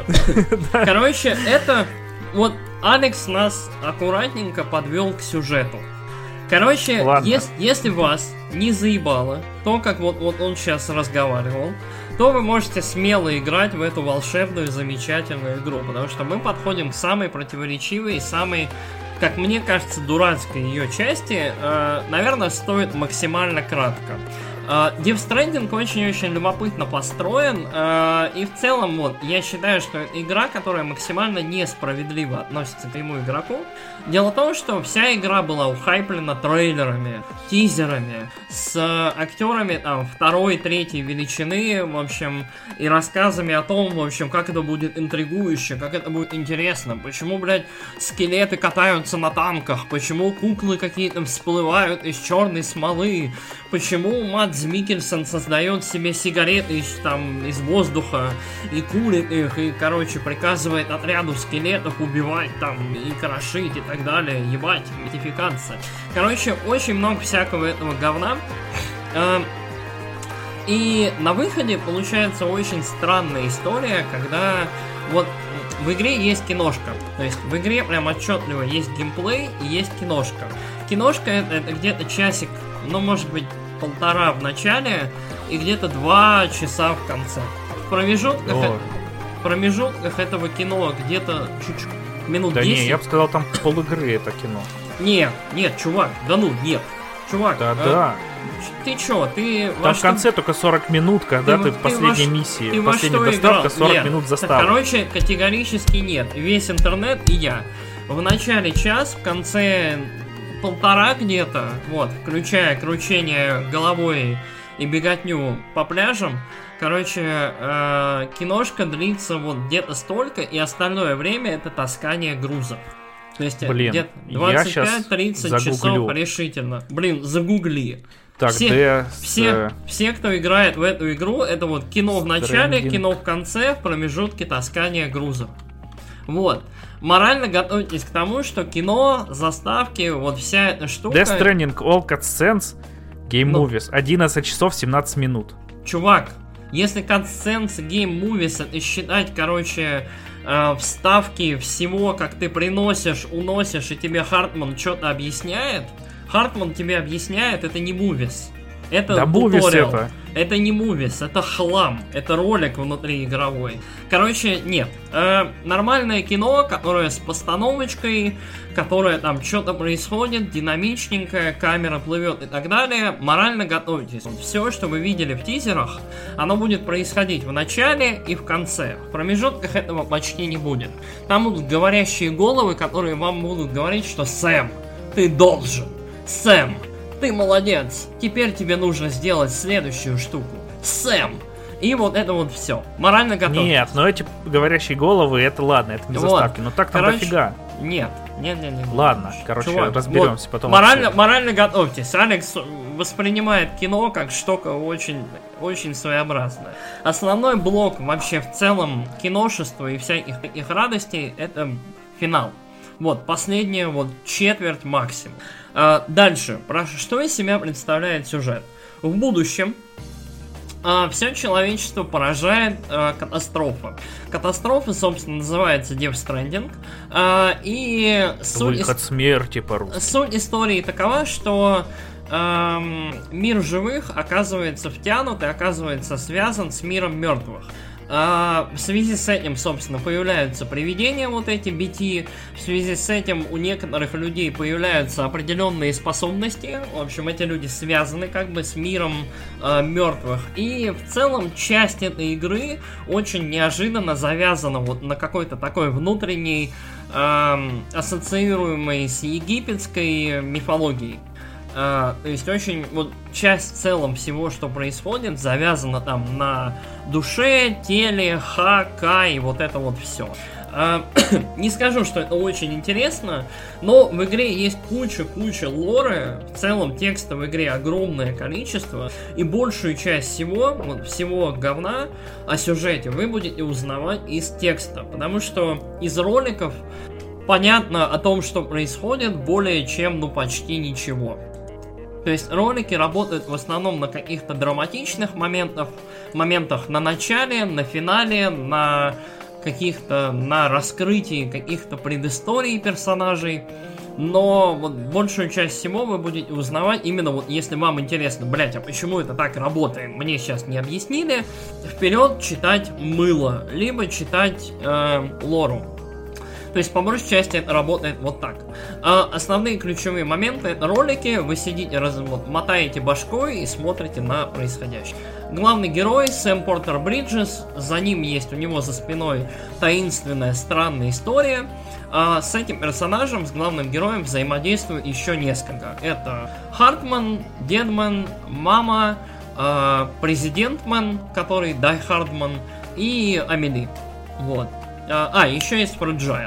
Короче, это... Вот Алекс нас аккуратненько подвел к сюжету. Короче, ес, если вас не заебало то, как вот, вот он сейчас разговаривал, то вы можете смело играть в эту волшебную, замечательную игру, потому что мы подходим к самой противоречивой, самой, как мне кажется, дурацкой ее части. Э, наверное, стоит максимально кратко. Uh, Death Stranding очень-очень любопытно построен, uh, и в целом, вот, я считаю, что это игра, которая максимально несправедливо относится к ему игроку. Дело в том, что вся игра была ухайплена трейлерами, тизерами, с uh, актерами там второй, третьей величины, в общем, и рассказами о том, в общем, как это будет интригующе, как это будет интересно, почему, блядь, скелеты катаются на танках, почему куклы какие-то всплывают из черной смолы, почему Мадс Миккельсон создает себе сигареты из, там, из воздуха и курит их, и, короче, приказывает отряду скелетов убивать там и крошить и так далее, ебать, мистификация. Короче, очень много всякого этого говна. И на выходе получается очень странная история, когда вот в игре есть киношка. То есть в игре прям отчетливо есть геймплей и есть киношка. Киношка это, это где-то часик, ну может быть полтора в начале и где-то два часа в конце. В промежутках, это, в промежутках этого кино где-то чуть-чуть минут да десять. Да не, я бы сказал, там пол игры это кино. Нет, нет, чувак, да ну, нет. Чувак, да, а, да. Ты чё, ты... Там в конце что... только сорок минут, когда ты, ты в последней во... миссии, ты последняя доставка, играл? сорок нет. минут заставок. Короче, категорически нет. Весь интернет и я. В начале час, в конце полтора где-то, вот, включая кручение головой и беготню по пляжам, короче, э, киношка длится вот где-то столько, и остальное время это таскание грузов. То есть Блин, где-то двадцать пять тридцать часов решительно. Блин, загугли. Так, все, Death... все, все, кто играет в эту игру, это вот кино в начале, Stranding. Кино в конце, в промежутке таскания грузов. Вот. Морально готовьтесь к тому, что кино, заставки, вот вся эта штука... Death Stranding, All Cutscenes, Game ну, Movies, одиннадцать часов семнадцать минут. Чувак, если Cutscenes, Game Movies это считать, короче, э, вставки всего, как ты приносишь, уносишь, и тебе Хартман что-то объясняет, Хартман тебе объясняет, это не мувис. Это да туториал. Это. это не мувис, это хлам. Это ролик внутриигровой. Короче, нет. Э, нормальное кино, которое с постановочкой, которое там что-то происходит, динамичненькое, камера плывет и так далее. Морально готовьтесь. Все, что вы видели в тизерах, оно будет происходить в начале и в конце. В промежутках этого почти не будет. Там будут говорящие головы, которые вам будут говорить, что Сэм, ты должен. Сэм, ты молодец, теперь тебе нужно сделать следующую штуку. Сэм. И вот это вот все. Морально готов. Нет, но эти говорящие головы, это ладно, это не вот. Заставки. Но так там короче, дофига. Нет, нет, нет, нет. Ладно, короче, чувак, разберемся вот, потом. Морально, морально готовьтесь. Алекс воспринимает кино как штука очень, очень своеобразная. Основной блок вообще в целом киношества и всяких таких радостей это финал. Вот, последняя вот четверть максимум. А, дальше, про что из себя представляет сюжет? В будущем а, все человечество поражает а, катастрофа. Катастрофа, собственно, называется Death Stranding. А, и суть, Выход смерти по-русски. Суть истории такова, что а, мир живых оказывается втянут и оказывается связан с миром мертвых. А, в связи с этим, собственно, появляются привидения, вот эти би ти. В связи с этим у некоторых людей появляются определенные способности. В общем, эти люди связаны как бы с миром а, мертвых. И в целом часть этой игры очень неожиданно завязана вот на какой-то такой внутренней, а, ассоциируемой с египетской мифологией. Uh, то есть очень вот часть в целом всего, что происходит, завязана там на душе, теле, ха, ка и вот это вот все. Uh, не скажу, что это очень интересно, но в игре есть куча-куча лоры, в целом текста в игре огромное количество, и большую часть всего, вот всего говна о сюжете вы будете узнавать из текста, потому что из роликов понятно о том, что происходит, более чем, ну, почти ничего. То есть ролики работают в основном на каких-то драматичных моментах, моментах на начале, на финале, на каких-то, на раскрытии каких-то предысторий персонажей. Но вот большую часть всего вы будете узнавать именно вот если вам интересно, блять, а почему это так работает, мне сейчас не объяснили, вперед читать мыло, либо читать э, лору. То есть, по большей части, это работает вот так. А основные ключевые моменты — это ролики, вы сидите, раз, вот, мотаете башкой и смотрите на происходящее. Главный герой Сэм Портер Бриджес, за ним есть у него за спиной таинственная, странная история. А с этим персонажем, с главным героем, взаимодействует еще несколько. Это Хартман, Дедман, Мама, э, Президентман, который Дай Хардман, и Амели. Вот. А, еще есть Фраджайл.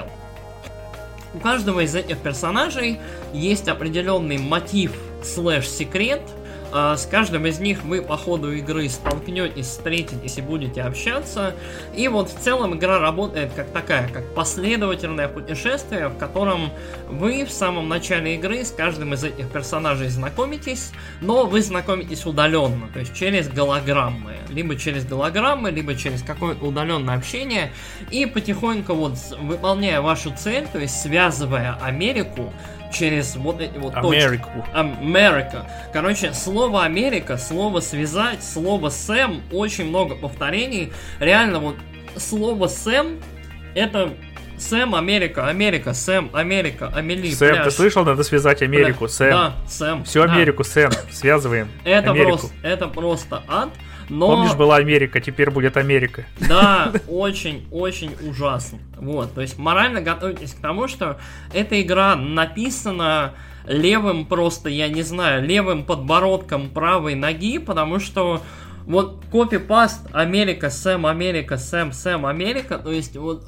У каждого из этих персонажей есть определенный мотив слэш-секрет. С каждым из них вы по ходу игры столкнетесь, встретитесь и будете общаться. И вот в целом игра работает как такая, как последовательное путешествие, в котором вы в самом начале игры с каждым из этих персонажей знакомитесь, но вы знакомитесь удаленно, то есть через голограммы. Либо через голограммы, либо через какое-то удаленное общение. И потихоньку вот выполняя вашу цель, то есть связывая Америку через вот эти вот Америку. точки. Америка. Короче, слово Америка, слово связать, слово Сэм, очень много повторений. Реально вот слово Сэм это Сэм, Америка, Америка, Сэм, Америка, Амели. Сэм, пляж. Ты слышал, надо связать Америку, Пля... Сэм. Да, Сэм. Всю да. Америку, Сэм, связываем. Это Америку. просто, это просто ад. Но... Помнишь, была Америка, теперь будет Америка. Да, очень-очень ужасно. Вот, то есть морально готовьтесь к тому, что эта игра написана левым просто, я не знаю, левым подбородком правой ноги, потому что вот копипаст Америка, Сэм, Америка, Сэм, Сэм, Америка, то есть вот...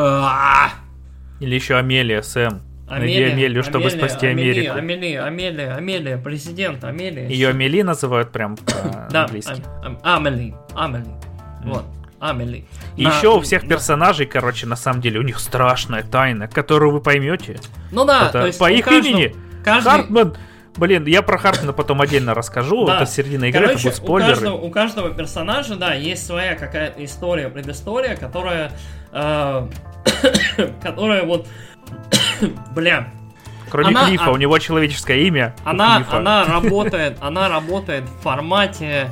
Или еще Амелия, Сэм. Амелия, Найди Амелию, чтобы Амелия, спасти Амелия, Америку. Амелия, Амелия, Амелия, президент, Амелия. Ее Амели называют прям по-английски. Да, Амели, Амели, вот. Амели. И на... еще у всех персонажей, короче, на самом деле, у них страшная тайна, которую вы поймете. Ну да, это то есть по их каждого, имени. Каждый... Хартман. Блин, я про Хартмана потом отдельно расскажу. Да. Это середина игры, Короче, это будут спойлеры. У каждого, у каждого персонажа, да, есть своя какая-то история, предыстория, которая э, которая вот, бля. Кроме она, Клиффа, а... у него человеческое имя. Она, она работает, она работает в формате,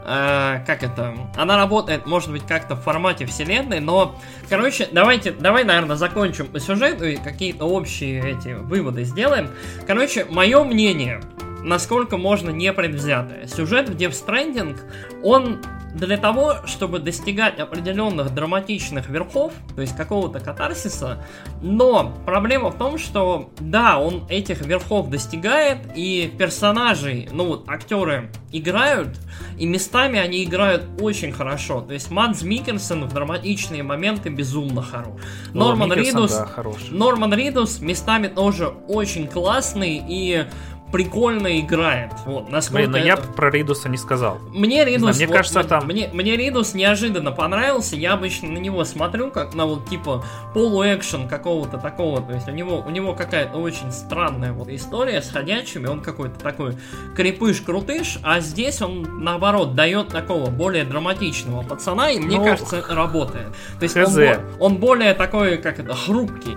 э, как это? Она работает, может быть, как-то в формате вселенной, но, короче, давайте, давай, наверное, закончим по сюжету и какие-то общие эти выводы сделаем. Короче, мое мнение, насколько можно непредвзятое. Сюжет в Death Stranding, он для того, чтобы достигать определенных драматичных верхов, то есть какого-то катарсиса, но проблема в том, что да, он этих верхов достигает, и персонажи, ну вот актеры играют, и местами они играют очень хорошо. То есть Мадс Миккельсен в драматичные моменты безумно хорош. Ну, Норман Ридус, да, Норман Ридус местами тоже очень классный и прикольно играет. Вот, Блин, но это... я про Ридуса не сказал. Мне Ридус, знаю, мне вот, кажется, мне, там... Мне, мне Ридус неожиданно понравился. Я обычно на него смотрю, как на вот типа полуэкшен какого-то такого. То есть у него, у него какая-то очень странная вот история с ходячими. Он какой-то такой крепыш-крутыш, а здесь он, наоборот, дает такого более драматичного пацана, и мне ну, кажется, это работает. То есть он, он более такой, как это, хрупкий.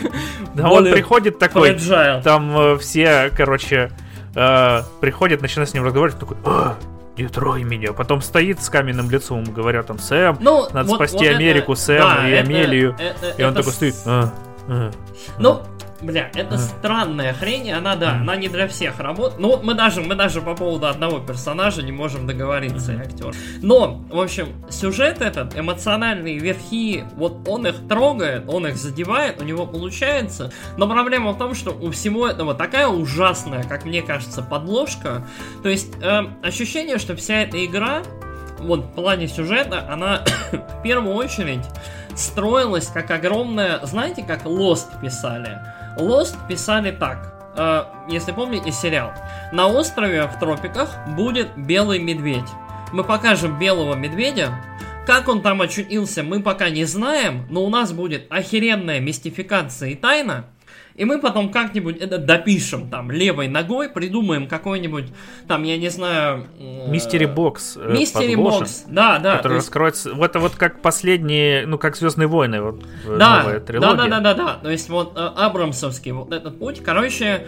Да, он приходит такой, fragile. Там э, все, короче, э, приходят, начинают с ним разговаривать, такой, а, не трой меня. Потом стоит с каменным лицом, говорят там, Сэм, ну, надо вот, спасти вот Америку, это, Сэм да, и это, Амелию. Это, и он это такой с... стоит, а, а, ну, а. Бля, это а. странная хрень, она, да, а. она не для всех работает. Ну, вот мы даже, мы даже по поводу одного персонажа не можем договориться, а. актер. Но, в общем, сюжет этот, эмоциональные верхи, вот он их трогает, он их задевает, у него получается. Но проблема в том, что у всего этого такая ужасная, как мне кажется, подложка. То есть, э, ощущение, что вся эта игра, вот в плане сюжета, она в первую очередь строилась как огромная, знаете, как Lost писали? Lost писали так, э, если помните сериал. На острове в тропиках будет белый медведь. Мы покажем белого медведя. Как он там очутился, мы пока не знаем, но у нас будет охеренная мистификация и тайна. И мы потом как-нибудь это допишем, там, левой ногой, придумаем какой-нибудь, там, я не знаю... Мистери Бокс. Мистери Бокс, да, да. Который есть... раскроется... Вот это вот как последние, ну, как Звездные войны, вот, да, новая трилогия. Да, да, да, да, да. То есть вот Абрамсовский вот этот путь. Короче,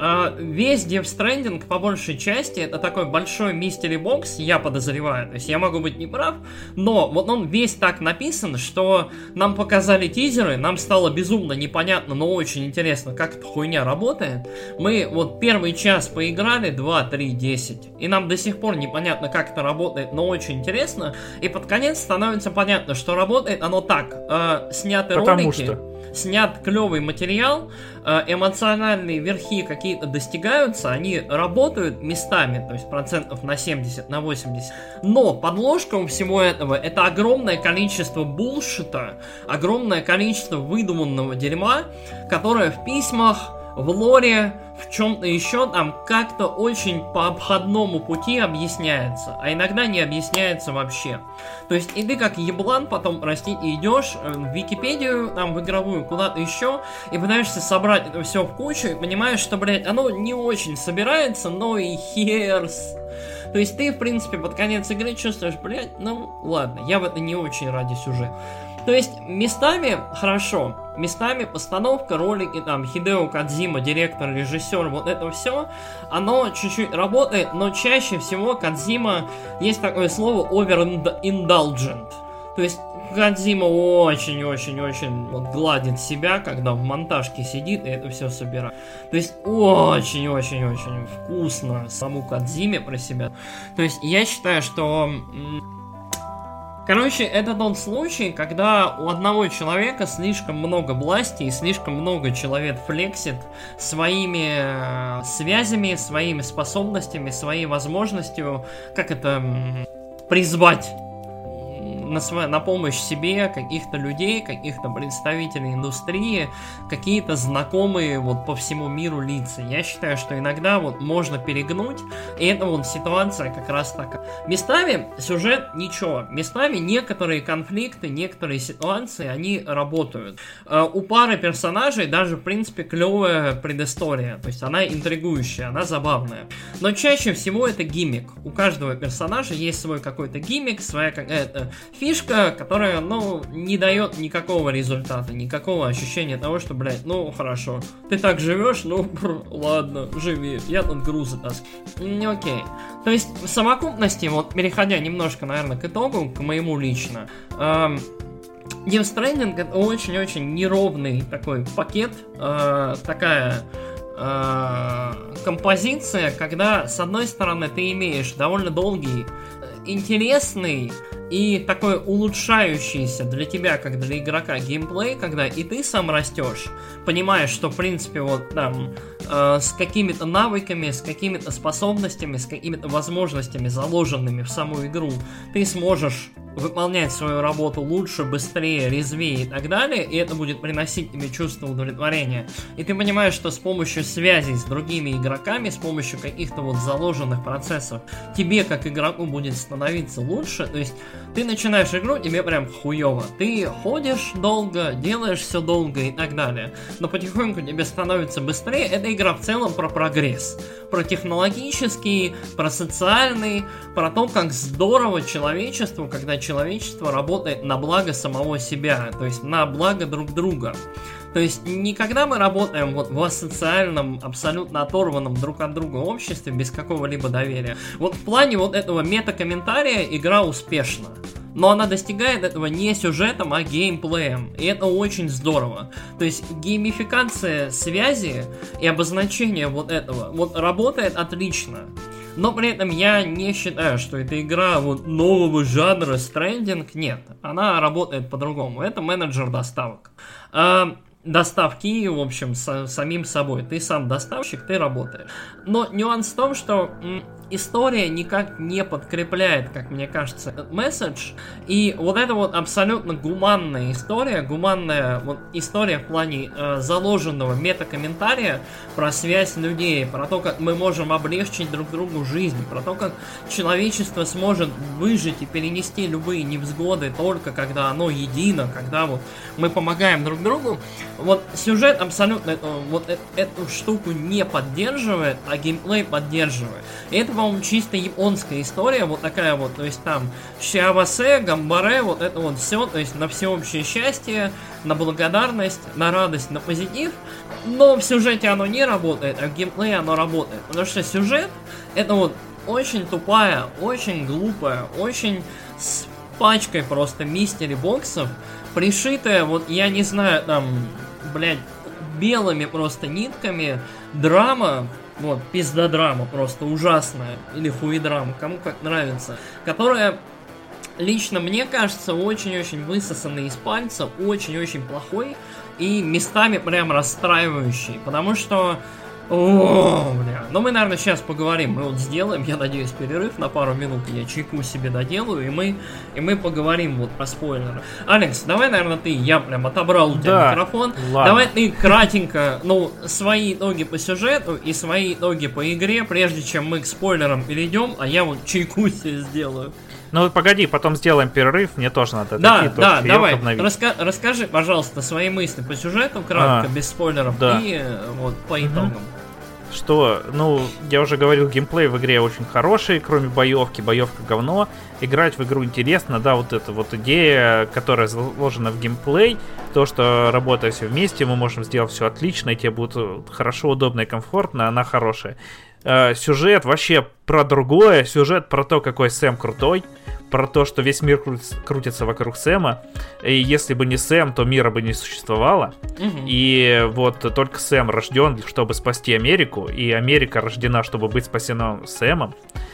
весь Death Stranding, по большей части, это такой большой Мистери Бокс, я подозреваю. То есть я могу быть неправ, но вот он весь так написан, что нам показали тизеры, нам стало безумно непонятно, но очень интересно, как эта хуйня работает. Мы вот первый час поиграли, два, три, десять, и нам до сих пор непонятно, как это работает, но очень интересно. И под конец становится понятно, что работает оно так. Э, сняты Потому ролики, что... снят клевый материал, э, эмоциональные верхи какие-то достигаются, они работают местами, то есть процентов на семьдесят, на восемьдесят. Но подложка у всего этого — это огромное количество булшита, огромное количество выдуманного дерьма, которое в письмах, в лоре, в чем-то еще там как-то очень по обходному пути объясняется, а иногда не объясняется вообще. То есть и ты как еблан потом, простите, идешь в Википедию, там в игровую, куда-то еще, и пытаешься собрать это все в кучу, и понимаешь, что, блядь, оно не очень собирается, но и херс. То есть ты, в принципе, под конец игры чувствуешь, блядь, ну ладно, я в это не очень ради сюжета. То есть местами хорошо, местами постановка, ролики, там, Хидео Кодзима, директор, режиссер, вот это все, оно чуть-чуть работает, но чаще всего Кодзима, есть такое слово over-indulgent. То есть Кодзима очень-очень-очень вот гладит себя, когда в монтажке сидит и это все собирает. То есть очень-очень-очень вкусно саму Кодзиме про себя. То есть я считаю, что... Короче, это тот случай, когда у одного человека слишком много власти и слишком много человек флексит своими связями, своими способностями, своей возможностью, как это, призвать на, сво- на помощь себе каких-то людей, каких-то представителей индустрии, какие-то знакомые вот по всему миру лица. Я считаю, что иногда вот можно перегнуть, и это вот ситуация как раз такая. Местами сюжет ничего, местами некоторые конфликты, некоторые ситуации, они работают. Uh, у пары персонажей даже, в принципе, клевая предыстория, то есть она интригующая, она забавная. Но чаще всего это гиммик. У каждого персонажа есть свой какой-то гиммик, своя какая-то фишка, которая, ну, не дает никакого результата, никакого ощущения того, что, блядь, ну, хорошо, ты так живешь, ну, ладно, живи, я тут грузы таскаю. Не окей. То есть, в совокупности, вот, переходя немножко, наверное, к итогу, к моему лично, эм, Death Stranding — это очень-очень неровный такой пакет, э, такая э, композиция, когда, с одной стороны, ты имеешь довольно долгий, интересный и такой улучшающийся для тебя, как для игрока, геймплей, когда и ты сам растешь, понимаешь, что, в принципе, вот там э, с какими-то навыками, с какими-то способностями, с какими-то возможностями, заложенными в саму игру, ты сможешь выполнять свою работу лучше, быстрее, резвее и так далее, и это будет приносить тебе чувство удовлетворения. И ты понимаешь, что с помощью связи с другими игроками, с помощью каких-то вот заложенных процессов, тебе как игроку будет становиться лучше. То есть ты начинаешь игру, тебе прям хуёво. Ты ходишь долго, делаешь все долго и так далее. Но потихоньку тебе становится быстрее. Эта игра в целом про прогресс. Про технологический, про социальный, про то, как здорово человечеству, когда человечество работает на благо самого себя, то есть на благо друг друга. То есть не когда мы работаем вот в асоциальном, абсолютно оторванном друг от друга обществе без какого-либо доверия. Вот в плане вот этого мета-комментария игра успешна. Но она достигает этого не сюжетом, а геймплеем. И это очень здорово. То есть геймификация связи и обозначение вот этого вот работает отлично. Но при этом я не считаю, что эта игра вот нового жанра Stranding. Нет, она работает по-другому. Это менеджер доставок. А, доставки, в общем, с самим собой. Ты сам доставщик, ты работаешь. Но нюанс в том, что м- история никак не подкрепляет, как мне кажется, этот месседж. И вот эта вот абсолютно гуманная история, гуманная вот история в плане э, заложенного мета-комментария про связь людей, про то, как мы можем облегчить друг другу жизнь, про то, как человечество сможет выжить и перенести любые невзгоды только когда оно едино, когда вот мы помогаем друг другу. Вот сюжет абсолютно эту, вот эту, эту штуку не поддерживает, а геймплей поддерживает. И это, по-моему, чисто японская история, вот такая вот, то есть там щиавасе, гамбаре, вот это вот все, то есть на всеобщее счастье, на благодарность, на радость, на позитив. Но в сюжете оно не работает, а в геймплее оно работает. Потому что сюжет это вот очень тупая, очень глупая, очень с пачкой просто мистери-боксов, пришитая, вот я не знаю, там, блядь, белыми просто нитками драма, вот, пиздодрама просто ужасная, или хуидрама, кому как нравится, которая лично мне кажется очень-очень высосанной из пальца, очень-очень плохой и местами прям расстраивающий, потому что о, бля. Ну, мы, наверное, сейчас поговорим. Мы вот сделаем, я надеюсь, перерыв на пару минут. Я чайку себе доделаю, и мы, и мы поговорим вот про спойлеры. Алекс, давай, наверное, ты, я прям отобрал у тебя да, микрофон. Ладно. Давай ты кратенько, ну, свои итоги по сюжету и свои итоги по игре, прежде чем мы к спойлерам перейдем, а я вот чайку себе сделаю. Ну, погоди, потом сделаем перерыв, мне тоже надо. Да, да, давай, Раска- расскажи, пожалуйста, свои мысли по сюжету, кратко, а, без спойлеров, да. И вот по итогам. Угу. Что, ну, я уже говорил, геймплей в игре очень хороший, кроме боевки, боевка говно. Играть в игру интересно, да, вот эта вот идея, которая заложена в геймплей, то, что работая все вместе, мы можем сделать все отлично, и тебе будет хорошо, удобно и комфортно, она хорошая. Сюжет вообще про другое, сюжет про то, какой Сэм крутой, про то, что весь мир крутится вокруг Сэма, и если бы не Сэм, то мира бы не существовало, угу. И вот только Сэм рожден, чтобы спасти Америку, и Америка рождена, чтобы быть спасена Сэмом,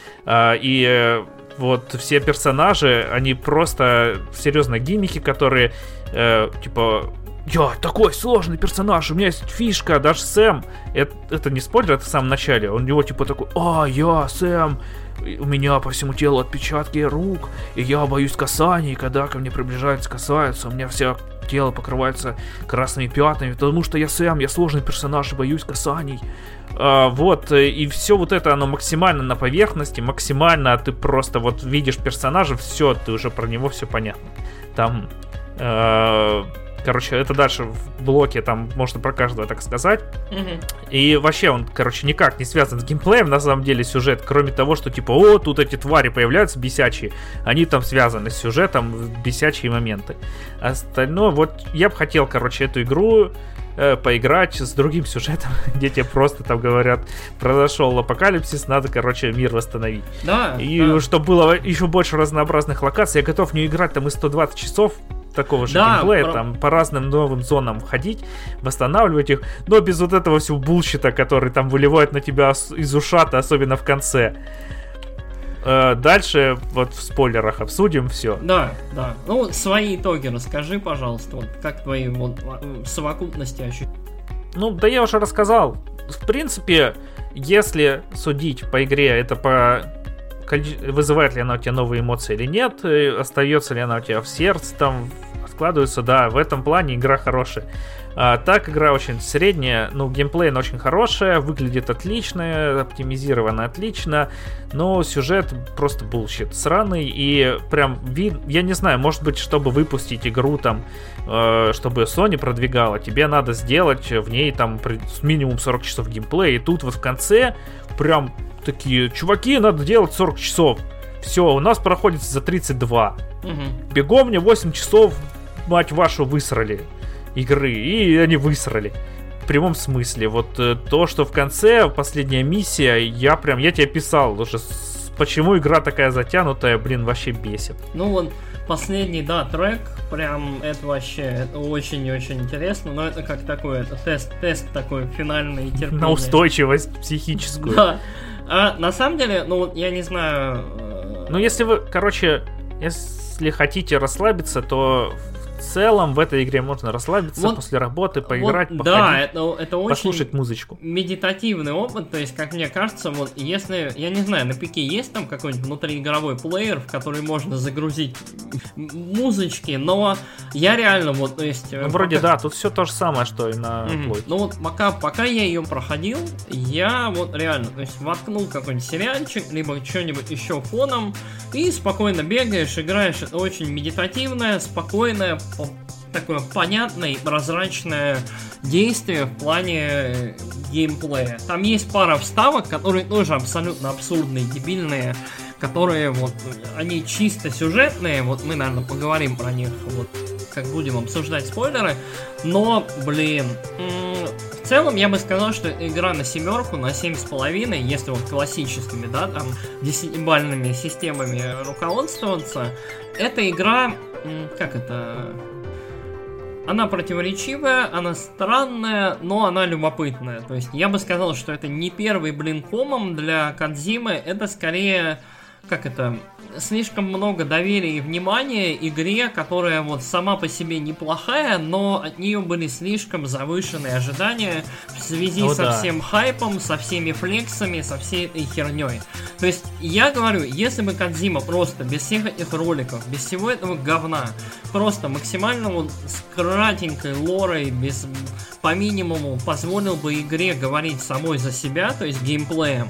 и вот все персонажи, они просто серьезно гиммики, которые типа... Я такой сложный персонаж, у меня есть фишка, даже Сэм. Это, это не спойлер, это в самом начале. У него типа такой: а, я Сэм, у меня по всему телу отпечатки рук, и я боюсь касаний, когда ко мне приближаются, касаются, у меня все тело покрывается красными пятнами, потому что я Сэм, я сложный персонаж и боюсь касаний. А, вот, и все вот это, оно максимально на поверхности, максимально ты просто вот видишь персонажа, все, ты уже про него все понятно. Там... Э- Короче, это дальше в блоке, там можно про каждого так сказать. Mm-hmm. И вообще он, короче, никак не связан с геймплеем, на самом деле, сюжет, кроме того, что типа, о, тут эти твари появляются бесячие, они там связаны с сюжетом, бесячие моменты. Остальное, вот я бы хотел, короче, эту игру э, поиграть с другим сюжетом, где тебе просто там говорят, произошел апокалипсис, надо, короче, мир восстановить. Да. И да. чтобы было еще больше разнообразных локаций, я готов в нее играть там и сто двадцать часов, такого же да, геймплея, про... там по разным новым зонам ходить, восстанавливать их, но без вот этого всего булщита, который там выливает на тебя из ушата, особенно в конце. Э, дальше вот в спойлерах обсудим все. Да, да. Ну, свои итоги расскажи, пожалуйста, вот как твои вот в совокупности ощущения. Ну, да я уже рассказал. В принципе, если судить по игре, это по... вызывает ли она у тебя новые эмоции или нет, остается ли она у тебя в сердце, там складывается, да, в этом плане игра хорошая. А, так, игра очень средняя, ну, геймплей она очень хорошая, выглядит отлично, оптимизирована отлично, но сюжет просто bullshit сраный, и прям вид, я не знаю, может быть, чтобы выпустить игру там, э, чтобы Sony продвигала, тебе надо сделать в ней там минимум сорок часов геймплея, и тут вот в конце прям такие, чуваки, надо делать сорок часов. Все, у нас проходит за тридцать два. Угу. Бегом мне восемь часов, мать вашу, высрали игры. И они высрали. В прямом смысле. Вот то, что в конце, последняя миссия, я прям, я тебе писал уже, почему игра такая затянутая, блин, вообще бесит. Ну вот, последний, да, трек, прям, это вообще, это очень-очень интересно, но это как такой, это тест, тест такой финальный, терпение. На устойчивость психическую. Да. А на самом деле, ну вот я не знаю... Ну если вы, короче, если хотите расслабиться, то в целом в этой игре можно расслабиться вот, после работы, поиграть, вот, походить, да, это, это очень послушать музычку. Медитативный опыт, то есть, как мне кажется, вот если, я не знаю, на ПК есть там какой-нибудь внутриигровой плеер, в который можно загрузить музычки, но я реально вот, то есть... Ну, вроде пока... да, тут все то же самое, что и на mm-hmm. плойке. Ну вот пока, пока я ее проходил, я вот реально, то есть воткнул какой-нибудь сериальчик, либо что-нибудь еще фоном, и спокойно бегаешь, играешь, это очень медитативное, спокойное, такое понятное, прозрачное действие в плане геймплея. Там есть пара вставок, которые тоже абсолютно абсурдные, дебильные, которые вот, они чисто сюжетные, вот мы, наверное, поговорим про них, вот, как будем обсуждать спойлеры, но, блин, в целом я бы сказал, что игра на семерку, на семь с половиной, если вот классическими, да, там, десятибалльными системами руководствоваться, эта игра, как это... Она противоречивая, она странная, но она любопытная. То есть я бы сказал, что это не первый блин комом для Кодзимы, это скорее, как это, слишком много доверия и внимания игре, которая вот сама по себе неплохая, но от нее были слишком завышенные ожидания в связи ну, со да. всем хайпом, со всеми флексами, со всей этой херней. То есть я говорю, если бы Кодзима просто без всех этих роликов, без всего этого говна, просто максимально вот с кратенькой лорой, без, по минимуму позволил бы игре говорить самой за себя, то есть геймплеем,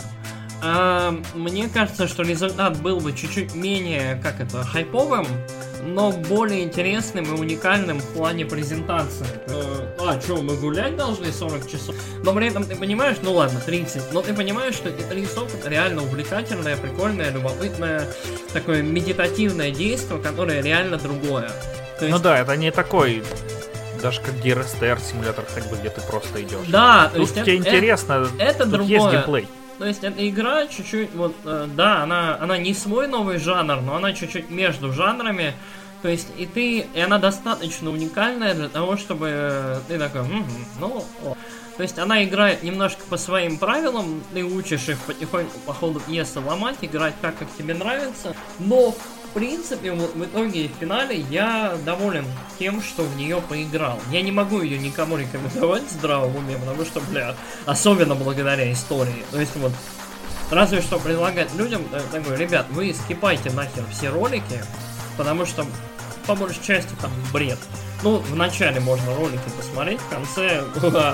а, мне кажется, что результат был бы чуть-чуть менее, как это, хайповым, но более интересным и уникальным в плане презентации. А, что, мы гулять должны сорок часов? Но при этом ты понимаешь, ну ладно, тридцать, но ты понимаешь, что эти тридцать часов это реально увлекательное, прикольное, любопытное, такое медитативное действие, которое реально другое. То есть... Ну да, это не такой... Даже как ди эр эс ти ар симулятор ходьбы, где ты просто идешь. Да, тут то есть тебе это, интересно, это тут другое. есть геймплей. То есть эта игра чуть-чуть, вот, э, да, она, она не свой новый жанр, но она чуть-чуть между жанрами. То есть и ты, и она достаточно уникальная для того, чтобы ты такой, м-м, ну, о. То есть она играет немножко по своим правилам, ты учишь их потихоньку по ходу пьесы ломать, играть так, как тебе нравится, но в принципе, вот в итоге в финале я доволен тем, что в нее поиграл. Я не могу ее никому рекомендовать в здравом уме, потому что, бля, особенно благодаря истории. То есть вот, разве что предлагать людям, такой, ребят, вы скипайте нахер все ролики, потому что по большей части там бред. Ну, в начале можно ролики посмотреть, в конце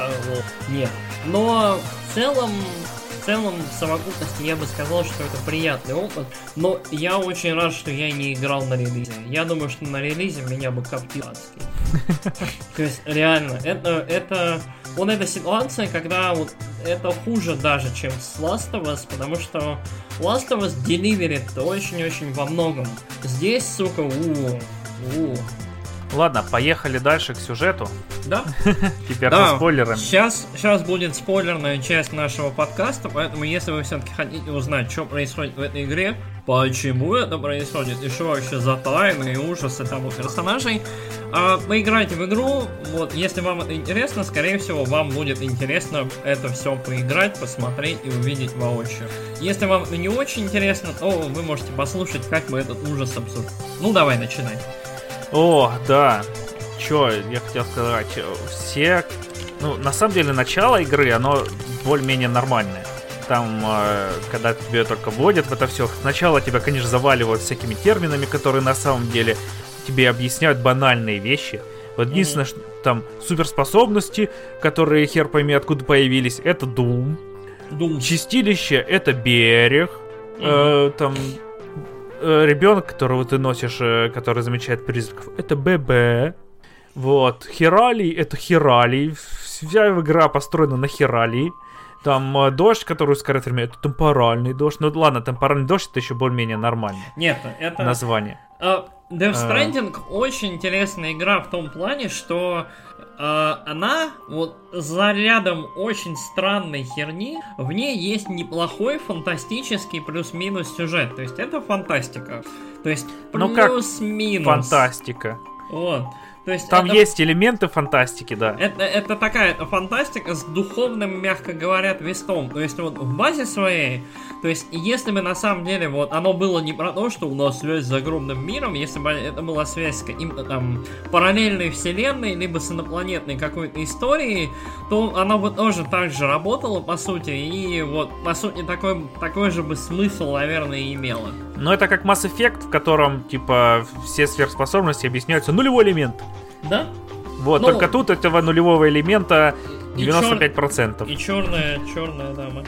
нет. Но в целом, в целом, в совокупности я бы сказал, что это приятный опыт. Но я очень рад, что я не играл на релизе. Я думаю, что на релизе меня бы коптил адски. То есть, реально, это, это, вот эта ситуация, когда вот это хуже даже, чем с Last of Us, потому что Last of Us деливерит очень-очень во многом. Здесь, сука, у-у-у. Ладно, поехали дальше к сюжету. Да? Теперь да. со спойлерами. Сейчас, сейчас будет спойлерная часть нашего подкаста, поэтому если вы все-таки хотите узнать, что происходит в этой игре, почему это происходит, и что вообще за тайны и ужасы там у персонажей, а, поиграйте в игру. Вот, если вам это интересно, скорее всего, вам будет интересно это все поиграть, посмотреть и увидеть воочию. Если вам это не очень интересно, то вы можете послушать, как мы этот ужас обсудим. Ну, давай, начинай. О, да. Чё, я хотел сказать. Все... Ну, на самом деле, начало игры, оно более-менее нормальное. Там, э, когда тебя только вводят в это все, сначала тебя, конечно, заваливают всякими терминами, которые на самом деле тебе объясняют банальные вещи. Вот единственное, mm-hmm. что там суперспособности, которые хер пойми откуда появились, это Doom. Doom. Чистилище — это берег. Mm-hmm. Э, там... Ребенок, которого ты носишь, который замечает призраков, это ББ. Вот. Хиралий — это Хиралий. Вся игра построена на Хиралии. Там дождь, который ускоряет время, это темпоральный дождь. Ну ладно, темпоральный дождь — это еще более-менее нормально. Нет, это... название. Uh, Death Stranding uh... очень интересная игра в том плане, что uh, она вот за рядом очень странной херни, в ней есть неплохой фантастический плюс-минус сюжет. То есть это фантастика. То есть плюс-минус. Ну, фантастика. Вот. То есть там это, есть элементы фантастики, да. Это, это такая это фантастика с духовным, мягко говоря, твистом. То есть вот в базе своей, то есть если бы на самом деле вот оно было не про то, что у нас связь с огромным миром, если бы это была связь с каким-то там параллельной вселенной, либо с инопланетной какой-то историей, то оно бы тоже так же работало, по сути, и вот, по сути, такой, такой же бы смысл, наверное, и имело. Но это как Mass Effect, в котором, типа, все сверхспособности объясняются нулевой элемент. Да? Вот, ну, только тут этого нулевого элемента девяносто пять процентов. И черная, черная дама.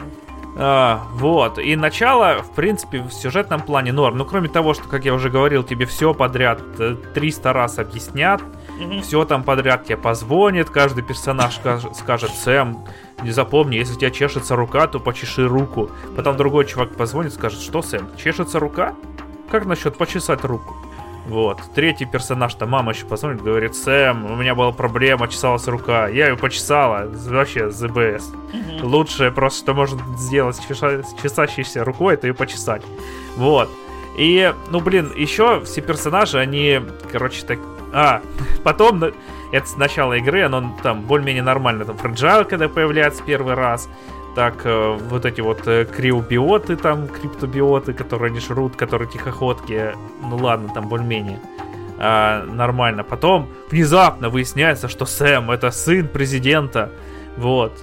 А, вот, и начало, в принципе, в сюжетном плане норм. Ну, кроме того, что, как я уже говорил, тебе все подряд триста раз объяснят, угу. Все там подряд тебе позвонит, каждый персонаж скажет: Сэм, не запомни, если у тебя чешется рука, то почеши руку. Потом другой чувак позвонит, скажет: что, Сэм, чешется рука? Как насчет почесать руку? Вот. Третий персонаж, там мама еще позвонит, говорит: Сэм, у меня была проблема, чесалась рука. Я ее почесала. Вообще, зе бэ эс. Mm-hmm. Лучшее просто, что можно сделать с чеша... чесащейся рукой, это ее почесать. Вот. И, ну, блин, еще все персонажи, они, короче, так... А, потом, это с начала игры, оно там более-менее нормально. Там Фрэджайл, когда появляется первый раз. Так, э, вот эти вот э, криобиоты, там, криптобиоты, которые не жрут, которые тихоходки. Ну ладно, там более-менее э, нормально. Потом внезапно выясняется, что Сэм — это сын президента. Вот.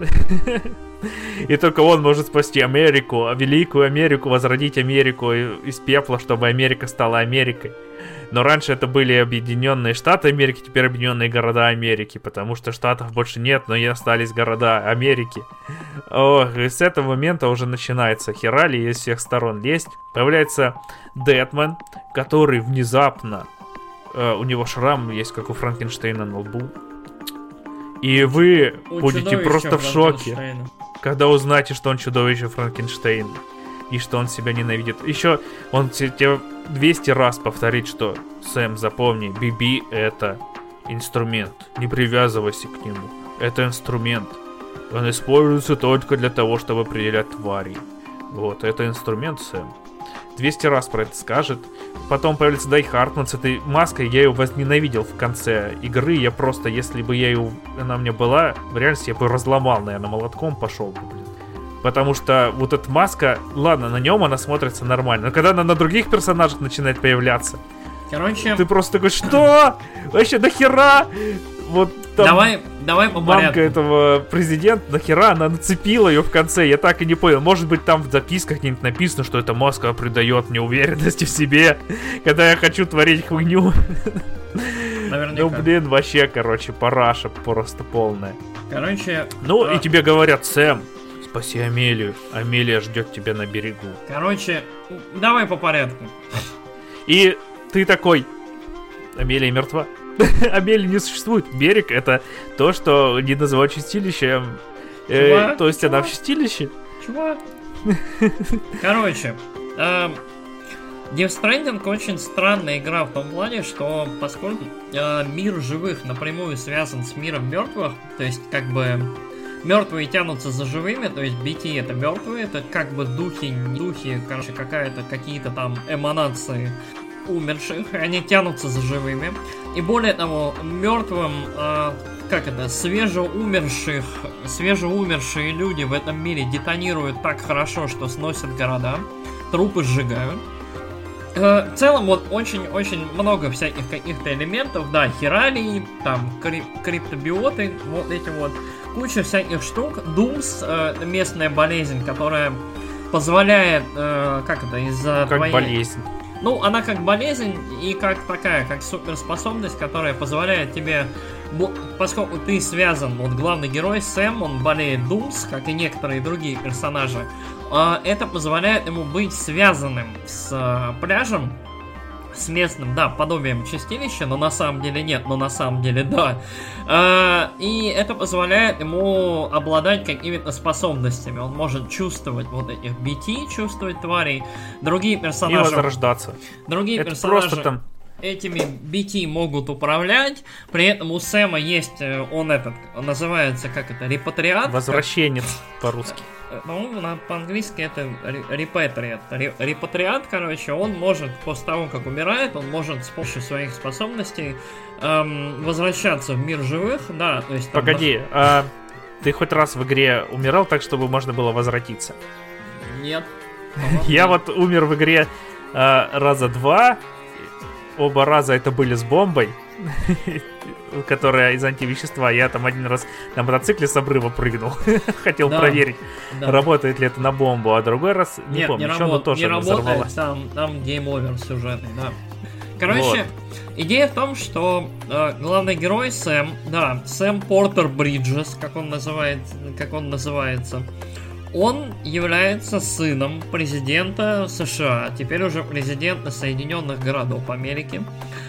И только он может спасти Америку, великую Америку, возродить Америку из пепла, чтобы Америка стала Америкой. Но раньше это были Объединенные Штаты Америки, теперь Объединенные Города Америки, потому что штатов больше нет, но и остались города Америки. Ох, и с этого момента уже начинается хералия из всех сторон лезть. Появляется Дэдман, который внезапно, э, у него шрам есть, как у Франкенштейна на лбу. И вы у будете просто в шоке, когда узнаете, что он чудовище Франкенштейна. И что он себя ненавидит. Еще он тебе двести раз повторит, что: Сэм, запомни, би би это инструмент. Не привязывайся к нему. Это инструмент. Он используется только для того, чтобы определять тварей. Вот, это инструмент, Сэм. двести раз про это скажет. Потом появится Дай Хартман с этой маской. Я ее возненавидел в конце игры. Я просто, если бы я ее, она у меня была, в реальности я бы разломал, наверное, молотком пошел бы, блин. Потому что вот эта маска, ладно, на нем она смотрится нормально. Но когда она на других персонажах начинает появляться, короче, ты просто такой: что? Вообще нахера? Вот там давай, давай по порядку. Мамка этого президента, нахера она нацепила ее в конце? Я так и не понял. Может быть, там в записках где-нибудь написано, что эта маска придает мне уверенности в себе, когда я хочу творить хуйню. Наверняка. Ну, блин, вообще, короче, параша просто полная. Короче... Ну, а... и тебе говорят: Сэм, спаси Амелию. Амелия ждет тебя на берегу. Короче, давай по порядку. И ты такой: Амелия мертва. Амелии не существует. Берег — это то, что не называют чистилищем. Э, то есть Чего? Она в чистилище. Чего? Короче, э, Death Stranding очень странная игра в том плане, что поскольку э, мир живых напрямую связан с миром мертвых, то есть как бы мертвые тянутся за живыми, то есть би ти это мертвые, это как бы духи, не духи, короче, какая-то, какие-то там эманации умерших, они тянутся за живыми. И более того, мертвым, э, как это, свежеумерших, свежеумершие люди в этом мире детонируют так хорошо, что сносят города, трупы сжигают. Э, в целом, вот очень-очень много всяких каких-то элементов, да, хиралии, там, крип криптобиоты, вот эти вот, куча всяких штук. Думс, э, местная болезнь, которая позволяет, э, как это, из-за как твоей... болезнь. Ну, она как болезнь и как такая, как суперспособность, которая позволяет тебе, поскольку ты связан, вот главный герой Сэм, он болеет Думс, как и некоторые другие персонажи, это позволяет ему быть связанным с пляжем, с местным, да, подобием чистилища, но на самом деле нет, но на самом деле да. И это позволяет ему обладать какими-то способностями. Он может чувствовать вот этих би ти, чувствовать тварей. Другие персонажи... И возрождаться. Другие это персонажи... просто там... Этими би ти могут управлять. При этом у Сэма есть, он этот, он называется, как это, репатриат. Возвращенец как... по-русски. Ну, по-английски это репатриат. Репатриат, короче, он может, после того, как умирает, он может с помощью своих способностей эм, возвращаться в мир живых. Да, то есть... Там Погоди, наш... а ты хоть раз в игре умирал так, чтобы можно было возвратиться? Нет. Я вот умер в игре раза два. Оба раза это были с бомбой, которая из антивещества. Я там один раз на мотоцикле с обрыва прыгнул. Хотел да, проверить, да. работает ли это на бомбу. А другой раз, не Нет, помню, не что оно тоже не работает, там, там гейм-овер сюжетный, да. Короче, вот. Идея в том, что э, главный герой Сэм, да, Сэм Портер Бриджес, как он называется, как он называется, он является сыном президента США, теперь уже президента Соединенных Городов Америки.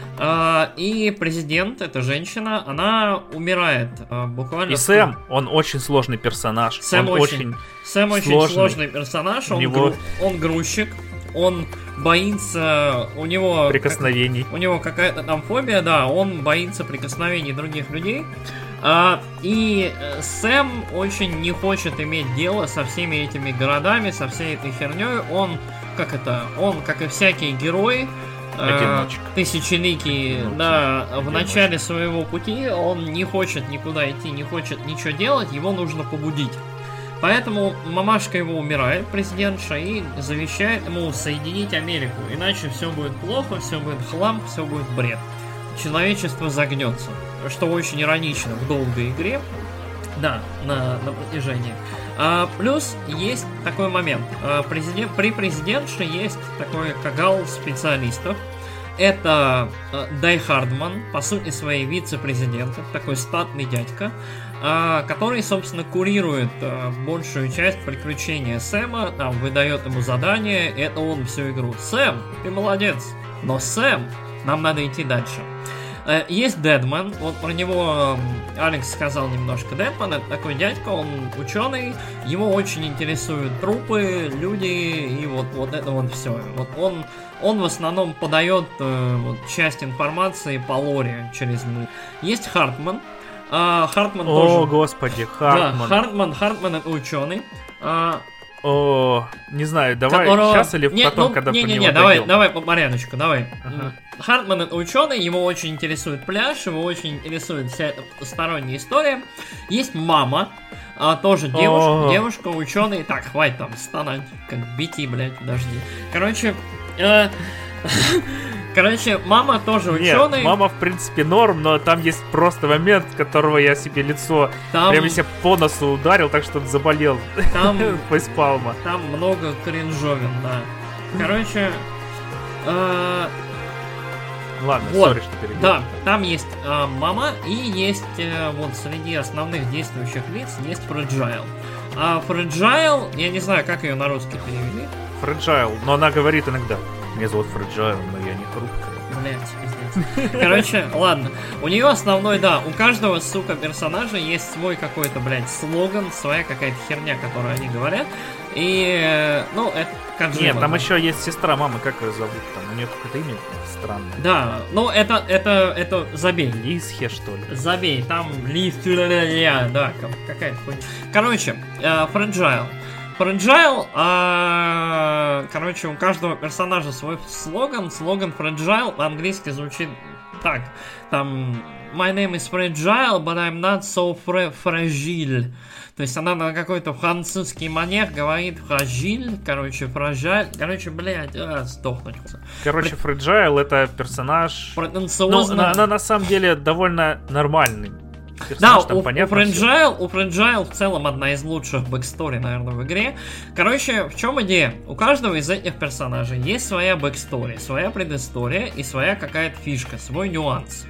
А, и президент, эта женщина, она умирает а, буквально... И Сэм, он очень сложный персонаж. Сэм он очень, очень Сэм очень сложный, сложный персонаж, он, него... гру, он грузчик, он боится, у него... Прикосновений. Как, у него какая-то там фобия, да, он боится прикосновений других людей. А, и Сэм очень не хочет иметь дело со всеми этими городами, со всей этой херней. Он, как это, он, как и всякий герой, э, тысячеликий, да, в начале своего пути, он не хочет никуда идти, не хочет ничего делать, его нужно побудить. Поэтому мамашка его умирает, президентша, и завещает ему соединить Америку. Иначе все будет плохо, все будет хлам, все будет бред. Человечество загнется. Что очень иронично в долгой игре. Да, на, на протяжении. А, плюс есть такой момент. А, президент, при президентше есть такой кагал специалистов. Это а, Дай Хардман, по сути своей вице-президент. Такой статный дядька, а, который, собственно, курирует а, большую часть приключения Сэма. Там выдает ему задание. Это он всю игру. Сэм, ты молодец. Но Сэм, нам надо идти дальше. Есть Дедман, вот про него Алекс сказал немножко. Дедман — это такой дядька, он ученый, его очень интересуют трупы, люди и вот, вот это вот все. Вот он, он в основном подает э, вот, часть информации по лоре через него. Есть Хартман. А, Хартман О, тоже... господи, Хартман. Да, Хартман, Хартман это ученый. А, О, не знаю, давай которого... сейчас или не, потом, ну, когда не, по не, него не, давай, дойдем. давай по порядочку, давай. Ага. Хартман это ученый, его очень интересует пляж, его очень интересует вся эта сторонняя история. Есть мама, а, тоже девушка, девушка, ученый. Так, хватит там стонать, как би ти, блядь, подожди. Короче, э, короче, мама тоже ученый. Нет, мама в принципе норм, но там есть просто момент, которого я себе лицо там... прямо себе по носу ударил, так что заболел. Там фейспалма. Там много кринжовин, да. Короче, э... Ладно, вот, sorry, что перебил. Да, там есть э, мама и есть э, вот среди основных действующих лиц есть Fragile. А Fragile, я не знаю, как ее на русский перевели. Fragile, но она говорит иногда. Меня зовут Fragile, но я не хрупкая. Блять, пиздец. Короче, ладно. У нее основной, да, у каждого, сука, персонажа есть свой какой-то, блядь, слоган, своя какая-то херня, которую они говорят. И, ну, это как же... Нет, там еще есть сестра мамы, как ее зовут? Там у нее какое-то имя странное. Да, ну, это, это, это, забей. Лисхе, что ли? Забей, там Лис, да, какая-то хуйня. Короче, Fragile. Fragile, а, короче, у каждого персонажа свой слоган. Слоган Fragile по-английски звучит так. Там My name is Fragile, but I'm not so fra- fragile. То есть она на какой-то французский манер говорит фражиль, короче, фражаль. Короче, блядь, а, сдохнуть. Короче, Fragile это персонаж... Претенциозно. Ну, она на самом деле довольно нормальный. Да, у, у, Fragile, у Fragile в целом одна из лучших бэкстори, наверное, в игре. Короче, в чем идея? У каждого из этих персонажей есть своя бэкстори, своя предыстория и своя какая-то фишка, свой нюанс.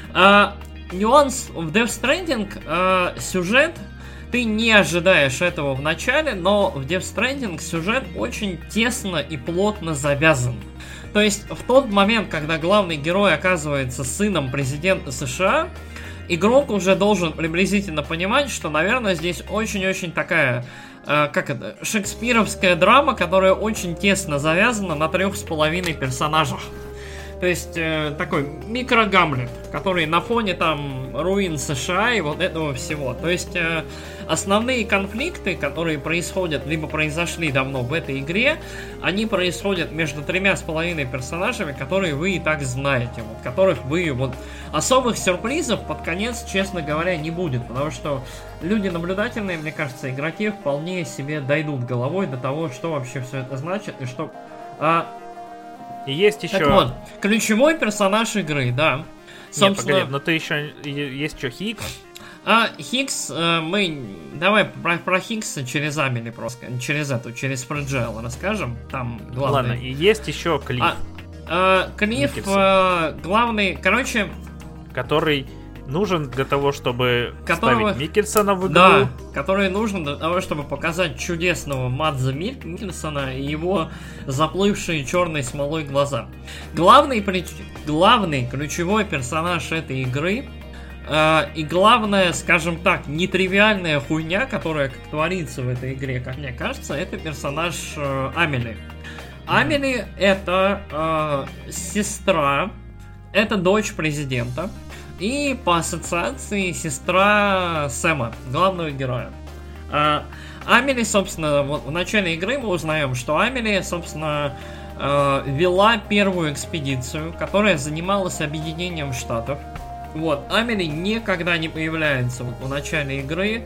А, нюанс в Death Stranding, а, сюжет, ты не ожидаешь этого в начале, но в Death Stranding сюжет очень тесно и плотно завязан. То есть в тот момент, когда главный герой оказывается сыном президента США, игрок уже должен приблизительно понимать, что, наверное, здесь очень-очень такая, э, как это, шекспировская драма, которая очень тесно завязана на трех с половиной персонажах. То есть, э, такой микро-Гамлет, который на фоне там руин США и вот этого всего. То есть, э, основные конфликты, которые происходят, либо произошли давно в этой игре, они происходят между тремя с половиной персонажами, которые вы и так знаете, вот, которых вы, вот, особых сюрпризов под конец, честно говоря, не будет, потому что люди наблюдательные, мне кажется, игроки вполне себе дойдут головой до того, что вообще все это значит и что... А, И есть еще... Так вот, ключевой персонаж игры, да. Собственно... Нет, погоди, но ты еще... Есть что, Хикс? А, Хикс, э, мы... Давай про, про Хикса через Амели просто, через эту, через Fragile расскажем. Там главный... Ладно, и есть еще Клифф. А, э, Клифф, э, главный, короче... Который... нужен для того, чтобы которого, ставить Миккельсона в игру. Да, который нужен для того, чтобы показать чудесного Мадза Миккельсона и его заплывшие черной смолой глаза. Главный, главный ключевой персонаж этой игры э, и главная, скажем так, нетривиальная хуйня, которая как творится в этой игре, как мне кажется, это персонаж э, Амели. Амели это э, сестра, это дочь президента. И по ассоциации сестра Сэма, главного героя. А, Амели, собственно, вот в начале игры мы узнаем, что Амели, собственно, э, вела первую экспедицию, которая занималась объединением штатов. Вот, Амели никогда не появляется вот, в начале игры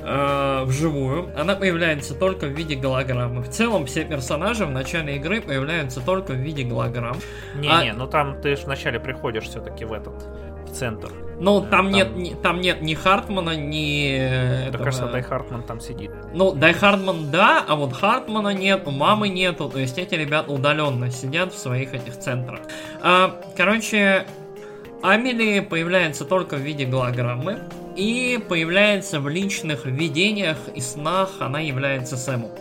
э, вживую. Она появляется только в виде голограммы. В целом все персонажи в начале игры появляются только в виде голограмм. Не-не, а... ну там ты же вначале приходишь все-таки в этот... центр. Ну, там, там... нет ни, там нет ни Хартмана, ни... Да, этого... кажется, Дай Хартман там сидит. Ну, Дай Хартман, да, а вот Хартмана нет, мамы нету, то есть эти ребята удаленно сидят в своих этих центрах. А, короче, Амели появляется только в виде голограммы и появляется в личных видениях и снах, она является Сэмом.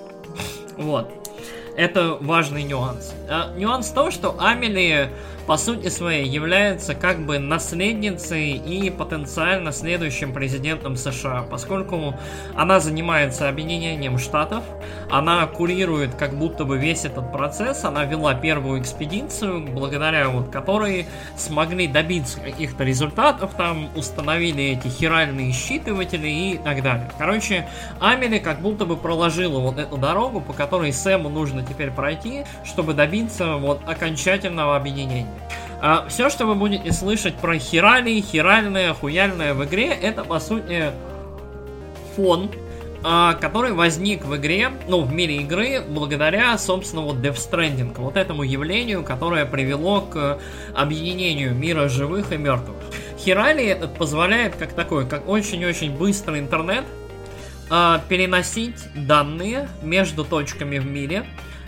Вот. Это важный нюанс. А, нюанс в том, что Амели... по сути своей является как бы наследницей и потенциально следующим президентом США, поскольку она занимается объединением штатов, она курирует как будто бы весь этот процесс, она вела первую экспедицию, благодаря вот которой смогли добиться каких-то результатов, там установили эти хиральные считыватели и так далее. Короче, Амели как будто бы проложила вот эту дорогу, по которой Сэму нужно теперь пройти, чтобы добиться вот окончательного объединения. А, все, что вы будете слышать про хирали, хиральное, хуяльное в игре, это, по сути, фон, а, который возник в игре, ну, в мире игры, благодаря, собственно, вот Death Stranding, вот этому явлению, которое привело к объединению мира живых и мертвых. Хирали этот позволяет, как такой, как очень-очень быстрый интернет, а, переносить данные между точками в мире,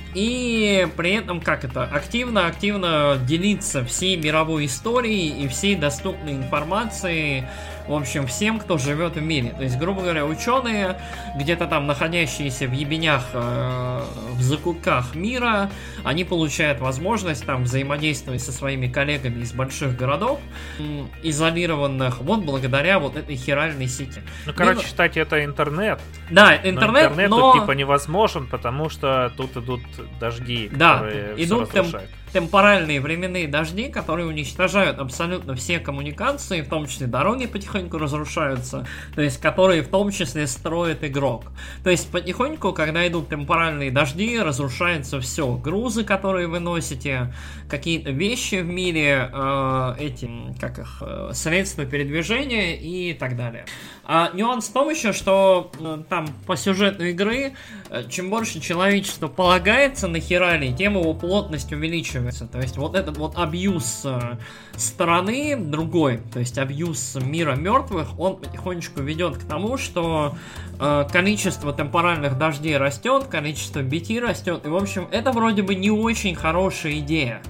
и при этом, как это, активно-активно делиться всей мировой историей и всей доступной информацией в общем, всем, кто живет в мире. То есть, грубо говоря, ученые, где-то там находящиеся в ебенях, э, в закутках мира, они получают возможность там взаимодействовать со своими коллегами из больших городов, э, изолированных, вот благодаря вот этой хиральной сети. Ну, короче, считайте, это интернет. Да, интернет, но интернет но... тут типа невозможен, потому что тут идут дожди, да, которые идут все разрушают. Тем... темпоральные временные дожди, которые уничтожают абсолютно все коммуникации, в том числе дороги потихоньку разрушаются, то есть которые в том числе строит игрок. То есть потихоньку, когда идут темпоральные дожди, разрушается все. Грузы, которые вы носите, какие-то вещи в мире, э, эти, как их, э, средства передвижения и так далее. А нюанс в том еще, что э, там по сюжету игры, э, чем больше человечество полагается на хирали, тем его плотность увеличивается. То есть вот этот вот абьюз э, стороны другой, то есть абьюз мира мертвых, он потихонечку ведет к тому, что э, количество темпоральных дождей растет, количество би ти растет, и в общем это вроде бы не очень хорошая идея.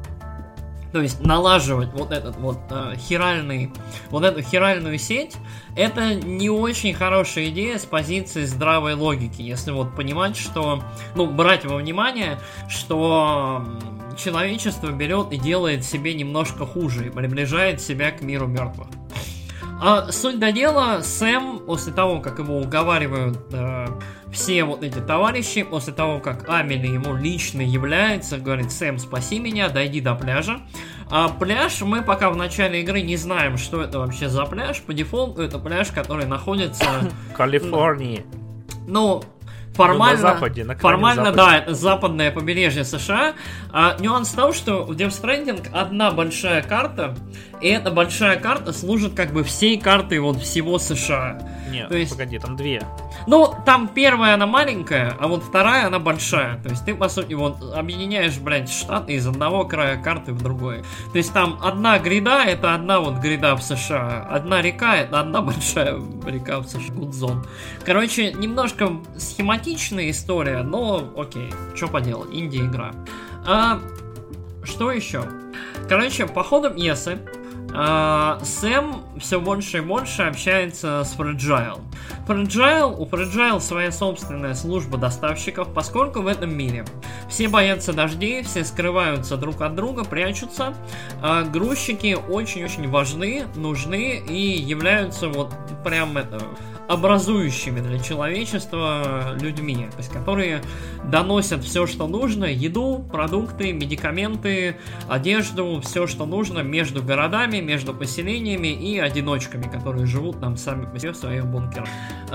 То есть налаживать вот этот вот э, хиральный, вот эту хиральную сеть, это не очень хорошая идея с позиции здравой логики, если вот понимать, что, ну, брать во внимание, что человечество берет и делает себе немножко хуже, и приближает себя к миру мертвых. А суть до дела, Сэм, после того, как его уговаривают э, все вот эти товарищи, после того, как Амели ему лично является, говорит: Сэм, спаси меня, дойди до пляжа. А пляж, мы пока в начале игры не знаем, что это вообще за пляж. По дефолту это пляж, который находится... В Калифорнии. Ну... Формально, ну, на западе, на формально западе. Да, это западное побережье США. А нюанс в том, что в Death Stranding одна большая карта, и эта большая карта служит как бы всей картой вот всего США. Нет, то есть, погоди, там две. Ну, там первая она маленькая, а вот вторая она большая. То есть ты, по сути, вот объединяешь, блядь, штаты из одного края карты в другой. То есть там одна гряда, это одна вот гряда в США. Одна река, это одна большая река в США. Гудзон. Короче, немножко схематичная история, но окей, что поделать, инди-игра. А, что еще? Короче, по ходу пьесы Uh, Сэм все больше и больше общается с Fragile. Fragile, у Fragile своя собственная служба доставщиков, поскольку в этом мире все боятся дождей, все скрываются друг от друга, прячутся. Uh, грузчики очень-очень важны, нужны и являются вот прям это... образующими для человечества людьми, то есть которые доносят все, что нужно, еду, продукты, медикаменты, одежду, все, что нужно между городами, между поселениями и одиночками, которые живут там сами по себе в своих бункерах.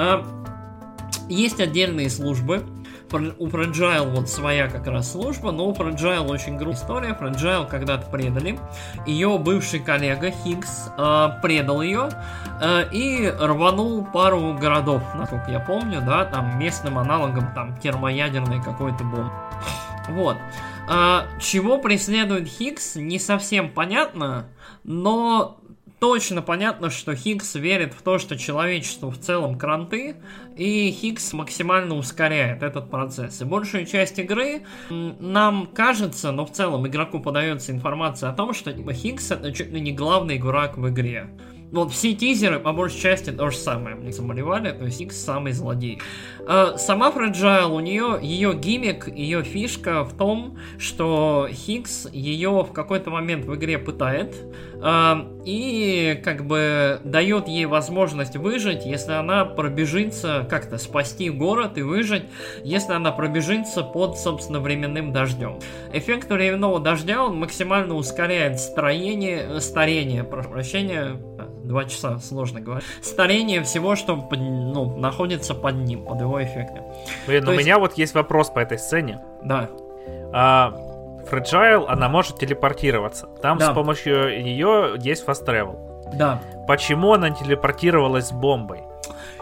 Есть отдельные службы. У Fragile вот своя как раз служба, но у Fragile очень грустная история. Fragile когда-то предали. Ее бывший коллега Хиггс э, предал ее э, и рванул пару городов, насколько я помню, да, там местным аналогом там термоядерной какой-то бомбы. Вот. Э, чего преследует Хиггс, не совсем понятно, но точно понятно, что Хиггс верит в то, что человечество в целом кранты, и Хиггс максимально ускоряет этот процесс. И большую часть игры нам кажется, но в целом игроку подается информация о том, что типа, Хиггс это чуть ли не главный игрок в игре. Вот все тизеры, по большей части, то же самое мне замалевали, то есть Хиггс самый злодей. А сама Fragile, у нее, ее гиммик, ее фишка в том, что Хиггс ее в какой-то момент в игре пытает, а, и как бы дает ей возможность выжить, если она пробежится, как-то спасти город и выжить, если она пробежится под, собственно, временным дождем. Эффект временного дождя, он максимально ускоряет строение, старение, прошу прощения, Два часа, сложно говорить. Старение всего, что ну, находится под ним, под его эффектом. Блин, у есть... меня вот есть вопрос по этой сцене. Да. А, Fragile, она может телепортироваться. Там да. с помощью ее есть fast travel. Да. Почему она телепортировалась с бомбой?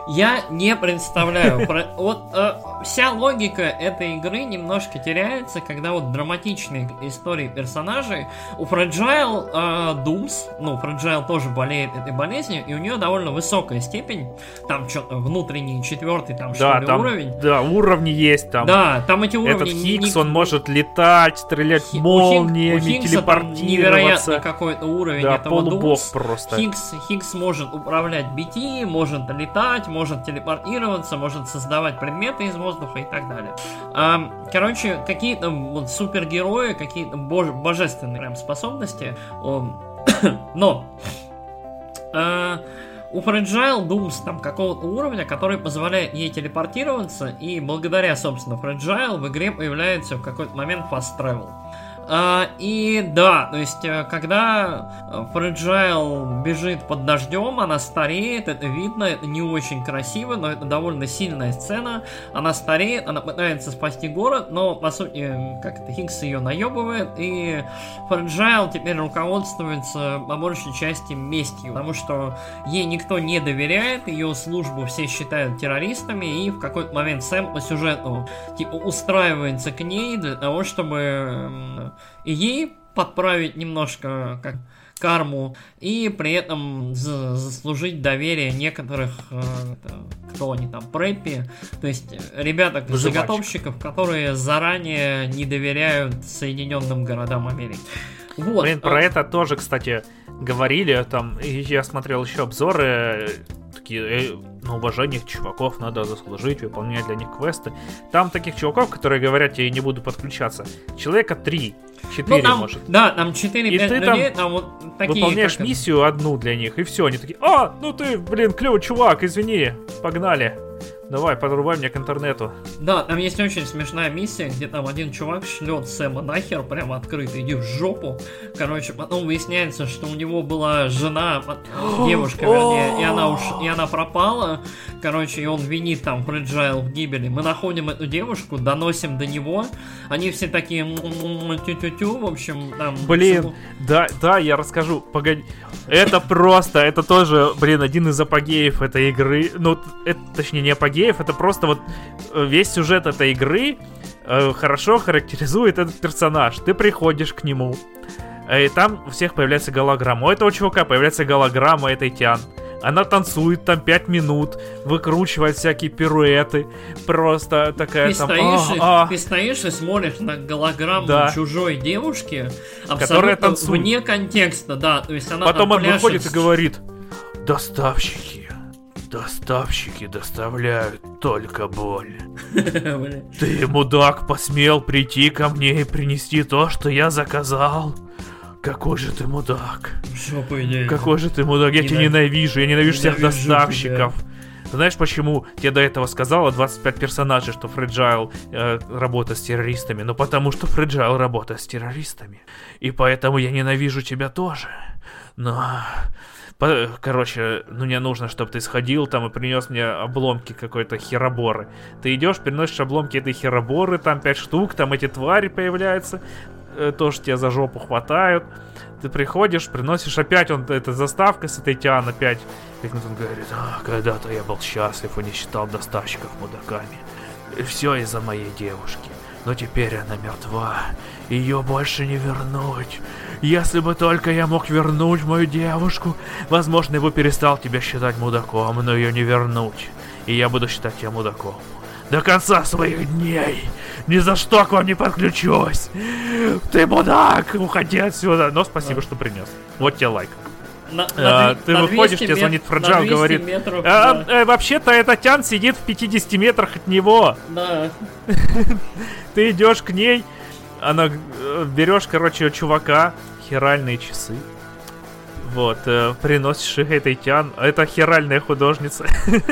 Я не представляю. Вот э, вся логика этой игры немножко теряется, когда вот драматичные истории персонажей. У Fragile э, Dooms, ну, Fragile тоже болеет этой болезнью, и у нее довольно высокая степень. Там что-то внутренний четвертый, там да, что ли, там, уровень. Да, уровни есть там. Да, там эти уровни... Этот Хиггс, не, он может летать, стрелять Хи, молниями, у Хиг, у телепортироваться. Невероятный какой-то уровень да, этого полубог Dooms. просто. Хиггс, Хиггс может управлять би ти, может летать, может телепортироваться, может создавать предметы из воздуха и так далее. А, короче, какие-то вот супергерои, какие-то бож, божественные прям способности. Но а, у Fragile Dooms там какого-то уровня, который позволяет ей телепортироваться, и благодаря, собственно, Fragile в игре появляется в какой-то момент fast travel. Uh, и да, то есть, когда Fragile бежит под дождем, она стареет, это видно, это не очень красиво, но это довольно сильная сцена. Она стареет, она пытается спасти город, но, по сути, как это, Хиггс ее наебывает, и Fragile теперь руководствуется, по большей части, местью, потому что ей никто не доверяет, ее службу все считают террористами, и в какой-то момент Сэм по сюжету, типа, устраивается к ней для того, чтобы... и ей подправить немножко как карму, и при этом за- заслужить доверие некоторых, э, это, кто они там, преппи, то есть ребята, заготовщиков, которые заранее не доверяют Соединенным городам Америки. Вот. Блин, про а... это тоже, кстати, говорили, там, я смотрел еще обзоры, такие, э, на уважение чуваков надо заслужить, выполнять для них квесты. Там таких чуваков, которые говорят, я не буду подключаться, человека три, четыре, ну, там, может. Да, там четыре-пять людей, там, там вот такие... Выполняешь миссию одну для них, и все, они такие, а, ну ты, блин, клевый чувак, извини, погнали. Давай, подрубай меня к интернету. Да, там есть очень смешная миссия, где там один чувак шлет Сэма нахер, прямо открыто, иди в жопу. Короче, потом выясняется, что у него была жена, девушка, вернее, и она уж, и она пропала. Короче, и он винит там Fragile в гибели. Мы находим эту девушку, доносим до него. Они все такие тю-тю-тю, в общем, там... Блин, да, да, я расскажу, погоди. Это просто, это тоже, блин, один из апогеев этой игры. Ну, это, точнее, не апогеев, это просто вот весь сюжет этой игры э, хорошо характеризует этот персонаж. Ты приходишь к нему, э, и там у всех появляется голограмма. У этого чувака появляется голограмма этой Тиан. Она танцует там пять минут, выкручивает всякие пируэты. Просто такая ты там... Стоишь, а, а. Ты стоишь и смотришь на голограмму да. чужой девушки, которая танцует. Вне контекста, да. То есть она Потом он пляшет... выходит и говорит: доставщики, доставщики доставляют только боль. Ты, мудак, посмел прийти ко мне и принести то, что я заказал? Какой же ты мудак. Жопа идея. Какой же ты мудак. Я Ненав... тебя ненавижу. Я ненавижу, ненавижу всех доставщиков. Тебя. Знаешь, почему тебе до этого сказала двадцать пять персонажей, что Fragile э, работает с террористами? Ну, потому что Fragile работает с террористами. И поэтому я ненавижу тебя тоже. Но... По... Короче, ну мне нужно, чтобы ты сходил там и принес мне обломки какой-то хероборы. Ты идешь, приносишь обломки этой хероборы, там пять штук, там эти твари появляются. Тоже тебя за жопу хватают. Ты приходишь, приносишь опять, он, эта заставка с этой Тиан опять. И он говорит: а, когда-то я был счастлив и не считал доставщиков мудаками. И все из-за моей девушки. Но теперь она мертва. Ее больше не вернуть. Если бы только я мог вернуть мою девушку, возможно, я бы перестал тебя считать мудаком, но ее не вернуть. И я буду считать тебя мудаком до конца своих дней. Ни за что к вам не подключусь. Ты мудак, уходи отсюда. Но спасибо, а. что принес. Вот тебе лайк. На, а, на, ты на выходишь, тебе звонит Fragile, говорит: метров, а, да. э, вообще-то этот Тиан сидит в пятидесяти метрах от него. Да. Ты идешь к ней, она берешь, короче, чувака, хиральные часы. Вот, э, приносишь их этой Тиан. Это хиральная художница.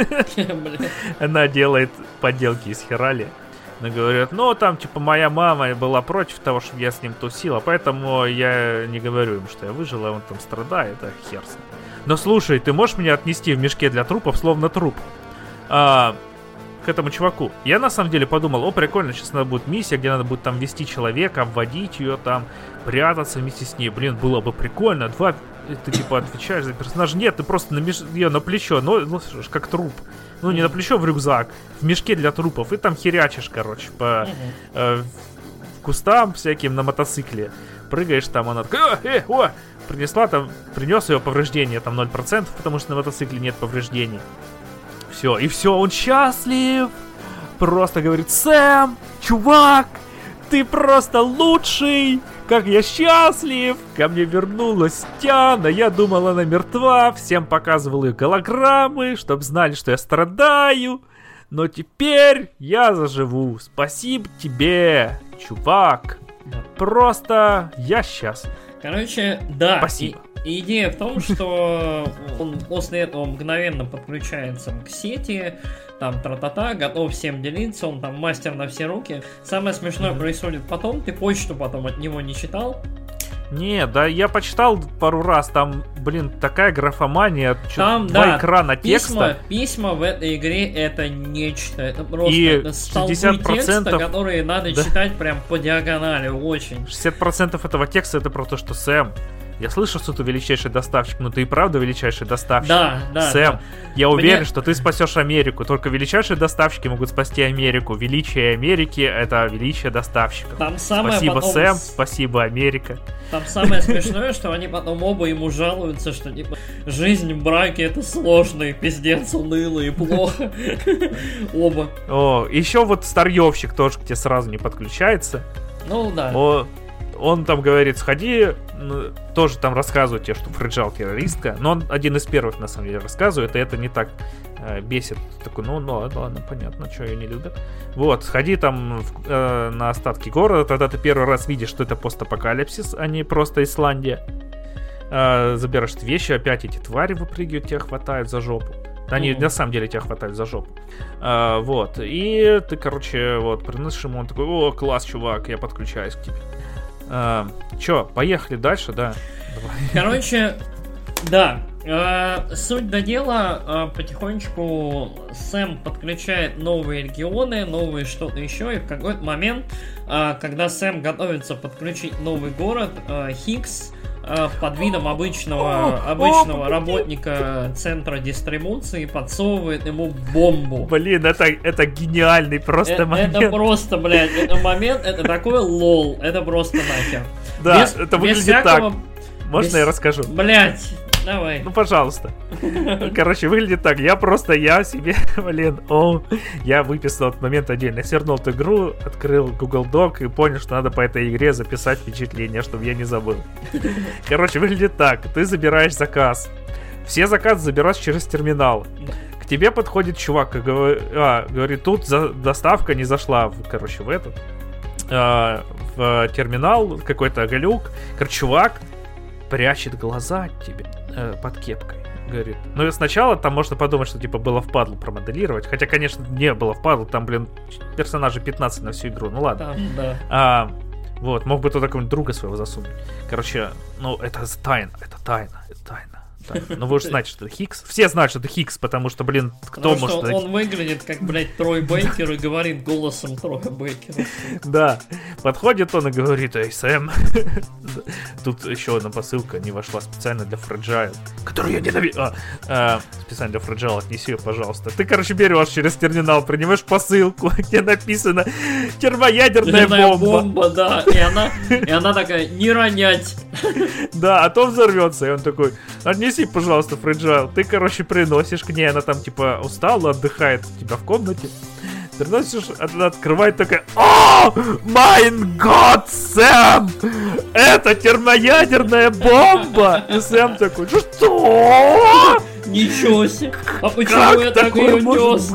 Она делает поделки из хирали. Она говорит: ну, там, типа, моя мама была против того, чтобы я с ним тусила, поэтому я не говорю им, что я выжила, он там страдает, а хер с ним. Но слушай, ты можешь меня отнести в мешке для трупов, словно труп, а, к этому чуваку? Я на самом деле подумал: о, прикольно, сейчас надо будет миссия, где надо будет там вести человека, обводить ее там, прятаться вместе с ней. Блин, было бы прикольно. Два... Ты типа отвечаешь за персонажа. Нет, ты просто намеш... ее на плечо, но ну, как труп. ну не на плечо, в рюкзак, в мешке для трупов, и там херячишь, короче, по э, кустам всяким на мотоцикле. Прыгаешь там, она такая, э, о, принесла там, принес ее повреждение, там ноль процентов, потому что на мотоцикле нет повреждений. Все, и все, он счастлив. Просто говорит: Сэм, чувак, ты просто лучший, как я счастлив. Ко мне вернулась Тиана, я думал, она мертва. Всем показывал ее голограммы, чтобы знали, что я страдаю. Но теперь я заживу. Спасибо тебе, чувак. Просто я счастлив. Короче, да. Спасибо. И, и идея в том, что он после этого мгновенно подключается к сети, там тра-та-та, готов всем делиться, он там мастер на все руки. Самое смешное mm-hmm. происходит потом, ты почту потом от него не читал? Не, да я почитал пару раз, там, блин, такая графомания, там, два да, экрана текста. Письма, письма в этой игре это нечто, это просто и это столбы текста, которые надо да. читать прям по диагонали, очень. шестьдесят процентов этого текста это про то, что Сэм, я слышу, что ты величайший доставщик, но ты и правда величайший доставщик. Да, да. Сэм, да. я уверен, Мне... что ты спасешь Америку. Только величайшие доставщики могут спасти Америку. Величие Америки — это величие доставщиков. Там самое спасибо, потом... Сэм, спасибо, Америка. Там самое смешное, что они потом оба ему жалуются, что типа жизнь в браке это сложно и пиздец уныло и плохо. Оба. О, еще вот старьевщик тоже к тебе сразу не подключается. Ну да. О, он там говорит: сходи, тоже там рассказывает тебе, что Фреджал террористка, но он один из первых на самом деле рассказывает, и это не так э, бесит. Такой, ну, ну ладно, ладно, понятно, что ее не любят. Вот, сходи там в, э, на остатки города, тогда ты первый раз видишь, что это постапокалипсис, а не просто Исландия. Э, забираешь вещи, опять эти твари выпрыгивают, тебя хватают за жопу. Они mm-hmm. на самом деле тебя хватают за жопу. А, вот, и ты, короче, вот, приносишь ему, он такой: о, класс, чувак, я подключаюсь к тебе. А, чё, поехали дальше, да? Давай. Короче, да. Э, суть до дела, э, потихонечку Сэм подключает новые регионы, новые что-то еще, и в какой-то момент, э, когда Сэм готовится подключить новый город, э, Хикс э, под видом обычного, обычного работника центра дистрибуции подсовывает ему бомбу. Блин, это, это гениальный просто это, момент. Это просто, блядь, это момент, это такой лол, это просто нахер. Да, без, это выглядит всякого... так. Можно без... я расскажу? Блядь. Давай. Ну, пожалуйста. Короче, выглядит так. Я просто, я себе, блин, о, я выписал этот момент отдельно. Свернул эту игру, открыл Google Doc и понял, что надо по этой игре записать впечатление, чтобы я не забыл. Короче, выглядит так. Ты забираешь заказ. Все заказы забираешь через терминал. К тебе подходит чувак и говорит, а, говорит, тут за, доставка не зашла, в, короче, в этот, а, в терминал, какой-то глюк. Короче, чувак прячет глаза от тебя э, под кепкой, говорит. Ну и сначала там можно подумать, что типа было впадлу промоделировать. Хотя, конечно, не было впадлу. Там, блин, персонажей пятнадцать на всю игру. Ну ладно. Там, да. а, вот, мог бы туда какого-нибудь друга своего засунуть. Короче, ну это тайна, это тайна, это тайна. Ну вы уже знаете, что это Хикс. Все знают, что это Хикс, потому что, блин, кто потому может... Что он выглядит как, блядь, Трой Бейкер и говорит голосом Троя Бейкера. Да, подходит он и говорит: эй, Сэм, тут еще одна посылка не вошла специально для Фреджайл, которую я ненавижу. А, а, специально для Фреджайл, отнеси ее, пожалуйста. Ты, короче, берешь через терминал, принимаешь посылку, где написано термоядерная бомба. бомба, да, и она, и она такая: не ронять. Да, а то взорвется. И он такой: отнеси, пожалуйста, Фреджайл. Ты, короче, приносишь к ней, она там, типа, устала, отдыхает у тебя в комнате. Приносишь, она открывает, такая: о, майн год, Сэм! Это термоядерная бомба! И Сэм такой: что? Ничего себе! А почему я так ее нес?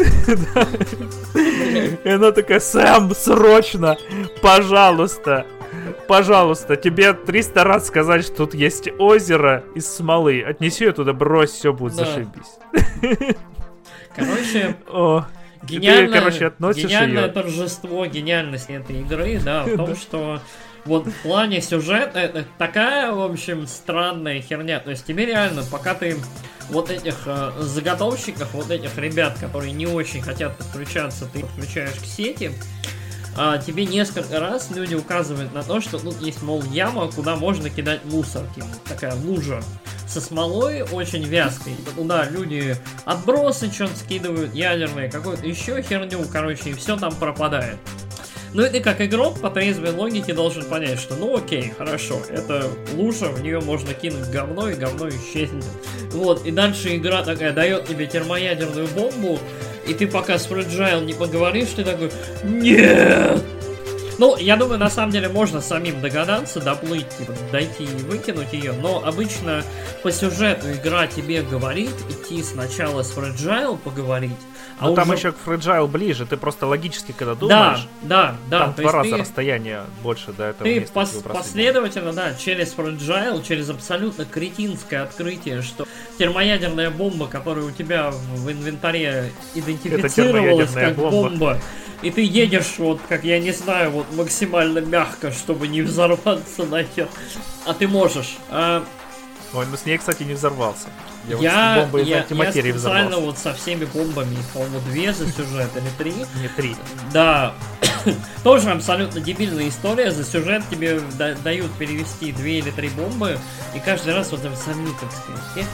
И она такая: Сэм, срочно, пожалуйста, пожалуйста, тебе триста раз сказать, что тут есть озеро из смолы. Отнеси ее туда, брось, все будет, да. Зашибись. Короче, О, гениальное, ты, короче, гениальное ее. торжество, гениальность этой игры, да, в том, что вот в плане сюжета это такая, в общем, странная херня. То есть тебе реально, пока ты вот этих э, заготовщиков, вот этих ребят, которые не очень хотят подключаться, ты подключаешь к сети, а, тебе несколько раз люди указывают на то, что тут есть, мол, яма, куда можно кидать мусор, типа такая лужа. со смолой очень вязкой. Туда люди отбросы что-то скидывают, ядерные, какую-то еще херню, короче, и все там пропадает. Ну и ты как игрок по трезвой логике должен понять, что ну окей, хорошо, это лужа, в нее можно кинуть говно, и говно исчезнет. Вот, и дальше игра такая дает тебе термоядерную бомбу, и ты пока с Fragile не поговоришь, ты такой нет! Ну, я думаю, на самом деле можно самим догадаться, доплыть, типа, дойти и выкинуть ее, но обычно по сюжету игра тебе говорит идти сначала с Fragile поговорить. А там уже... еще к Fragile ближе, ты просто логически, когда думаешь, да, да, да, там два раза ты... расстояние больше до этого ты места. Пос- последовательно, да, через Fragile, через абсолютно кретинское открытие, что термоядерная бомба, которая у тебя в инвентаре идентифицировалась как бомба. бомба, и ты едешь, вот, как я не знаю, вот максимально мягко, чтобы не взорваться нахер. А ты можешь. А... Ой, ну с ней, кстати, не взорвался. Я, я, я, я специально взорвался. Вот со всеми бомбами, по-моему, две за сюжет или три. Не три. Да. Тоже абсолютно дебильная история. За сюжет тебе да, дают перевести две или три бомбы. И каждый раз вот самим, так сказать.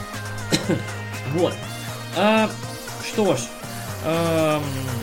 Вот. А, что ж. А,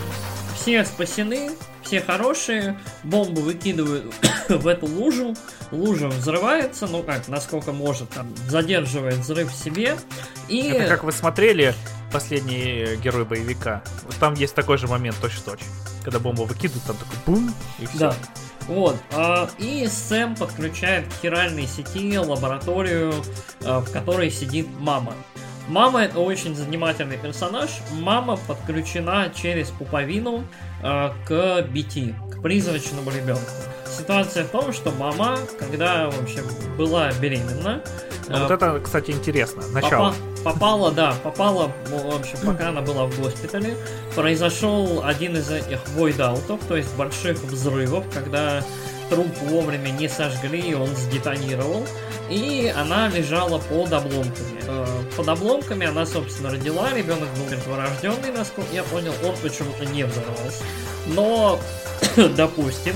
все спасены. Все хорошие, бомбу выкидывают в эту лужу, лужа взрывается, ну как, насколько может, там, задерживает взрыв в себе, и... Это как вы смотрели последний герой боевика, вот там есть такой же момент точь-в-точь, когда бомбу выкидывают, там такой бум, и все. Да. Вот, а, и Сэм подключает к хиральной сети лабораторию, а, в которой сидит мама. Мама — это очень занимательный персонаж. Мама подключена через пуповину э, к би ти, к призрачному ребенку. Ситуация в том, что мама, когда, в общем, была беременна... Ну, э, вот это, кстати, интересно. Начало. Попа- попала, да, попала, в общем, пока она была в госпитале, произошел один из этих войдаутов, то есть больших взрывов, когда труп вовремя не сожгли, и он сдетонировал. И она лежала под обломками. Под обломками она, собственно, родила. Ребенок был мертворожденный, насколько я понял. Он почему-то не взорвался. Но, допустим.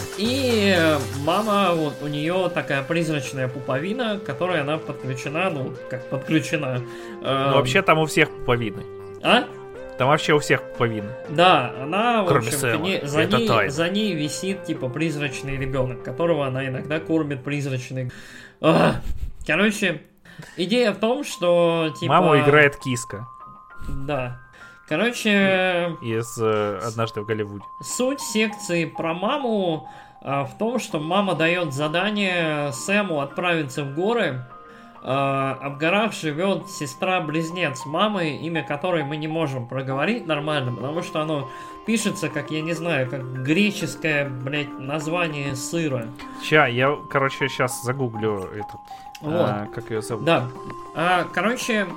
И мама, вот у нее такая призрачная пуповина, к которой она подключена, ну, как подключена. Ну, вообще там у всех пуповины. А? Там вообще у всех пуповины. Да, она, в Кроме общем, Сэма. Не, за, ней, за ней висит, типа, призрачный ребенок, которого она иногда кормит призрачный... А, короче, идея в том, что, типа... Маму играет киска. Да. Короче... Из э, «Однажды в Голливуде». Суть секции про маму а, в том, что мама дает задание Сэму отправиться в горы. А, а в горах живет сестра-близнец мамы, имя которой мы не можем проговорить нормально, потому что оно пишется, как, я не знаю, как греческое, блядь, название сыра. Ща, я, короче, сейчас загуглю эту. Вот. А, как ее зовут? Да. А, короче,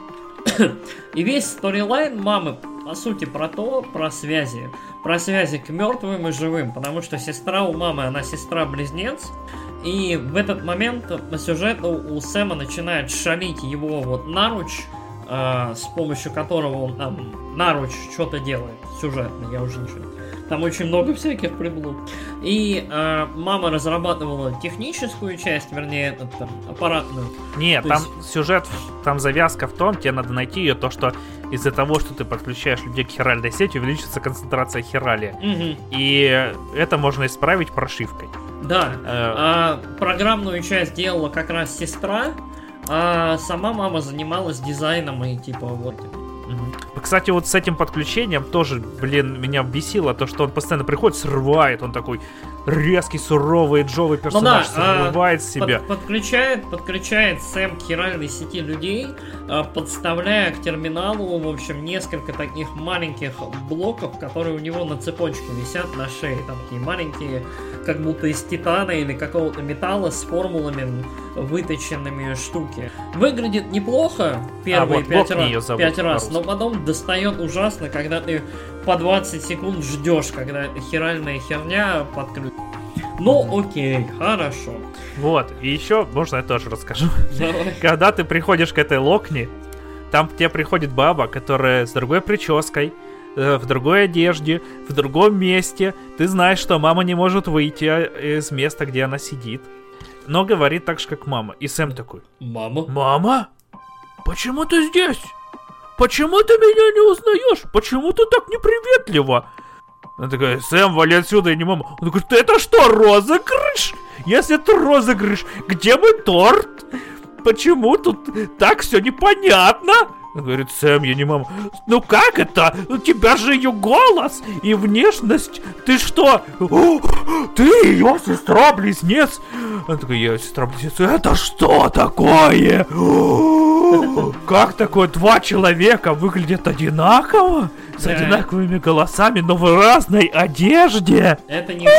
и весь сторилайн мамы, по сути, про то, про связи. Про связи к мертвым и живым, потому что сестра у мамы, она сестра-близнец. И в этот момент по сюжету у Сэма начинает шалить его вот наруч, э, с помощью которого он там наруч что-то делает. Сюжетно, я уже ничего. Там очень много всяких приблуд. И э, мама разрабатывала техническую часть, вернее, этот, там, аппаратную. Нет, то там есть... сюжет, там завязка в том, тебе надо найти ее, то, что из-за того, что ты подключаешь людей к хиральной сети, увеличится концентрация хиралия. Угу. И это можно исправить прошивкой. Да, а, программную часть делала как раз сестра, а сама мама занималась дизайном и типа вот. Кстати, вот с этим подключением тоже, блин, меня бесило то, что он постоянно приходит, срывает, он такой резкий, суровый, джовый персонаж, ну да, срывает а, себя. Под, подключает, подключает Сэм к хиральной сети людей, а, подставляя к терминалу, в общем, несколько таких маленьких блоков, которые у него на цепочке висят на шее. Там такие маленькие, как будто из титана или какого-то металла с формулами выточенными штуки. Выглядит неплохо первые а, вот, пять, раз, пять раз, но потом достает ужасно, когда ты по двадцать секунд ждешь, когда эта хиральная херня подключена. Ну, окей, хорошо. Вот, и еще, можно я тоже расскажу? Давай. Когда ты приходишь к этой локне, там к тебе приходит баба, которая с другой прической, э, в другой одежде, в другом месте. Ты знаешь, что мама не может выйти из места, где она сидит, но говорит так же, как мама. И Сэм такой: Мама? Мама? почему ты здесь? Почему ты меня не узнаешь? Почему ты так неприветлива? Она такая, Сэм, вали отсюда, я не мама. Он говорит, это что, розыгрыш? Если это розыгрыш, где мой торт? Почему тут так все непонятно? Он говорит, Сэм, я не мама. Ну как это? У тебя же ее голос и внешность. Ты что? О, ты ее сестра-близнец? Она такая, я сестра-близнец. Это что такое? О, как такое? Два человека выглядят одинаково? С да. одинаковыми голосами, но в разной одежде. Это не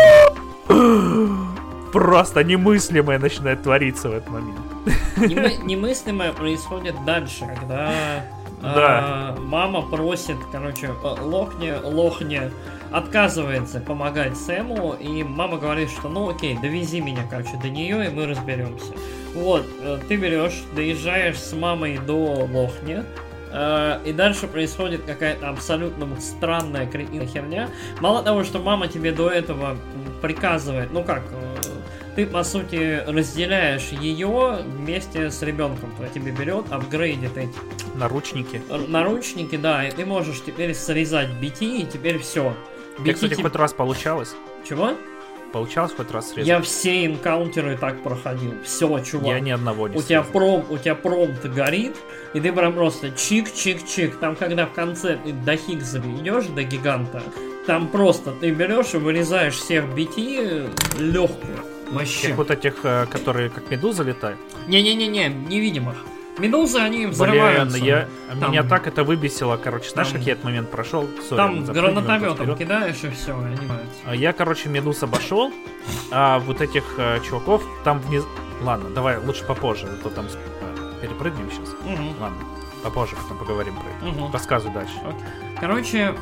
все. Просто немыслимое начинает твориться в этот момент. Немы- немыслимое происходит дальше, когда да. э, мама просит, короче, Лохни, Лохни отказывается помогать Сэму, и мама говорит, что ну окей, довези меня, короче, до нее, и мы разберемся. Вот, ты берешь, доезжаешь с мамой до Лохни, и дальше происходит какая-то абсолютно странная кретинная херня. Мало того, что мама тебе до этого приказывает, ну как, ты по сути разделяешь ее вместе с ребенком, кто тебе берет, апгрейдит эти наручники. Наручники, да, и ты можешь теперь срезать би ти, и теперь все. Как, кстати, хоть раз получалось? Чего? Получалось хоть раз срезать? Я все энкаунтеры так проходил. Все, чувак. Я ни одного не у тебя, пром, у тебя промпт горит, и ты прям просто чик-чик-чик. Там, когда в конце ты до Хиггса идешь, до гиганта, там просто ты берешь и вырезаешь всех би ти легкую. Вообще. Тех вот этих, которые как медуза летают? Не-не-не-не, невидимых. Медузы, они взрываются. Блин, я... там... меня так это выбесило, короче. Знаешь, там... как я этот момент прошел? Sorry, там гранатометом кидаешь, и все, они маются. Я, короче, медуз обошел, а вот этих э, чуваков там вниз... Ладно, давай лучше попозже, а то там э, перепрыгнем сейчас. Угу. Ладно, попозже потом поговорим про это. Угу. Рассказывай дальше. Okay. Короче,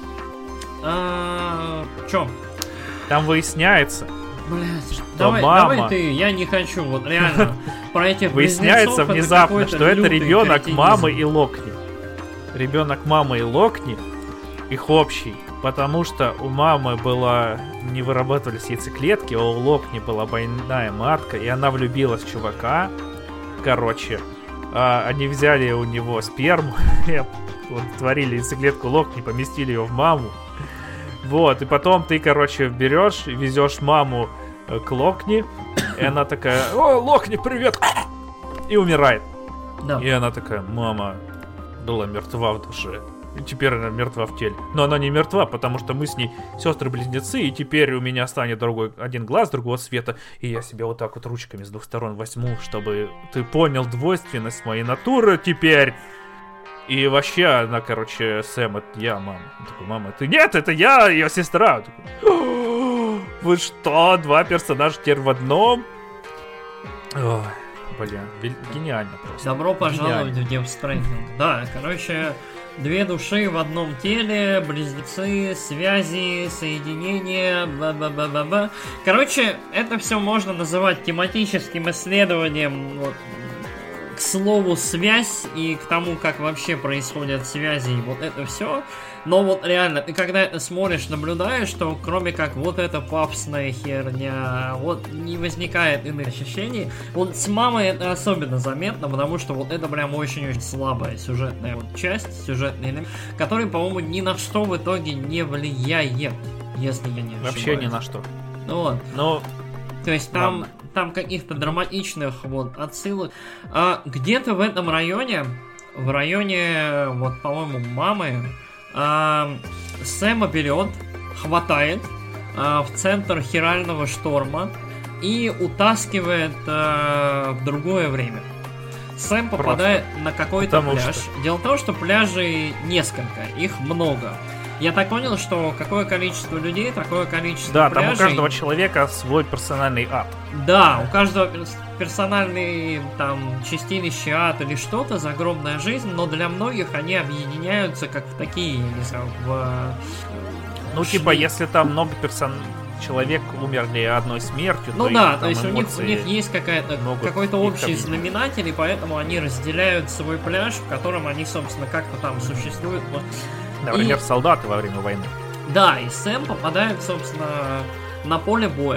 а... чё? Там выясняется... Блять, давай, мама... давай ты, я не хочу, вот реально, про этих выясняется внезапно, это что это ребенок мамы и Локни. Ребенок мамы и Локни, их общий, потому что у мамы была, не вырабатывались яйцеклетки, а у Локни была больная матка, и она влюбилась в чувака. Короче, они взяли у него сперму, творили яйцеклетку Локни, поместили ее в маму. Вот, и потом ты, короче, берешь и везешь маму э, к Локни, и она такая, о, Локни, привет, и умирает. Да. И она такая, мама была мертва в душе, и теперь она мертва в теле. Но она не мертва, потому что мы с ней сестры-близнецы, и теперь у меня станет другой, один глаз другого цвета, и я себе вот так вот ручками с двух сторон возьму, чтобы ты понял двойственность моей натуры теперь. И вообще, она, короче, Сэм, это я, мама. Он такой, мама, ты нет, это я, ее сестра. Такой, вы что, два персонажа теперь в одном? Ой, блин, гениально просто. Добро пожаловать в Death Stranding. Да, короче, две души в одном теле, близнецы, связи, соединения, ба-ба-ба-ба-ба. Короче, это все можно называть тематическим исследованием, вот, к слову, связь и к тому, как вообще происходят связи, и вот это все. Но вот реально, ты когда это смотришь, наблюдаешь, что кроме как вот эта пафосная херня, вот не возникает иных ощущений. Вот с мамой это особенно заметно, потому что вот это прям очень-очень слабая сюжетная вот часть, сюжетный элемент, который, по-моему, ни на что в итоге не влияет, если я не ошибаюсь. Вообще ни на что. Ну вот. Но... То есть там... Ладно. Там каких-то драматичных вот отсылок. А где-то в этом районе, в районе, вот, по-моему, мамы, а, Сэма берет, хватает а, в центр хирального шторма и утаскивает а, в другое время. Сэм попадает Просто. на какой-то Потому пляж. Что... Дело в том, что пляжей несколько, их много. Я так понял, что какое количество людей, такое количество да, пляжей. Да, там у каждого человека свой персональный ад. Да, у каждого персональный там чистилище ад или что-то, загробная жизнь, но для многих они объединяются как в такие, я не знаю, в... Ну, Шли... типа, если там много персон... человек умерли одной смертью, ну то да, то есть у них, у них есть какая-то, какой-то общий объединить. знаменатель, и поэтому они разделяют свой пляж, в котором они, собственно, как-то там существуют. Например, и... солдаты во время войны. Да, и Сэм попадает, собственно, на поле боя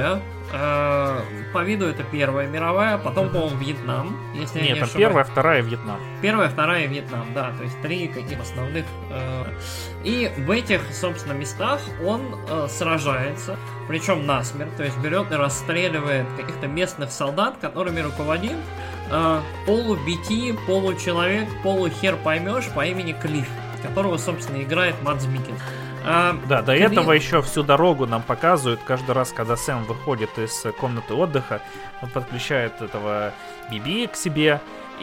Э, по виду это Первая мировая, потом, по-моему, Вьетнам, если Нет, я не там ошибаюсь. Первая, Вторая, Вьетнам. Первая, Вторая, Вьетнам, да, то есть три каких основных. Э, и в этих, собственно, местах он э, сражается, причем насмерть, то есть берет и расстреливает каких-то местных солдат, которыми руководит э, полу-би ти, получеловек, полухер поймешь по имени Клифф, которого, собственно, играет Мадс Миккельсен. А, да, до Клифф... этого еще всю дорогу нам показывают. Каждый раз, когда Сэм выходит из комнаты отдыха, он подключает этого Би-Би к себе,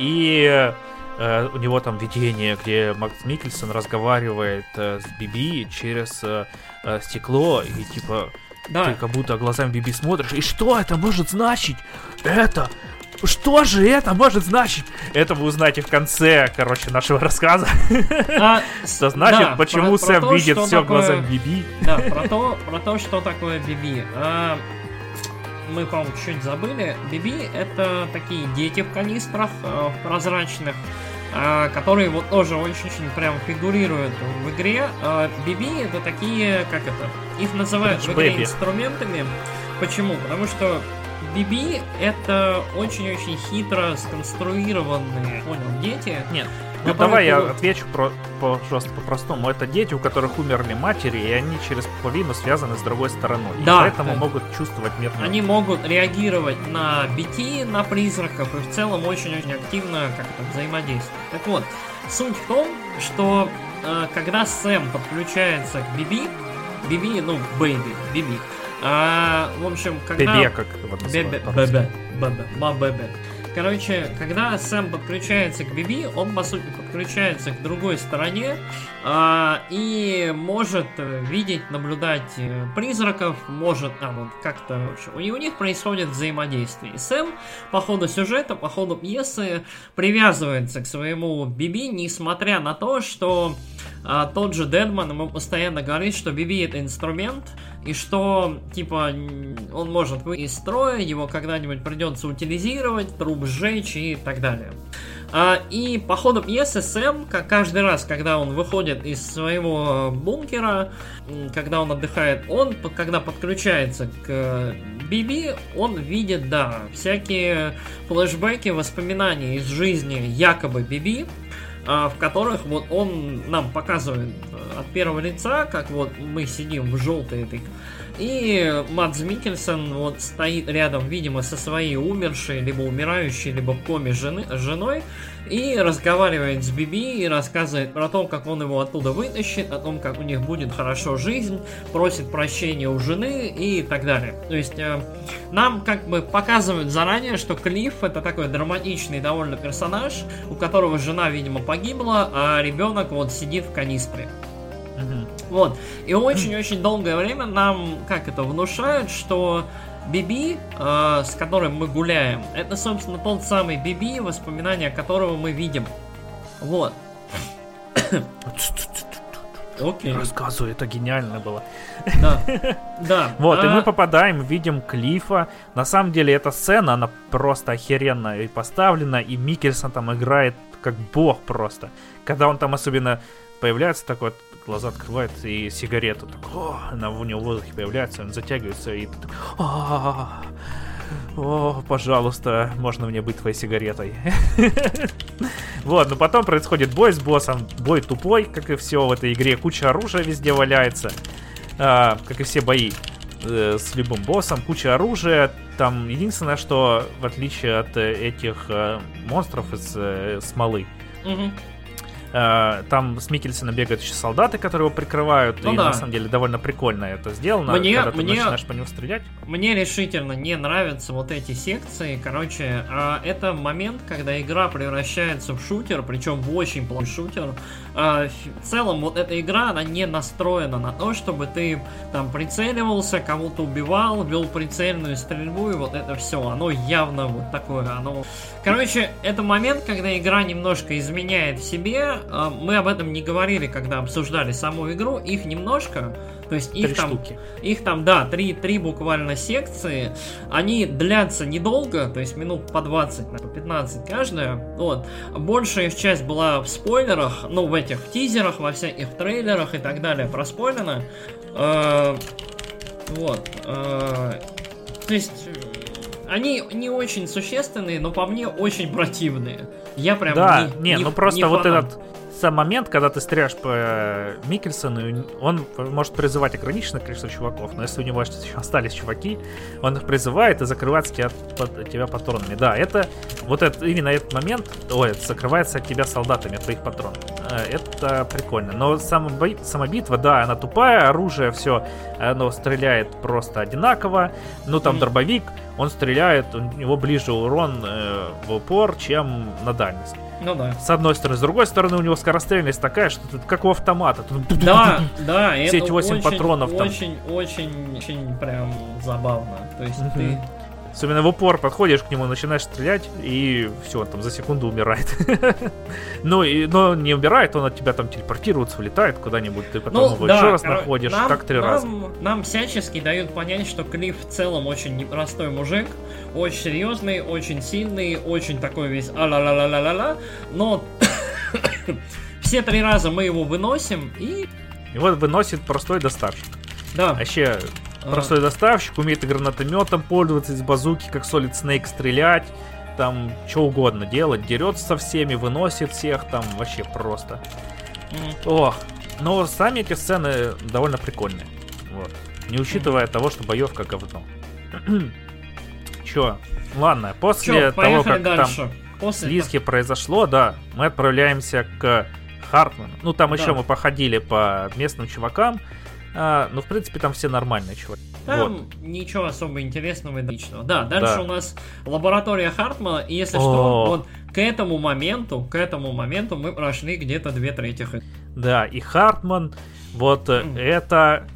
и э, у него там видение, где Мадс Миккельсен разговаривает э, с Би-Би через э, э, стекло, и типа да. Ты как будто глазами Би-Би смотришь, и что это может значить? Это... Что же это может значить? Это вы узнаете в конце, короче, нашего рассказа. А, что значит, да, почему про, Сэм про то, видит все такое... глазами Би-Би. Да, про то, про то, что такое Би-Би. А, мы, по-моему, чуть-чуть забыли. Би-Би — это такие дети в канистрах э, прозрачных, э, которые вот тоже очень-очень прям фигурируют в игре. Э, Би-Би — это такие, как это, их называют Rich в игре baby. Инструментами. Почему? Потому что Би-Би — это очень-очень хитро сконструированные, понял, дети. Нет, ну давай я отвечу про, по, просто по-простому. Это дети, у которых умерли матери, и они через пуповину связаны с другой стороной. Да, и поэтому да. могут чувствовать мир. Они могут реагировать на би ти, на призраков, и в целом очень-очень активно как-то взаимодействовать. Так вот, суть в том, что э, когда Сэм подключается к Би-Би, Би-Би, ну, Бэйби, Би-Би, А, в общем, когда... Бебе, как его называют. Бебе, бебе, бебе, ма-бебе. Короче, когда Сэм подключается к Би-Би, он, по сути, подключается к другой стороне а, и может видеть, наблюдать призраков, может, а, вот как-то, в общем, и у них происходит взаимодействие. И Сэм по ходу сюжета, по ходу пьесы привязывается к своему Би-Би, несмотря на то, что а, тот же Дедман ему постоянно говорит, что Би-Би — это инструмент, и что, типа, он может выйти из строя, его когда-нибудь придется утилизировать, труп сжечь и так далее. А, и по ходу пьесы Сэм, как каждый раз, когда он выходит из своего бункера, когда он отдыхает, он, когда подключается к Би-Би, он видит, да, всякие флешбеки, воспоминания из жизни якобы Би-Би, в которых вот он нам показывает от первого лица, как вот мы сидим в желтой этой, и Мадс Миккельсен вот стоит рядом, видимо, со своей умершей, либо умирающей, либо в коме жены, женой, и разговаривает с Би-Би, и рассказывает про то, как он его оттуда вытащит, о том, как у них будет хорошо жизнь, просит прощения у жены и так далее. То есть э, нам как бы показывают заранее, что Клифф — это такой драматичный довольно персонаж, у которого жена, видимо, погибла, а ребенок вот сидит в канистре. Mm-hmm. Вот. И очень-очень долгое время нам, как это, внушают, что Би-Би, э, с которым мы гуляем, это, собственно, тот самый Би-Би, воспоминания которого мы видим. Вот. Окей. Okay. Рассказывай, это гениально было. Да, да. Вот, а... и мы попадаем, видим Клиффа. На самом деле, эта сцена, она просто охеренно и поставлена, и Миккельсон там играет как бог просто. Когда он там особенно появляется, такой вот, глаза открывает, и сигарету, так, о, она у него в воздухе появляется, он затягивается, и так, о, о, пожалуйста, можно мне быть твоей сигаретой. Вот, но потом происходит бой с боссом, бой тупой, как и все в этой игре, куча оружия везде валяется, как и все бои с любым боссом, куча оружия. Там единственное, что в отличие от этих монстров из смолы, там с Миккельсоном бегают еще солдаты, которые его прикрывают, ну и да. На самом деле довольно прикольно это сделано, мне, когда ты мне, начинаешь по нему стрелять. Мне решительно не нравятся вот эти секции, короче, это момент, когда игра превращается в шутер, причем в очень плохой шутер. В целом вот эта игра, она не настроена на то, чтобы ты там прицеливался, кого-то убивал, вел прицельную стрельбу, и вот это все, оно явно вот такое, оно... Короче, это момент, когда игра немножко изменяет в себе. Мы об этом не говорили, когда обсуждали саму игру. Их немножко, то есть их три там, штуки. их там, да, три, три буквально секции. Они длятся недолго, то есть минут по двадцать, по пятнадцать каждая. Вот. Большая их часть была в спойлерах, ну, в этих тизерах, во всяких трейлерах и так далее, проспойлено. Э-э- вот. Э-э- То есть, они не очень существенные, но по мне очень противные. Я прям да, не, не, не ну просто не вот фанат. этот сам момент, когда ты стреляешь по Миккельсону, он может призывать ограниченное количество чуваков, но если у него еще остались чуваки, он их призывает и закрывается тебя, под, тебя патронами. Да, это вот это, именно этот момент, ой, закрывается от тебя солдатами, от твоих патронов. Это прикольно. Но сама, бои, сама битва, да, она тупая, оружие все, оно стреляет просто одинаково. Ну там mm-hmm. дробовик, он стреляет, у него ближе урон э, в упор, чем на дальность. Ну да. С одной стороны. С другой стороны, у него скорострельность такая, что тут как у автомата. Тут да, да, все эти восемь патронов там. Очень, очень, очень прям забавно. То есть mm-hmm. ты... Особенно в упор подходишь к нему, начинаешь стрелять, и все, он там за секунду умирает. ну, и, но не умирает, он от тебя там телепортируется, улетает куда-нибудь, ты потом ну, его да, еще раз кор- находишь, нам, так три нам, раза. Нам всячески дают понять, что Клифф в целом очень непростой мужик, очень серьезный, очень сильный, очень такой весь а-ла-ла-ла-ла-ла-ла, но все три раза мы его выносим, и... И вот выносит простой доставщик. Да. Вообще... Простой доставщик, умеет и гранатометом пользоваться, из базуки, как Solid Snake, стрелять, там, что угодно делать, дерется со всеми, выносит всех, там, вообще просто. Mm-hmm. Ох, но сами эти сцены довольно прикольные, вот, не учитывая mm-hmm. того, что боевка говно. Чё, ладно, после Чё, того, как дальше. там после с Лизки произошло, да, мы отправляемся к Хартману. Ну, там да. еще мы походили по местным чувакам. А, ну, в принципе, там все нормальные чуваки. Там вот. Ничего особо интересного и личного. Да, дальше да. у нас лаборатория Хартмана, и если О. что, вот к этому моменту, к этому моменту мы прошли где-то две трети. Да, и Хартман, вот mm. это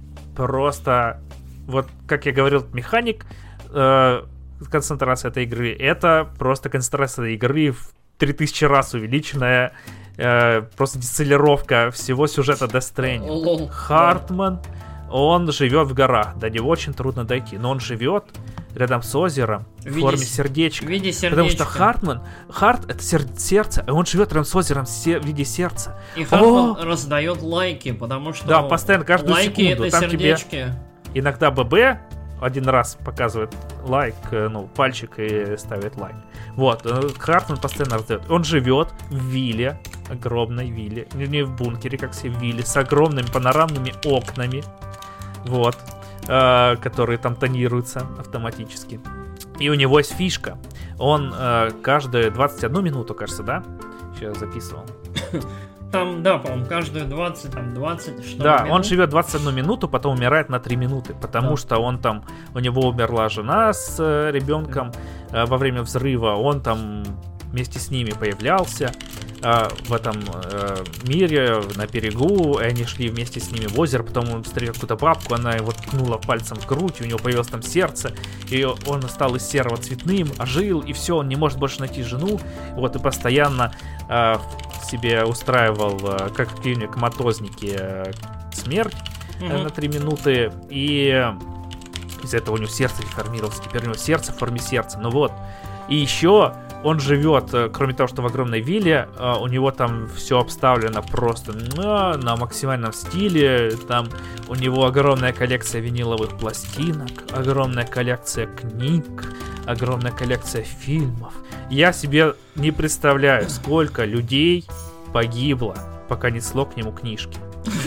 просто, вот как я говорил, механик, э, концентрация этой игры, это просто концентрация игры в три тысячи раз увеличенная. Э, просто децелировка всего сюжета Death Stranding. Хартман, он живет в горах, до него очень трудно дойти, но он живет рядом с озером в, в форме сердечка. В виде сердечка. Потому что Хартман, Харт это сер- сердце, и он живет рядом с озером в виде сердца. И Хартман О! раздает лайки, потому что да, постоянно, каждую лайки секунду. Это там сердечки. Тебе иногда ББ один раз показывает лайк, ну, пальчик и ставит лайк. Вот, Хартман постоянно раздает. Он живет в вилле, огромной вилле, не в бункере, как все в вилле, с огромными панорамными окнами, вот, э, которые там тонируются автоматически. И у него есть фишка. Он э, каждые двадцать одну минуту, кажется, да? Сейчас записывал. Там, да, по-моему, каждые двадцать, там, двадцать, что Да, минут. он живет двадцать одну минуту, потом умирает на три минуты, потому да. что он там, у него умерла жена с э, ребенком э, во время взрыва, он там вместе с ними появлялся э, в этом э, мире, на берегу, и они шли вместе с ними в озеро, потом он встретил какую-то бабку, она его ткнула пальцем в грудь, у него появилось там сердце, и он стал из серого цветным, ожил, и все, он не может больше найти жену, вот, и постоянно э, себе устраивал, э, как какие-нибудь коматозники, э, смерть э, mm-hmm. на три минуты, и из-за этого у него сердце деформировалось, теперь у него сердце в форме сердца, ну вот, и еще он живет, кроме того, что в огромной вилле, у него там все обставлено просто на, на максимальном стиле. Там у него огромная коллекция виниловых пластинок, огромная коллекция книг, огромная коллекция фильмов. Я себе не представляю, сколько людей погибло, пока не сло к нему книжки.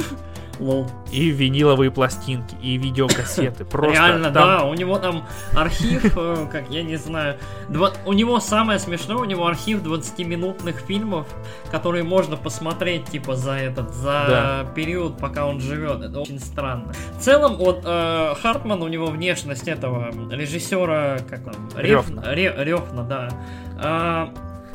Лол. И виниловые пластинки, и видеокассеты. Просто реально, там... да, у него там архив, как я не знаю. Два... У него самое смешное, у него архив двадцатиминутных фильмов, которые можно посмотреть, типа, за этот, за да. период, пока он живет. Это очень странно. В целом, вот э, Хартман, у него внешность этого режиссера, как он? Рёфна. Ре... Рёфна, да. А...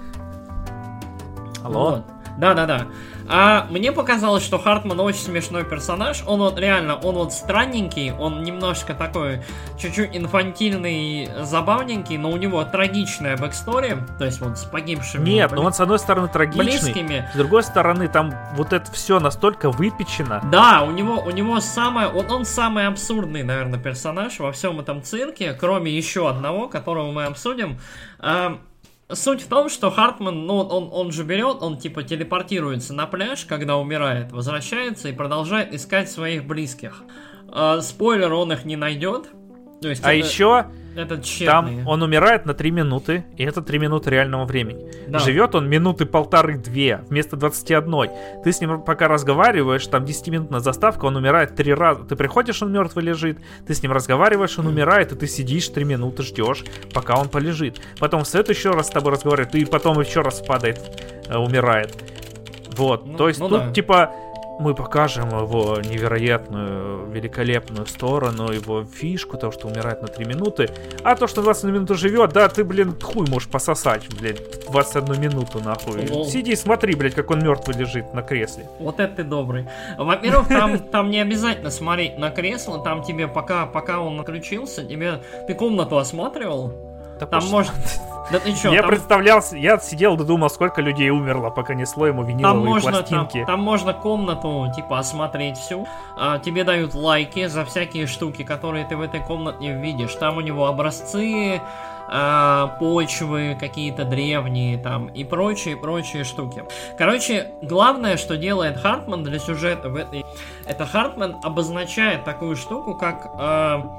Алло? Вот. Да-да-да. А мне показалось, что Хартман очень смешной персонаж. Он вот реально, он вот странненький, он немножко такой, чуть-чуть инфантильный, забавненький, но у него трагичная бэкстори, то есть вот с погибшими... Нет, бли... но он с одной стороны трагичный, близкими. С другой стороны там вот это все настолько выпечено. Да, у него, у него самое... Он, он самый абсурдный, наверное, персонаж во всем этом цирке, кроме еще одного, которого мы обсудим. А... Суть в том, что Хартман, ну, он, он же берет, он типа телепортируется на пляж, когда умирает, возвращается и продолжает искать своих близких. Э, спойлер, он их не найдет. То есть а это, еще это там он умирает на три минуты, и это три минуты реального времени. Да. Живет он минуты полторы-две вместо двадцати одной. Ты с ним пока разговариваешь, там десятиминутная заставка, он умирает три раза. Ты приходишь, он мертвый лежит, ты с ним разговариваешь, он умирает, и ты сидишь три минуты, ждешь, пока он полежит. Потом встает еще раз с тобой разговаривает, и потом еще раз падает, э, умирает. Вот, ну, то есть ну тут да. типа... Мы покажем его невероятную, великолепную сторону, его фишку, то, что умирает на три минуты. А то, что двадцать минут живет, да, ты, блин, хуй можешь пососать, блядь, двадцать одну минуту, нахуй. О. Сиди, смотри, блядь, как он мертвый лежит на кресле. Вот это ты добрый. Во-первых, там, там не обязательно смотреть на кресло, там тебе, пока, пока он наключился, тебе... Ты комнату осматривал? Да там может... Да ты чё, я там... представлял, я сидел и думал, сколько людей умерло, пока несло ему виниловые там можно, пластинки. Там, там можно комнату, типа, осмотреть всю. А, тебе дают лайки за всякие штуки, которые ты в этой комнате видишь. Там у него образцы, а, почвы какие-то древние там и прочие-прочие штуки. Короче, главное, что делает Хартман для сюжета в этой... Это Хартман обозначает такую штуку, как... А...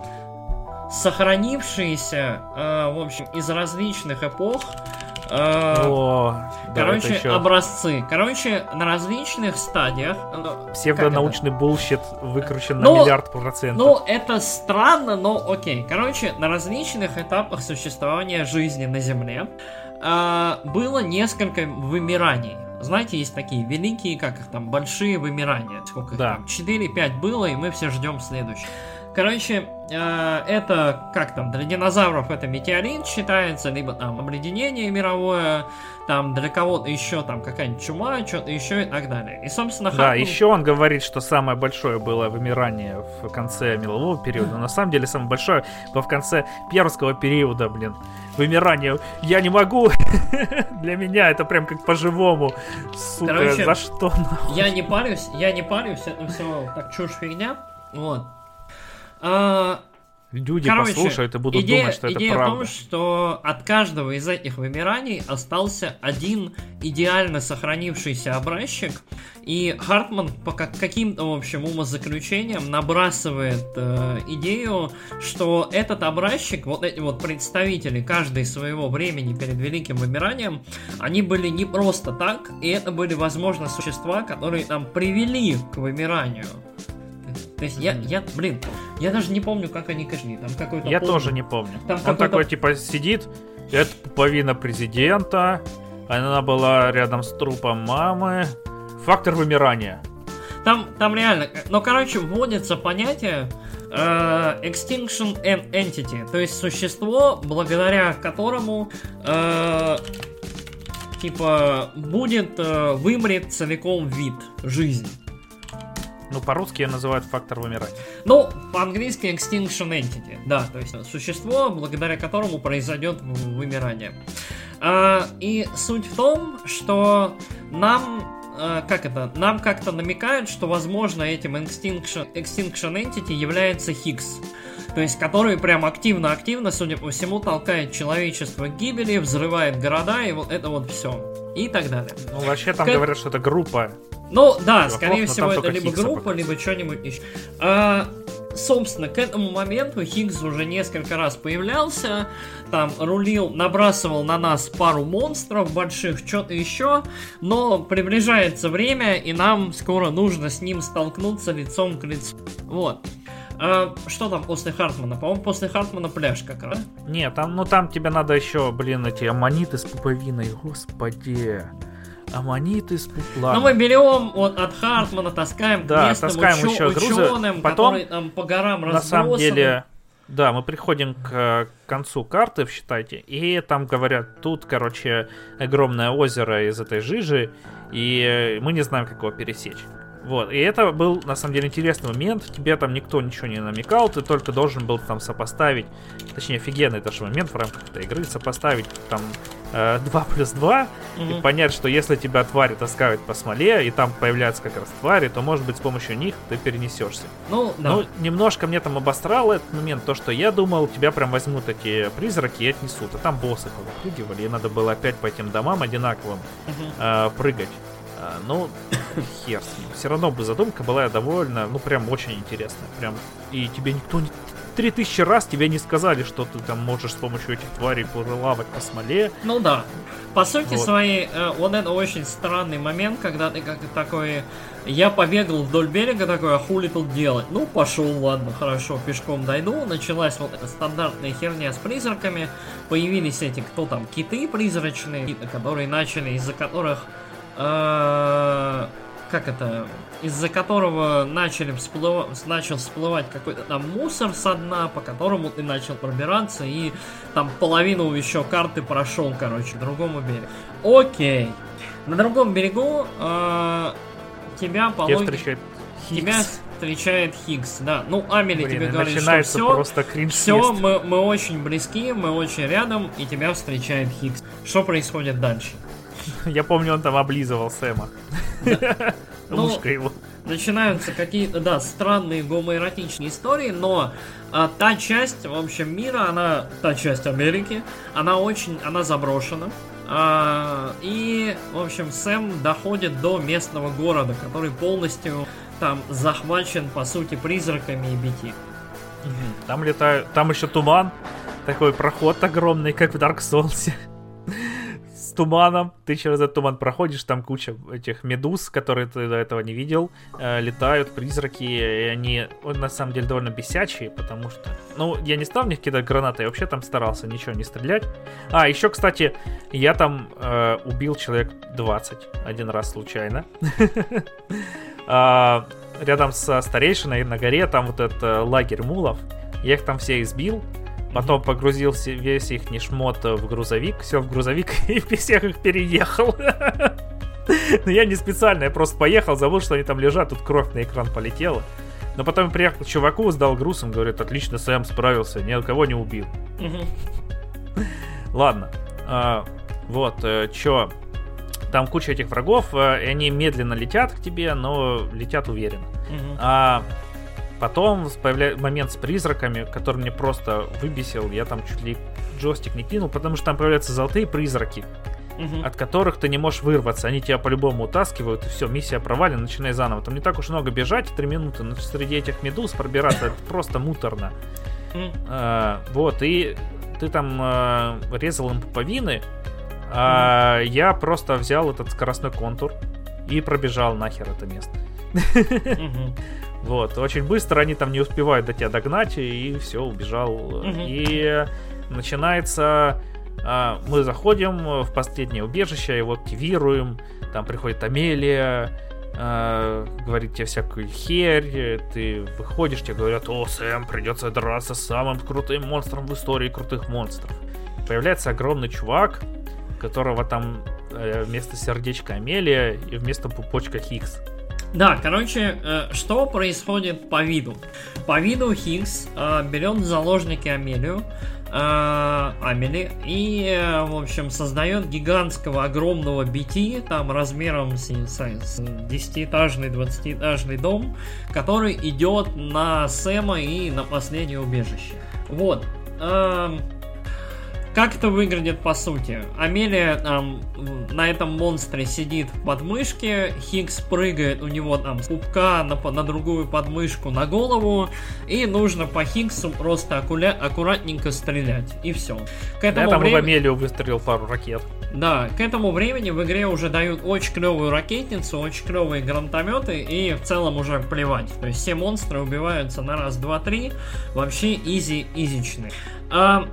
сохранившиеся, э, в общем, из различных эпох, э, О, короче, да, еще... образцы. Короче, на различных стадиях... Псевдонаучный булщит выкручен ну, на миллиард процентов. Ну, это странно, но окей. Короче, на различных этапах существования жизни на Земле э, было несколько вымираний. Знаете, есть такие великие, как их там, большие вымирания. Сколько да. их там? четыре-пять было, и мы все ждем следующий. Короче, э, это, как там, для динозавров это метеорит считается, либо там обледенение мировое, там для кого-то еще там какая-нибудь чума, что-то еще и так далее. И, собственно, Да, Хартман... еще он говорит, что самое большое было вымирание в конце мелового периода. Но на самом деле самое большое было в конце пермского периода, блин. Вымирание. Я не могу. Для меня это прям как по-живому. Сука, Короче, за что нахуй? Я не парюсь, я не парюсь, это все так чушь фигня. Вот. А, Люди короче, послушают и будут идея, думать, что это идея правда. в том, что от каждого из этих вымираний остался один идеально сохранившийся образчик, и Хартман по каким-то, в общем, умозаключениям набрасывает э, идею, что этот образчик, вот эти вот представители каждой своего времени перед Великим Вымиранием, они были не просто так, и это были, возможно, существа, которые там привели к вымиранию. То есть mm-hmm. я, я, блин, я даже не помню, как они кашли. Там какой-то Я полный... тоже не помню. Там Он такой, типа, сидит, это пуповина президента, она была рядом с трупом мамы. Фактор вымирания. Там, там реально, ну, короче, вводится понятие э, Extinction Entity, то есть существо, благодаря которому э, типа будет э, вымрет целиком вид, жизнь. Ну, по-русски ее называют фактор вымирания. Ну, по-английски Extinction Entity, да, то есть существо, благодаря которому произойдет вымирание. А, и суть в том, что нам, а, как это, нам как-то намекают, что, возможно, этим Extinction, Extinction Entity является Хиггс. То есть, который прям активно-активно, судя по всему, толкает человечество к гибели, взрывает города, и вот это вот все. И так далее. Ну, вообще там как... говорят, что это группа. Ну, да, чуваков, скорее всего, это либо Хиггса группа, показывают. либо что-нибудь еще. А, собственно, к этому моменту Хиггс уже несколько раз появлялся, там рулил, набрасывал на нас пару монстров больших, что-то еще, но приближается время, и нам скоро нужно с ним столкнуться лицом к лицу. Вот. А, что там после Хартмана? По-моему, после Хартмана пляж как раз. Нет, там, ну там тебе надо еще, блин, эти аммониты с пуповиной, господи. Аммониты с пуповиной. Ну мы берем вот от Хартмана, таскаем да, к местным таскаем учё- еще грузы. ученым, Потом, которые там по горам на разбросаны. самом деле, да, мы приходим к концу карты, считайте, и там говорят, тут, короче, огромное озеро из этой жижи, и мы не знаем, как его пересечь. Вот, и это был, на самом деле, интересный момент. Тебе там никто ничего не намекал, ты только должен был там сопоставить, точнее, офигенный даже момент в рамках этой игры, сопоставить там э, два плюс два mm-hmm. и понять, что если тебя твари таскают по смоле, и там появляются как раз твари, то, может быть, с помощью них ты перенесешься. Ну, да. Ну, немножко мне там обострало этот момент, то, что я думал, тебя прям возьмут эти призраки и отнесут, а там боссы повыпрыгивали, и надо было опять по этим домам одинаковым mm-hmm. э, прыгать. Ну, хер с ним. Все равно бы задумка была довольно, ну, прям очень интересная. Прям, и тебе никто не... три тысячи раз тебе не сказали, что ты там можешь с помощью этих тварей плавать по смоле. Ну да. По сути вот. своей, э, вот это очень странный момент, когда ты как такой... Я побегал вдоль берега такой, а хули тут делать? Ну, пошел, ладно, хорошо, пешком дойду. Началась вот эта стандартная херня с призраками. Появились эти, кто там, киты призрачные, которые начали, из-за которых... Э, как это... Из-за которого начали всплыв... начал всплывать какой-то там мусор со дна, по которому ты начал пробираться, и там половину еще карты прошел, короче, к другому берегу. Окей. На другом берегу... Э, Тебя по Тебя логике... встречает Хиггс. Тебя встречает Хиггс, да. Ну, Амели Блин, тебе говорит, что все, просто все мы, мы очень близки, мы очень рядом, и тебя встречает Хиггс. Что происходит дальше? Я помню, он там облизывал Сэма. Ушко его. Начинаются какие-то, да, странные гомоэротичные истории, но а, та часть, в общем, мира, она, та часть Америки, она очень, она заброшена. А, и, в общем, Сэм доходит до местного города, который полностью там захвачен, по сути, призраками и би ти. Там летают, там еще туман, такой проход огромный, как в Dark Souls. С туманом, ты через этот туман проходишь, там куча этих медуз, которые ты до этого не видел, э, летают призраки, и они на самом деле довольно бесячие, потому что, ну, я не стал в них кидать гранаты, я вообще там старался ничего не стрелять. А, еще, кстати, я там э, убил человек двадцать один раз случайно. Рядом со старейшиной на горе, там вот этот лагерь мулов, я их там все избил. Потом погрузил весь их шмот в грузовик, сел в грузовик и всех их переехал. Но я не специально, я просто поехал, забыл, что они там лежат, тут кровь на экран полетела. Но потом приехал к чуваку, сдал груз, он говорит, отлично, Сэм справился, ни кого не убил. Ладно, а, вот, чё, там куча этих врагов, и они медленно летят к тебе, но летят уверенно. А... Потом появляется момент с призраками, который мне просто выбесил. Я там чуть ли джойстик не кинул, потому что там появляются золотые призраки, угу. от которых ты не можешь вырваться. Они тебя по-любому утаскивают, и все, миссия провалена, начинай заново. Там не так уж много бежать, три минуты, но среди этих медуз пробираться это просто муторно. Mm. А, вот, и ты там а, резал им пуповины, а mm. я просто взял этот скоростной контур и пробежал нахер это место. Mm-hmm. Вот, очень быстро они там не успевают до тебя догнать, и все, убежал. Mm-hmm. И начинается... А, мы заходим в последнее убежище, его активируем, там приходит Амелия, а, говорит тебе всякую херь, ты выходишь, тебе говорят, о, Сэм, придется драться с самым крутым монстром в истории крутых монстров. Появляется огромный чувак, которого там э, вместо сердечка Амелия и вместо пупочка Хиггс. Да, короче, э, что происходит по виду? По виду Хиггс э, берет в заложники Амелию, э, Амели, и, э, в общем, создает гигантского, огромного би ти, там, размером с, с, с десятиэтажный, двадцатиэтажный дом, который идет на Сэма и на последнее убежище. Вот. Э, Как это выглядит по сути? Амелия там на этом монстре сидит в подмышке, Хиггс прыгает у него там с пупка на, на другую подмышку на голову, и нужно по Хиггсу просто аккуля- аккуратненько стрелять, и все. К этому Я там времени... в Амелию выстрелил пару ракет. Да, к этому времени в игре уже дают очень клевую ракетницу, очень клевые гранатометы, и в целом уже плевать. То есть все монстры убиваются на раз, два, три, вообще изи-изичные. А...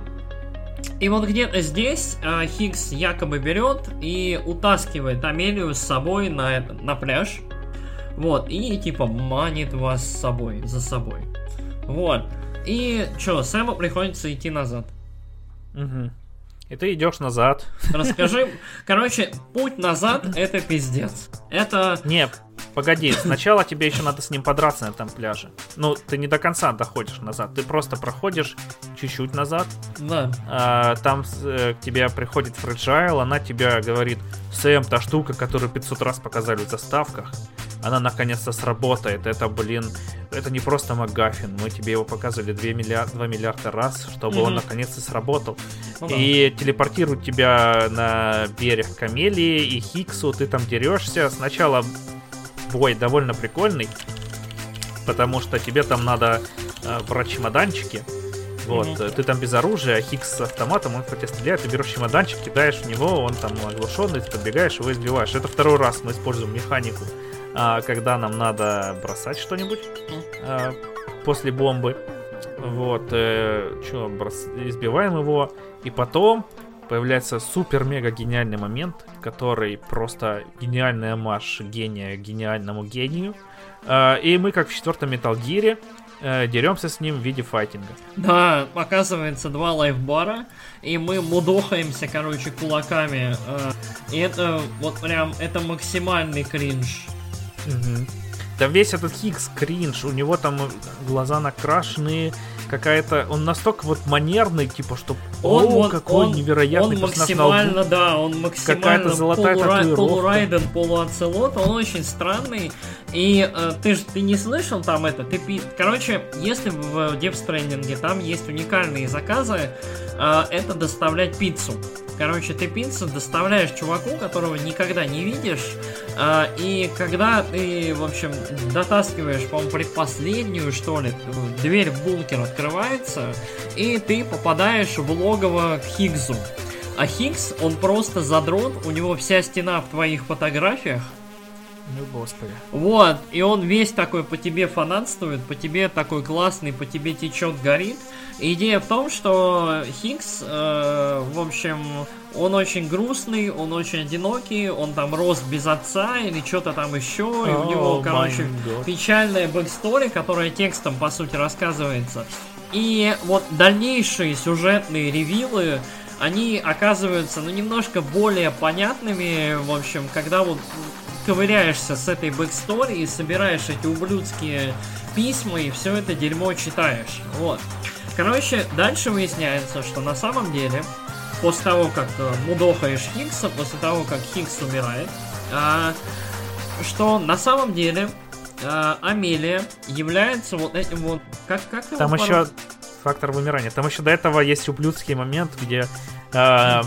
И вот где-то здесь э, Хиггс якобы берет и утаскивает Амелию с собой на, это, на пляж. Вот, и типа манит вас с собой, за собой. Вот. И что, Сэму приходится идти назад. Угу. И ты идешь назад. Расскажи. Короче, путь назад это пиздец. Это... Не, погоди, сначала тебе еще надо с ним подраться на этом пляже. Ну, ты не до конца доходишь назад, ты просто проходишь чуть-чуть назад. Да. А, там э, к тебе приходит Фрэджайл, она тебе говорит, Сэм, та штука, которую пятьсот раз показали в заставках, она наконец-то сработает. Это, блин, это не просто МакГаффин, мы тебе его показывали два миллиарда раз, чтобы mm-hmm. он наконец-то сработал. Ну, и да. телепортируют тебя на берег к Амелии и Хиггсу, ты там дерешься. Сначала бой довольно прикольный, потому что тебе там надо э, брать чемоданчики. Вот, mm-hmm. ты там без оружия, а Хикс с автоматом, он по тебе стреляет, ты берешь чемоданчик, кидаешь в него, он там оглушенный, ты подбегаешь, его избиваешь. Это второй раз мы используем механику, а, когда нам надо бросать что-нибудь а, после бомбы. Вот, э, что, брос... избиваем его, и потом появляется супер-мега гениальный момент, который просто гениальный оммаж гения гениальному гению. А, и мы, как в четвертом Metal Gear, деремся с ним в виде файтинга. Да, оказывается, два лайфбара, и мы мудохаемся, короче, кулаками. И это вот прям, это максимальный кринж. Угу. Да весь этот Хикс кринж, у него там глаза накрашенные, какая-то... Он настолько вот манерный, типа, что... Он, О, вот, какой он, невероятный он персонаж максимально, на лбу. да, он максимально полура... полурайден, полуоцелот, он очень странный. И э, ты же ты не слышал там это? Ты пи... Короче, если в Death Stranding там есть уникальные заказы, э, это доставлять пиццу. Короче, ты пиццу доставляешь чуваку, которого никогда не видишь, э, и когда ты, в общем, дотаскиваешь, по-моему, предпоследнюю, что ли, дверь в бункер открывается, и ты попадаешь в логово к Хиггсу. А Хиггс, он просто задрот, у него вся стена в твоих фотографиях. Ну, господи. Вот, и он весь такой по тебе фанатствует, по тебе такой классный, по тебе течет, горит. И идея в том, что Хиггс, э, в общем, он очень грустный, он очень одинокий, он там рос без отца или что-то там еще, и oh, у него, короче, печальная бэкстори, которая текстом, по сути, рассказывается. И вот дальнейшие сюжетные ревилы, они оказываются, ну, немножко более понятными, в общем, когда вот ковыряешься с этой бэкстори и собираешь эти ублюдские письма и все это дерьмо читаешь. Вот. Короче, дальше выясняется, что на самом деле, после того, как э, мудохаешь Хиггса, после того, как Хиггс умирает, э, что на самом деле э, Амелия является вот этим вот... Как, как его Там пару... еще фактор вымирания. Там еще до этого есть ублюдский момент, где э,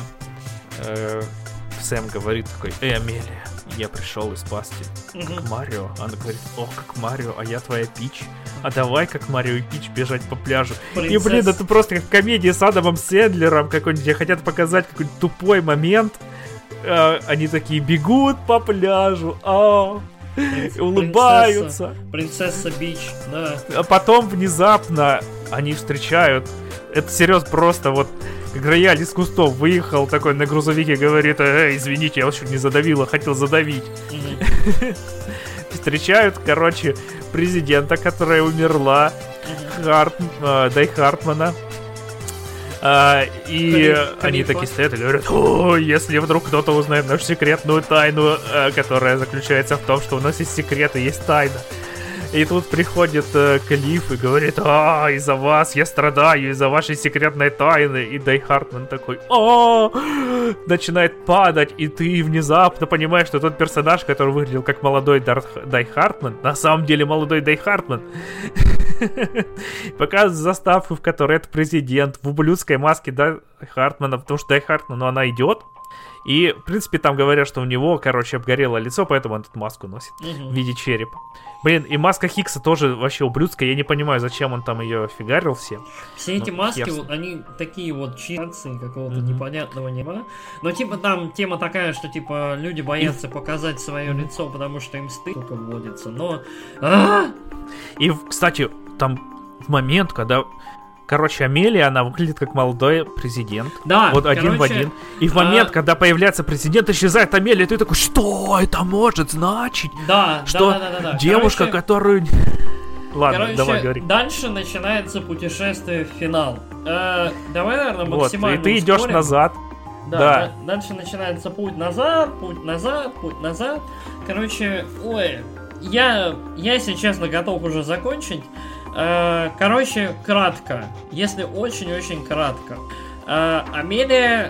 э, Сэм говорит такой: «Эй, Амелия, я пришел и спас тебя, как Марио». Она говорит: «Ох, как Марио, а я твоя Пич. А давай, как Марио и Пич, бежать по пляжу». Принцесс. И, блин, это просто как в комедии с Адамом Сэндлером какой-нибудь, где хотят показать какой-нибудь тупой момент. Э, они такие бегут по пляжу, а Принц... улыбаются. Принцесса, принцесса Бич, да. А потом внезапно они встречают. Это серьезно просто вот... Как рояль из кустов выехал такой на грузовике, говорит: «Эй, извините, я вас чуть не задавила, хотел задавить». Mm-hmm. Встречают, короче, президента, которая умерла, mm-hmm. Харт, э, Дай Хартмана. Э, и Калиф, они Калифа. Такие стоят и говорят: «О, если вдруг кто-то узнает нашу секретную тайну, э, которая заключается в том, что у нас есть секреты, есть тайна». И тут приходит э, Калиф и говорит: «А, из-за вас я страдаю, из-за вашей секретной тайны». И Дай Хартман такой: «О!» Начинает падать, и ты внезапно понимаешь, что тот персонаж, который выглядел как молодой Дар... Дай Хартман, на самом деле молодой Дай Хартман. Показывает заставку, в которой это президент в ублюдской маске Дай Хартмана, потому что Дай Хартман, ну, она идет. И, в принципе, там говорят, что у него, короче, обгорело лицо, поэтому он эту маску носит uh-huh. в виде черепа. Блин, и маска Хиггса тоже вообще ублюдская. Я не понимаю, зачем он там ее фигарил все. Все эти ну, маски, вот, они такие вот читации какого-то mm-hmm. непонятного неба. Но, типа, там тема такая, что, типа, люди боятся и... показать свое mm-hmm. лицо, потому что им стыд только вводится. Но... А-а-а! И, кстати, там в момент, когда... Короче, Амелия, она выглядит как молодой президент. Да, вот один короче, в один. И в момент, а... когда появляется президент, исчезает Амелия, ты такой: что это может значить? Да, что да, да, да, да. девушка, короче, которую... Ладно, короче, давай, говори. Дальше начинается путешествие в финал. Э, давай, наверное, максимально вот, и ты идешь ускорим. назад. Да, да. Дальше начинается путь назад, путь назад, путь назад. Короче, ой, я, я, если честно, готов уже закончить. Короче, кратко. Если очень-очень кратко. Амелия...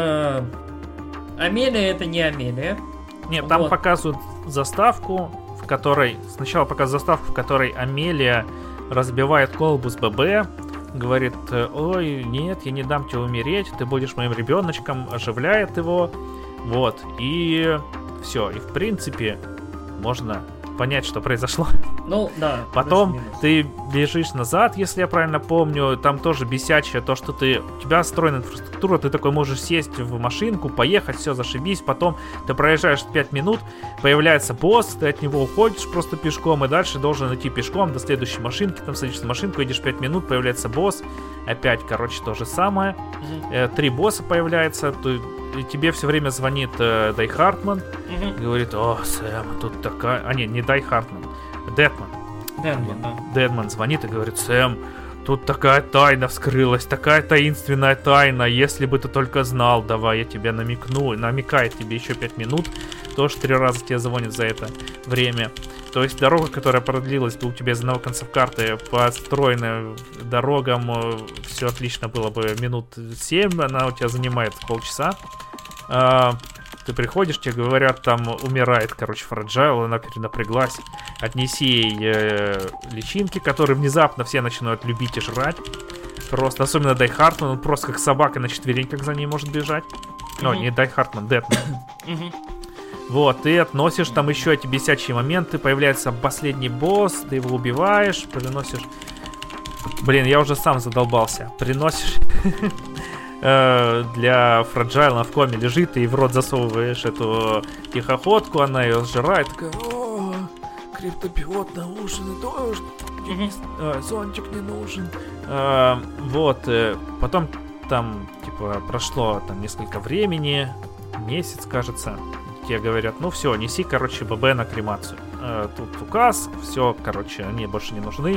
Амелия это не Амелия. Нет, там вот. Показывают заставку, в которой... Сначала показывают заставку, в которой Амелия разбивает колбу с ББ. Говорит: «Ой, нет, я не дам тебе умереть, ты будешь моим ребеночком». Оживляет его. Вот. И все. И в принципе можно понять, что произошло. Ну, да. Потом ты бежишь назад, если я правильно помню. Там тоже бесячее то, что ты... У тебя встроена инфраструктура, ты такой можешь сесть в машинку, поехать, все, зашибись. Потом ты проезжаешь пять минут, появляется босс, ты от него уходишь просто пешком, и дальше должен идти пешком до следующей машинки. Там садишься в машинку, идешь пять минут, появляется босс. Опять, короче, то же самое. Mm-hmm. Три босса появляется, ты... И тебе все время звонит э, Дай Хартман, mm-hmm. говорит: о, Сэм, тут такая... А, нет, не Дай Хартман, Дедман. Дедман, да. Дедман звонит и говорит: Сэм, тут такая тайна вскрылась, такая таинственная тайна, если бы ты только знал, давай я тебе намекну. Намекает тебе еще пять минут, тоже три раза тебе звонит за это время. То есть дорога, которая продлилась бы у тебя из одного конца карты, построенная дорогам, все отлично было бы минут семь, она у тебя занимает полчаса. А, ты приходишь, тебе говорят, там умирает, короче, Фраджайл, она перенапряглась. Отнеси ей э, личинки, которые внезапно все начинают любить и жрать. Просто, особенно Дай Хартман, он просто как собака на четвереньках за ней может бежать. Mm-hmm. О, не Дай Хартман, Дедман. Mm-hmm. Вот, ты относишь там еще эти бесячие моменты, появляется последний босс, ты его убиваешь, приносишь... Блин, я уже сам задолбался. Приносишь... Для Фраджайла в коме лежит, ты ей в рот засовываешь эту тихоходку, она ее сжирает, такая: о, криптобиот наушен, дождь, зонтик не нужен. Вот, потом там, типа, прошло там несколько времени, месяц, кажется. Тебе говорят: ну все, неси, короче, ББ на кремацию. Э, тут указ, все, короче, они больше не нужны.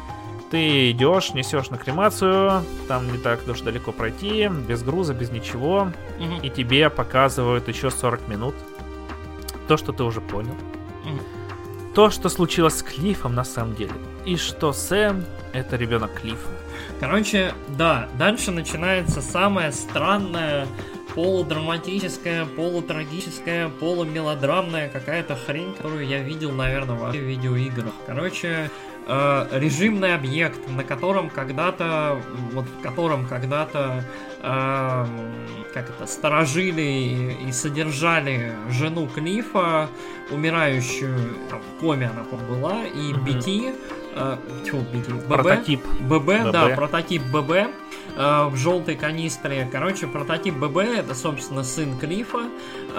Ты идешь, несешь на кремацию, там не так уж далеко пройти, без груза, без ничего. Mm-hmm. И тебе показывают еще сорок минут. То, что ты уже понял. Mm-hmm. То, что случилось с Клиффом на самом деле. И что Сэм — это ребенок Клиффа. Короче, да, дальше начинается самое странное, полудраматическая, полутрагическая, полумелодрамная какая-то хрень, которую я видел, наверное, во всех видеоиграх. Короче, э, режимный объект, на котором когда-то, вот в котором когда-то, э, как это, сторожили и, и содержали жену Клиффа, умирающую, там, в коме она была, и mm-hmm. би ти, э, тьфу, би ти, ББ, прототип. ББ, ББ, да, прототип ББ, в желтой канистре. Короче, прототип ББ — это, собственно, сын Клиффа,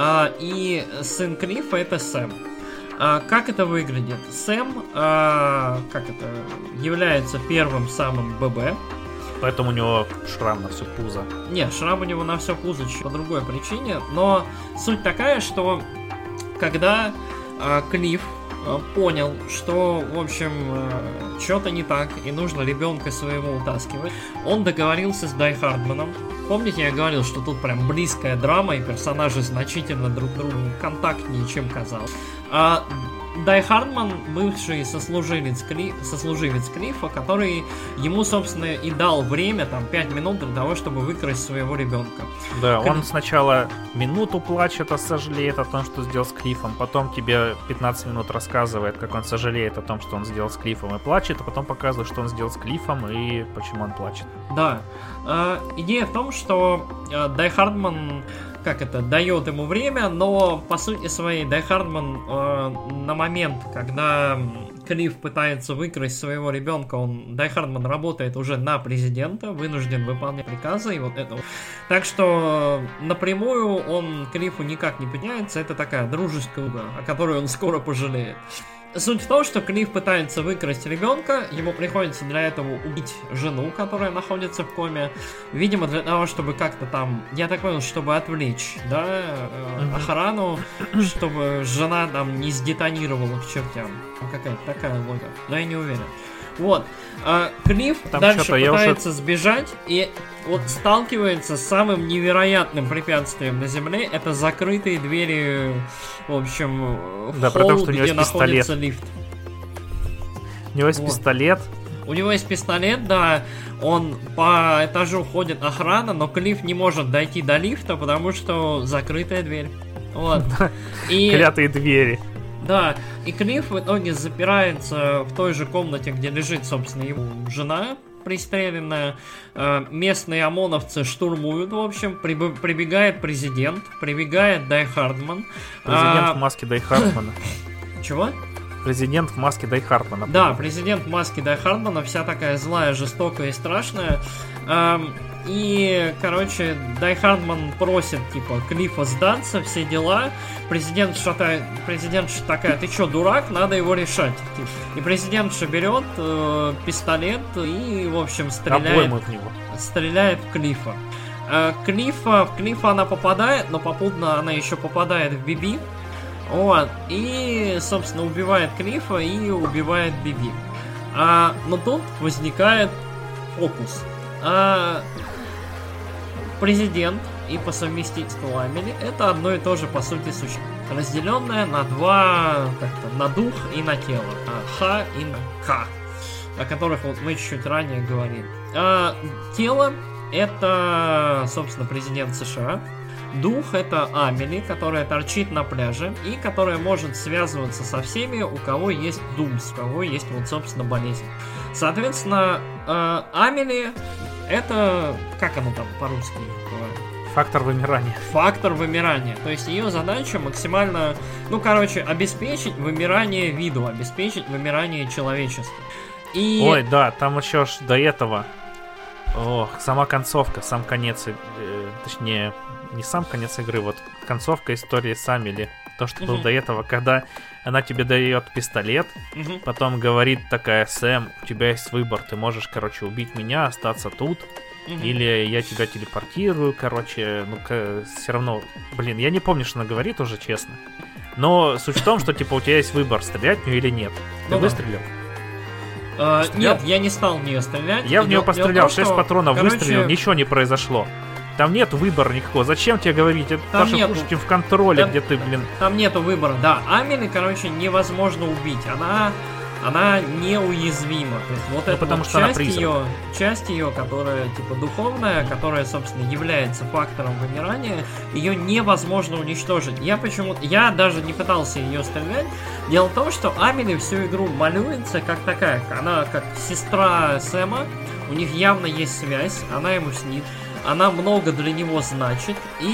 и сын Клиффа — это Сэм. Как это выглядит? Сэм, как это, является первым самым ББ. Поэтому у него шрам на все пузо. Нет, шрам у него на все пузо по другой причине, но суть такая, что когда Клифф понял, что, в общем, что-то не так, и нужно ребенка своего утаскивать, он договорился с Дай Хартманом. Помните, я говорил, что тут прям близкая драма, и персонажи значительно друг другу контактнее, чем казалось. А Дай Хартман, бывший сослуживец, Кли... сослуживец Клиффа, который ему, собственно, и дал время, там, пять минут для того, чтобы выкрасть своего ребенка. Да, Кли... он сначала минуту плачет, а сожалеет о том, что сделал с Клиффом, потом тебе пятнадцать минут рассказывает, как он сожалеет о том, что он сделал с Клиффом, и плачет, а потом показывает, что он сделал с Клиффом и почему он плачет. Да. Э, идея в том, что э, Дай Хартман, как это, дает ему время, но по сути своей Дай Хартман э, на момент, когда Клифф пытается выкрасть своего ребенка, он, Дай Хартман работает уже на президента, вынужден выполнять приказы и вот это вот. Так что напрямую он Клиффу никак не подняется, это такая дружеская уга, о которой он скоро пожалеет. Суть в том, что Клифф пытается выкрасть ребенка, ему приходится для этого убить жену, которая находится в коме, видимо, для того, чтобы как-то там, я так понял, чтобы отвлечь, да, э, охрану, чтобы жена там не сдетонировала к чертям. Какая-то такая логика, но я не уверен. Вот. А Клифф там дальше пытается уже... сбежать и вот сталкивается с самым невероятным препятствием на земле. Это закрытые двери, в общем, да, в холл, потому, что где находится лифт. У него есть вот. пистолет. У него есть пистолет, да. Он по этажу ходит охрана, но Клифф не может дойти до лифта, потому что закрытая дверь. Вот. И... Клятые двери. Да, и Клифф в итоге запирается в той же комнате, где лежит, собственно, его жена пристреленная. Местные ОМОНовцы штурмуют, в общем, прибегает президент, прибегает Дай Хартман. Президент а... в маске Дай Хартмана. Чего? президент в маске Дай Хардмана. Да, президент в маске Дай Хардмана, вся такая злая, жестокая и страшная. Эм, и, короче, Дай Хардман просит, типа, Клиффа сдаться, все дела. Президент шатает, президентша такая: ты чё, дурак? Надо его решать. И президентша берет э, пистолет и, в общем, стреляет, в него. стреляет в Клиффа. Э, Клиффа. В Клиффа она попадает, но попутно она еще попадает в Биби. Вот. И, собственно, убивает Клиффа и убивает Биби. А, но тут возникает фокус. А, президент и по совместительству Амели — это одно и то же, по сути, существо, разделенное на два, как-то, на дух и на тело. Х и на К, о которых вот мы чуть-чуть ранее говорили. А, тело — это, собственно, президент США. Дух — это Амели, которая торчит на пляже и которая может связываться со всеми, у кого есть думс, у кого есть, вот, собственно, болезнь. Соответственно, э, Амели — это, как оно там по-русски? Фактор вымирания. Фактор вымирания. То есть ее задача максимально, ну, короче, обеспечить вымирание виду, обеспечить вымирание человечества. И... Ой, да, там еще ж до этого, ох, сама концовка, сам конец, э, точнее... Не сам конец игры, вот концовка истории с Амели. То, что uh-huh. было до этого, когда она тебе дает пистолет, uh-huh. потом говорит такая: Сэм, у тебя есть выбор, ты можешь, короче, убить меня, остаться тут, uh-huh. или я тебя телепортирую, короче, ну-ка, все равно, блин, я не помню, что она говорит уже, честно. Но суть в том, что, типа, у тебя есть выбор, стрелять в нее или нет. Ты ну, выстрелил? Uh, нет, я не стал в нее стрелять. Я в нее пострелял, шесть патронов короче... выстрелил, ничего не произошло. Там нет выбора никакого. Зачем тебе говорить? Это там Паша Пушкин в контроле, там, где ты, блин... Там нету выбора, да. Амели, короче, невозможно убить. Она... Она неуязвима. То есть вот ну, эта потому вот что часть ее, часть ее, которая типа духовная, которая, собственно, является фактором вымирания, ее невозможно уничтожить. Я почему-то, я даже не пытался ее стрелять. Дело в том, что Амели всю игру малюется как такая, она как сестра Сэма. У них явно есть связь, она ему снит. Она много для него значит.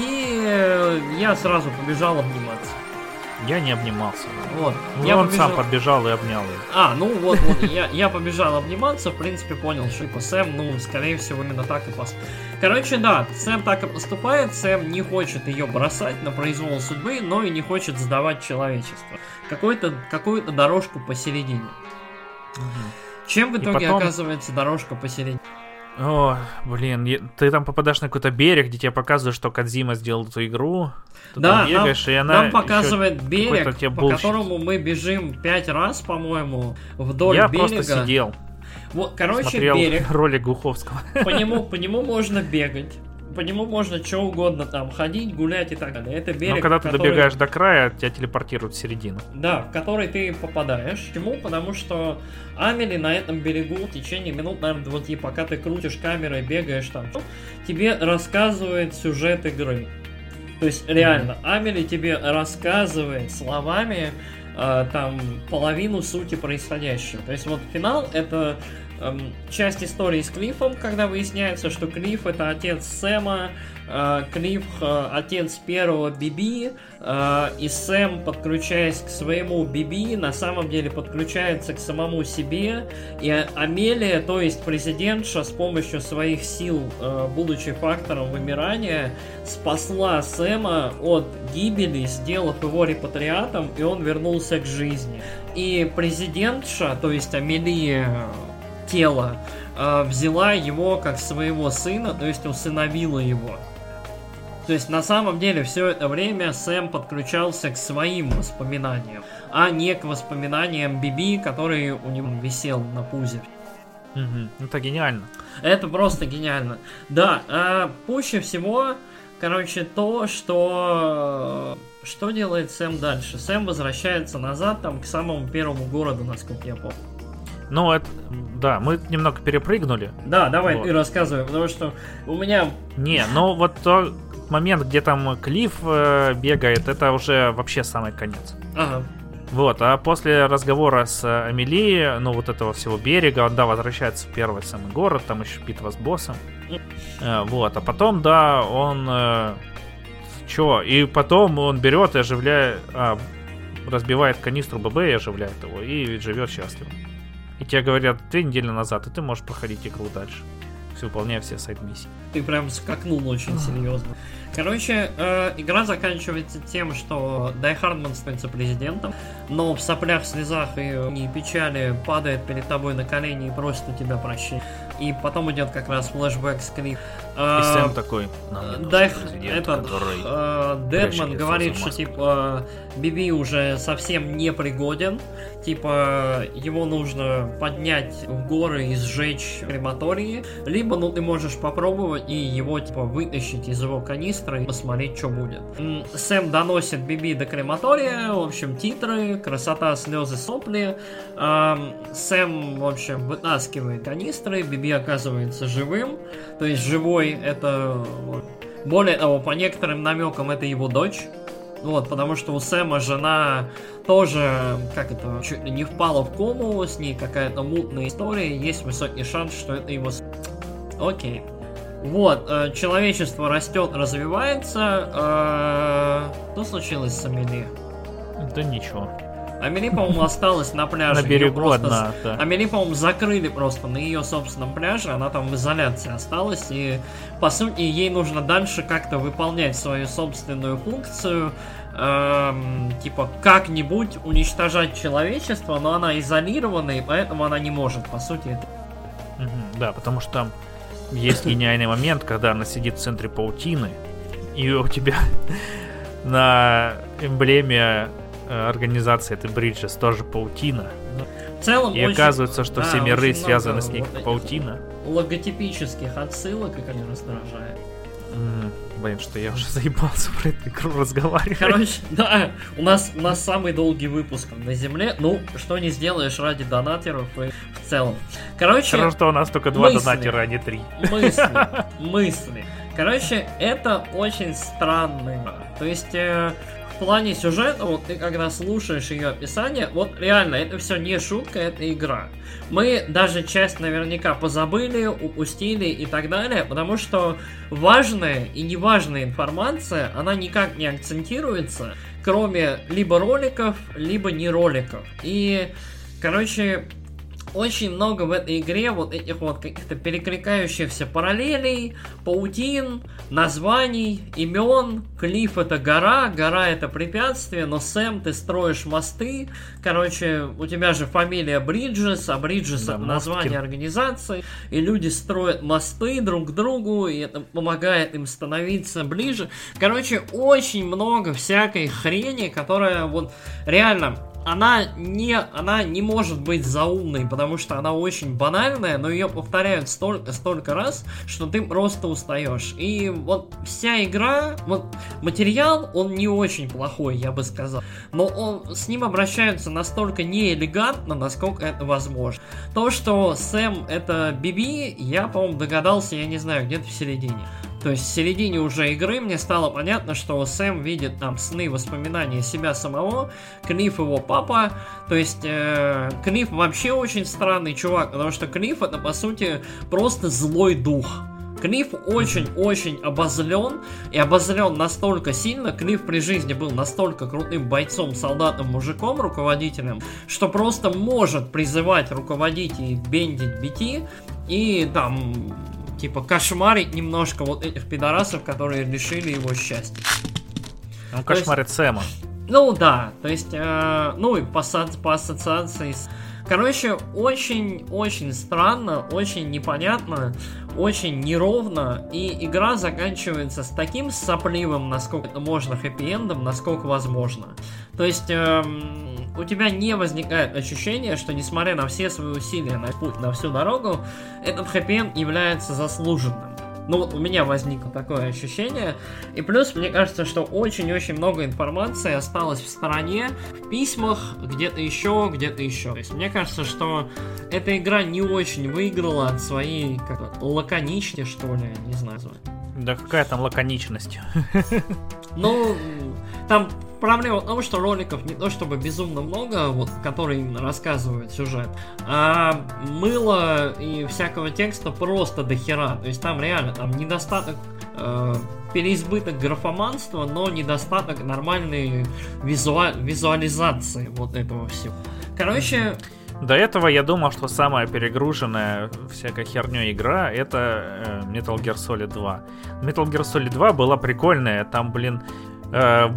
И я сразу побежал обниматься. Я не обнимался. Вот. Ну, я он побежал... сам побежал и обнял ее. А, ну вот, вот я, я побежал обниматься, в принципе, понял, что типа Сэм, ну, скорее всего, именно так и поступает. Короче, да, Сэм так и поступает, Сэм не хочет ее бросать на произвол судьбы, но и не хочет сдавать человечество. Какой-то, какую-то дорожку посередине. Угу. Чем в итоге потом... оказывается дорожка посередине? О, блин, ты там попадаешь на какой-то берег, где тебе показывают, что Кодзима сделал эту игру. Ты да, там бегаешь, нам, и она нам показывает берег, по bullshit. которому мы бежим пять раз, по-моему, вдоль Я берега. Я просто сидел. Вот, короче, смотрел берег. ролик Глуховского. По нему, по нему можно бегать. По нему можно что угодно там ходить, гулять и так далее. Это берег. Но когда ты который... добегаешь до края, тебя телепортируют в середину. Да, в который ты попадаешь. Почему? Потому что Амели на этом берегу в течение минут, наверное, двадцать, пока ты крутишь камерой, бегаешь там, тебе рассказывает сюжет игры. То есть реально, mm-hmm. Амели тебе рассказывает словами э, там половину сути происходящего. То есть вот финал — это эм, часть истории с Клиффом, когда выясняется, что Клифф — это отец Сэма, э, Клифф э, — отец первого Биби, э, и Сэм, подключаясь к своему Биби, на самом деле подключается к самому себе, и Амелия, то есть президентша, с помощью своих сил, э, будучи фактором вымирания, спасла Сэма от гибели, сделав его репатриатом, и он вернулся к жизни. И президентша, то есть Амелия, тело, э, взяла его как своего сына, то есть усыновила его. То есть на самом деле все это время Сэм подключался к своим воспоминаниям, а не к воспоминаниям Биби, который у него висел на пузе. Угу. Это гениально. Это просто гениально. Да, э, пуще всего, короче, то, что... Что делает Сэм дальше? Сэм возвращается назад там к самому первому городу, насколько я помню. Ну, это, да, мы немного перепрыгнули. Да, давай, вот. Ты рассказывай, потому что у меня... Не, ну вот тот момент, где там Клифф э, бегает, это уже вообще самый конец. Ага. Вот, а после разговора с Амелией, ну вот этого всего берега, он, да, возвращается в первый самый город, там еще битва с боссом. Э, вот, а потом, да, он... Э, чё? И потом он берет и оживляет... А, разбивает канистру ББ и оживляет его, и живет счастливо. И тебе говорят три недели назад, и ты можешь проходить игру дальше, выполняя все сайд-миссии. Ты прям скакнул очень серьезно. Короче, э, игра заканчивается тем, что Die Hardman становится президентом, но в соплях, слезах и не печали падает перед тобой на колени и просит у тебя прощения. И потом идет как раз флешбэк с Клифф. И Сэм такой, Дай, этот, э, Дедман говорит, что типа Биби уже совсем не пригоден. Типа его нужно поднять в горы и сжечь крематории. Либо ну ты можешь попробовать и его типа вытащить из его канистры и посмотреть, что будет. Сэм доносит Биби до крематория. В общем, титры, красота, слезы, сопли. эм, Сэм, в общем, вытаскивает канистры. Биби оказывается живым. То есть живой это... Более того, по некоторым намекам это его дочь. Вот, потому что у Сэма жена тоже, как это, чуть ли не впала в кому, с ней какая-то мутная история, есть высокий шанс, что это его... Окей. Вот, э, человечество растет, развивается. Э, что случилось с Амели? Да ничего. Амели, по-моему, осталась на пляже. На берегу одна, да. Амели, по-моему, закрыли просто на ее собственном пляже, она там в изоляции осталась, и, по сути, ей нужно дальше как-то выполнять свою собственную функцию, эм, типа, как-нибудь уничтожать человечество, но она изолирована, и поэтому она не может, по сути, это... Mm-hmm, да, потому что там есть гениальный момент, когда она сидит в центре паутины, и у тебя на эмблеме организации этой Bridges тоже паутина. В целом и очень, оказывается, что да, все миры связаны много с ней вот паутина. Логотипических отсылок, как они раздражают. Mm, блин, что я уже заебался про эту игру разговаривать. Короче, да, у нас, у нас самый долгий выпуск на Земле. Ну, что не сделаешь ради донатеров и в целом. Короче, хорошо, что у нас только два мысли, донатера, а не три. Мысли, мысли. Короче, это очень странная игра. То есть... Э, В плане сюжета, вот ты когда слушаешь ее описание, вот реально, это все не шутка, это игра. Мы даже часть наверняка позабыли, упустили и так далее, потому что важная и неважная информация, она никак не акцентируется, кроме либо роликов, либо не роликов. И, короче... Очень много в этой игре вот этих вот каких-то перекликающихся параллелей, паутин, названий, имен. Клифф это гора, гора это препятствие, но Сэм, ты строишь мосты. Короче, у тебя же фамилия Bridges, а Bridges да, это название организации, и люди строят мосты друг к другу, и это помогает им становиться ближе. Короче, очень много всякой хрени, которая вот реально... Она не, она не может быть заумной, потому что она очень банальная, но ее повторяют столько, столько раз, что ты просто устаешь. И вот вся игра, вот материал, он не очень плохой, я бы сказал, но он, с ним обращаются настолько неэлегантно, насколько это возможно. То, что Сэм это Биби, я, по-моему, догадался, я не знаю, где-то в середине. То есть в середине уже игры мне стало понятно, что Сэм видит там сны, воспоминания себя самого, Клифф его папа, то есть э, Клифф вообще очень странный чувак, потому что Клифф это по сути просто злой дух. Клифф очень-очень обозлен, и обозлен настолько сильно, Клифф при жизни был настолько крутым бойцом, солдатом, мужиком, руководителем, что просто может призывать, руководить и бендить бити, и там... Типа кошмарить немножко вот этих пидорасов, которые лишили его счастья. Он кошмарит Сэма. Ну да, то есть, э, ну и по, по ассоциации с... Короче, очень-очень странно, очень непонятно, очень неровно, и игра заканчивается с таким сопливым, насколько это можно, хэппи-эндом, насколько возможно. То есть... Э, у тебя не возникает ощущения, что несмотря на все свои усилия на путь, на всю дорогу, этот хэппи-энд является заслуженным. Ну вот у меня возникло такое ощущение. И плюс, мне кажется, что очень-очень много информации осталось в стороне, в письмах, где-то еще, где-то еще. То есть мне кажется, что эта игра не очень выиграла от своей как лаконичности, что ли, не знаю. Да какая там лаконичность? Ну, там... Проблема в том, что роликов не то чтобы безумно много, вот, которые именно рассказывают сюжет, а мыло и всякого текста просто дохера. То есть там реально там недостаток э, переизбыток графоманства, но недостаток нормальной визуа... визуализации вот этого всего. Короче... До этого я думал, что самая перегруженная всякой херней игра — это э, Metal Gear Solid два. Metal Gear Solid два была прикольная, там, блин... Э...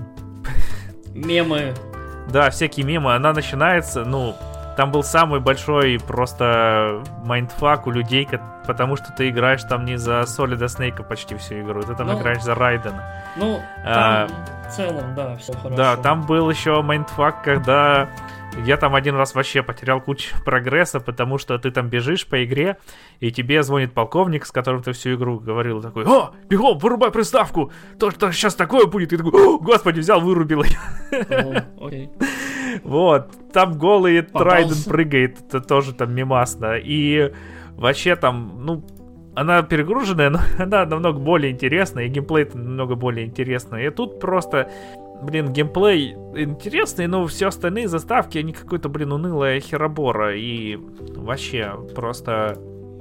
Мемы. Да, всякие мемы. Она начинается, ну... Там был самый большой просто майндфак у людей, потому что ты играешь там не за Солида Снейка почти всю игру, ты там ну, играешь за Райдена. Ну, там а, в целом, да, все хорошо. Да, там был еще майндфак, когда я там один раз вообще потерял кучу прогресса, потому что ты там бежишь по игре, и тебе звонит полковник, с которым ты всю игру говорил, такой: «О, бегом, вырубай приставку! То, что сейчас такое будет!» И ты такой: «О, господи, взял, вырубил ее!» Окей. Вот, там голый Трайден прыгает, это тоже там мемасно. И вообще там, ну, она перегруженная, но она намного более интересная, и геймплей намного более интересный. И тут просто, блин, геймплей интересный, но все остальные заставки, они какой-то, блин, унылая херобора. И вообще просто...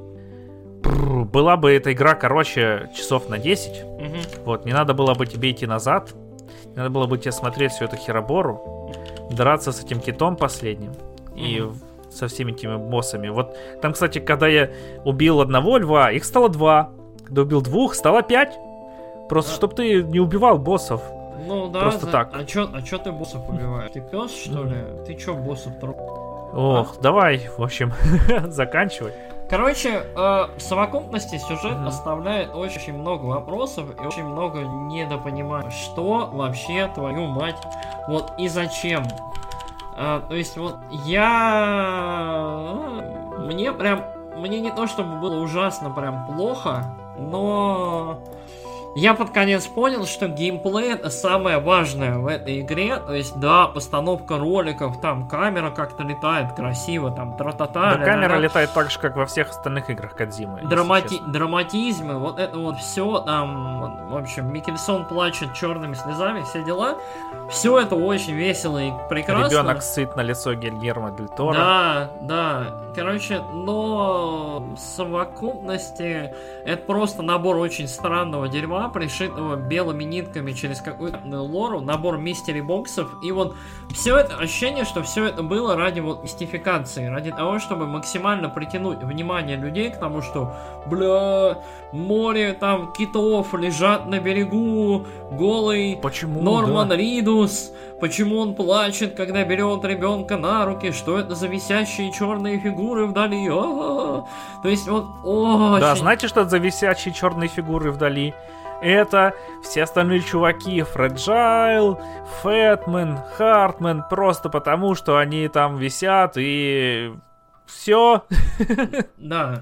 Была бы эта игра, короче, часов на десять. Mm-hmm. Вот, не надо было бы тебе идти назад. Не надо было бы тебе смотреть всю эту херобору, драться с этим китом последним mm-hmm. и со всеми этими боссами. Вот там, кстати, когда я убил одного льва, их стало два. Когда убил двух, стало пять. Просто, а... чтобы ты не убивал боссов. Ну да, просто за... так. А чё, а чё ты боссов убиваешь? Ты пес, что ли? Ты чё боссов трогаешь? Ох, а? Давай, в общем, заканчивай. Короче, э, в совокупности сюжет mm-hmm. оставляет очень много вопросов и очень много недопонимания. Что вообще, твою мать, вот и зачем? Э, то есть вот я... Мне прям... Мне не то чтобы было ужасно прям плохо, но... Я под конец понял, что геймплей — это самое важное в этой игре. То есть, да, постановка роликов, там камера как-то летает красиво, там тра-та-та. Да, камера летает так же, как во всех остальных играх Кодзимы. Драмати... Драматизмы, вот это вот все там, в общем, Микельсон плачет черными слезами, все дела. Все это очень весело и прекрасно. Ребенок сыт на лицо Гильермо Дель Торо. Да, да. Короче, но в совокупности это просто набор очень странного дерьма, пришитого белыми нитками через какую-то лору, набор мистери-боксов, и вот все это ощущение, что все это было ради вот мистификации, ради того, чтобы максимально притянуть внимание людей к тому, что, бля, море там китов лежат на берегу, голый Почему, Норман да? Ридус, почему он плачет, когда берет ребенка на руки, что это за висящие черные фигуры вдали, а-а-а. То есть вот очень... Да, знаете, что это за висящие черные фигуры вдали? Это все остальные чуваки, Фрэджайл, Фэтмен, Хартмен, просто потому, что они там висят и все. Да.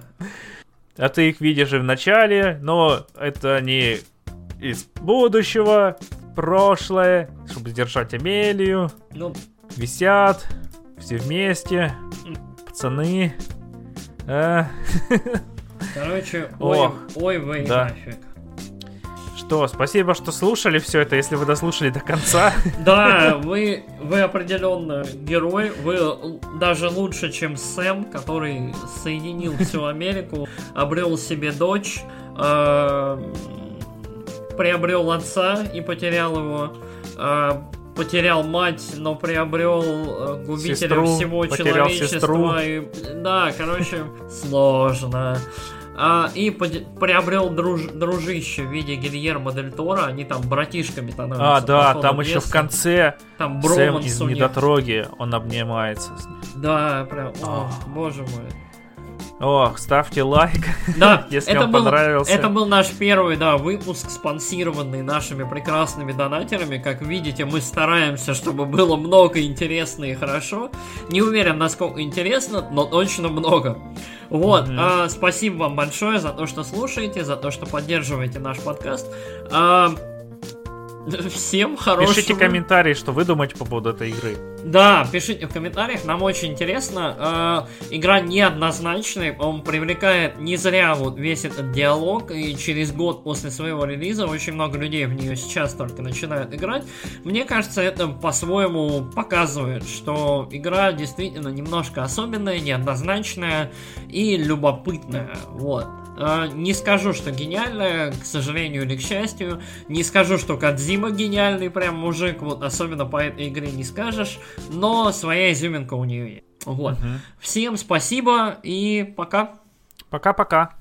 А ты их видишь и в начале, но это не из будущего, прошлое, чтобы сдержать Амелию. Ну. Висят, все вместе, пацаны. А. Короче, ой, ой, вы да. нафиг. Что, спасибо, что слушали все это, если вы дослушали до конца. Да, вы, вы определенно герой, вы даже лучше, чем Сэм, который соединил всю Америку, обрел себе дочь, э, приобрел отца и потерял его, э, потерял мать, но приобрел э, губителя сестру, всего человечества. И, да, короче, сложно. А, и под, приобрел друж, дружище в виде Гильермо Дель Торо. Они там братишками становятся. А, да, там еще в конце там Сэм из недотроги, он обнимается. Да, прям, о, боже мой. Ох, ставьте лайк, да, если это вам был, понравился. Это был наш первый, да, выпуск, спонсированный нашими прекрасными донатерами. Как видите, мы стараемся, чтобы было много интересно и хорошо. Не уверен, насколько интересно, но точно много. Вот, mm-hmm. а, спасибо вам большое за то, что слушаете, за то, что поддерживаете наш подкаст. А, всем хорошего... Пишите комментарии, что вы думаете по поводу этой игры. Да, пишите в комментариях, нам очень интересно. Э, игра неоднозначная, он привлекает не зря вот весь этот диалог, и через год после своего релиза очень много людей в нее сейчас только начинают играть. Мне кажется, это по-своему показывает, что игра действительно немножко особенная, неоднозначная и любопытная. Вот. Не скажу, что гениальная, к сожалению или к счастью. Не скажу, что Кодзима гениальный прям мужик, вот особенно по этой игре не скажешь. Но своя изюминка у нее есть. Вот. Угу. Всем спасибо и пока. Пока-пока.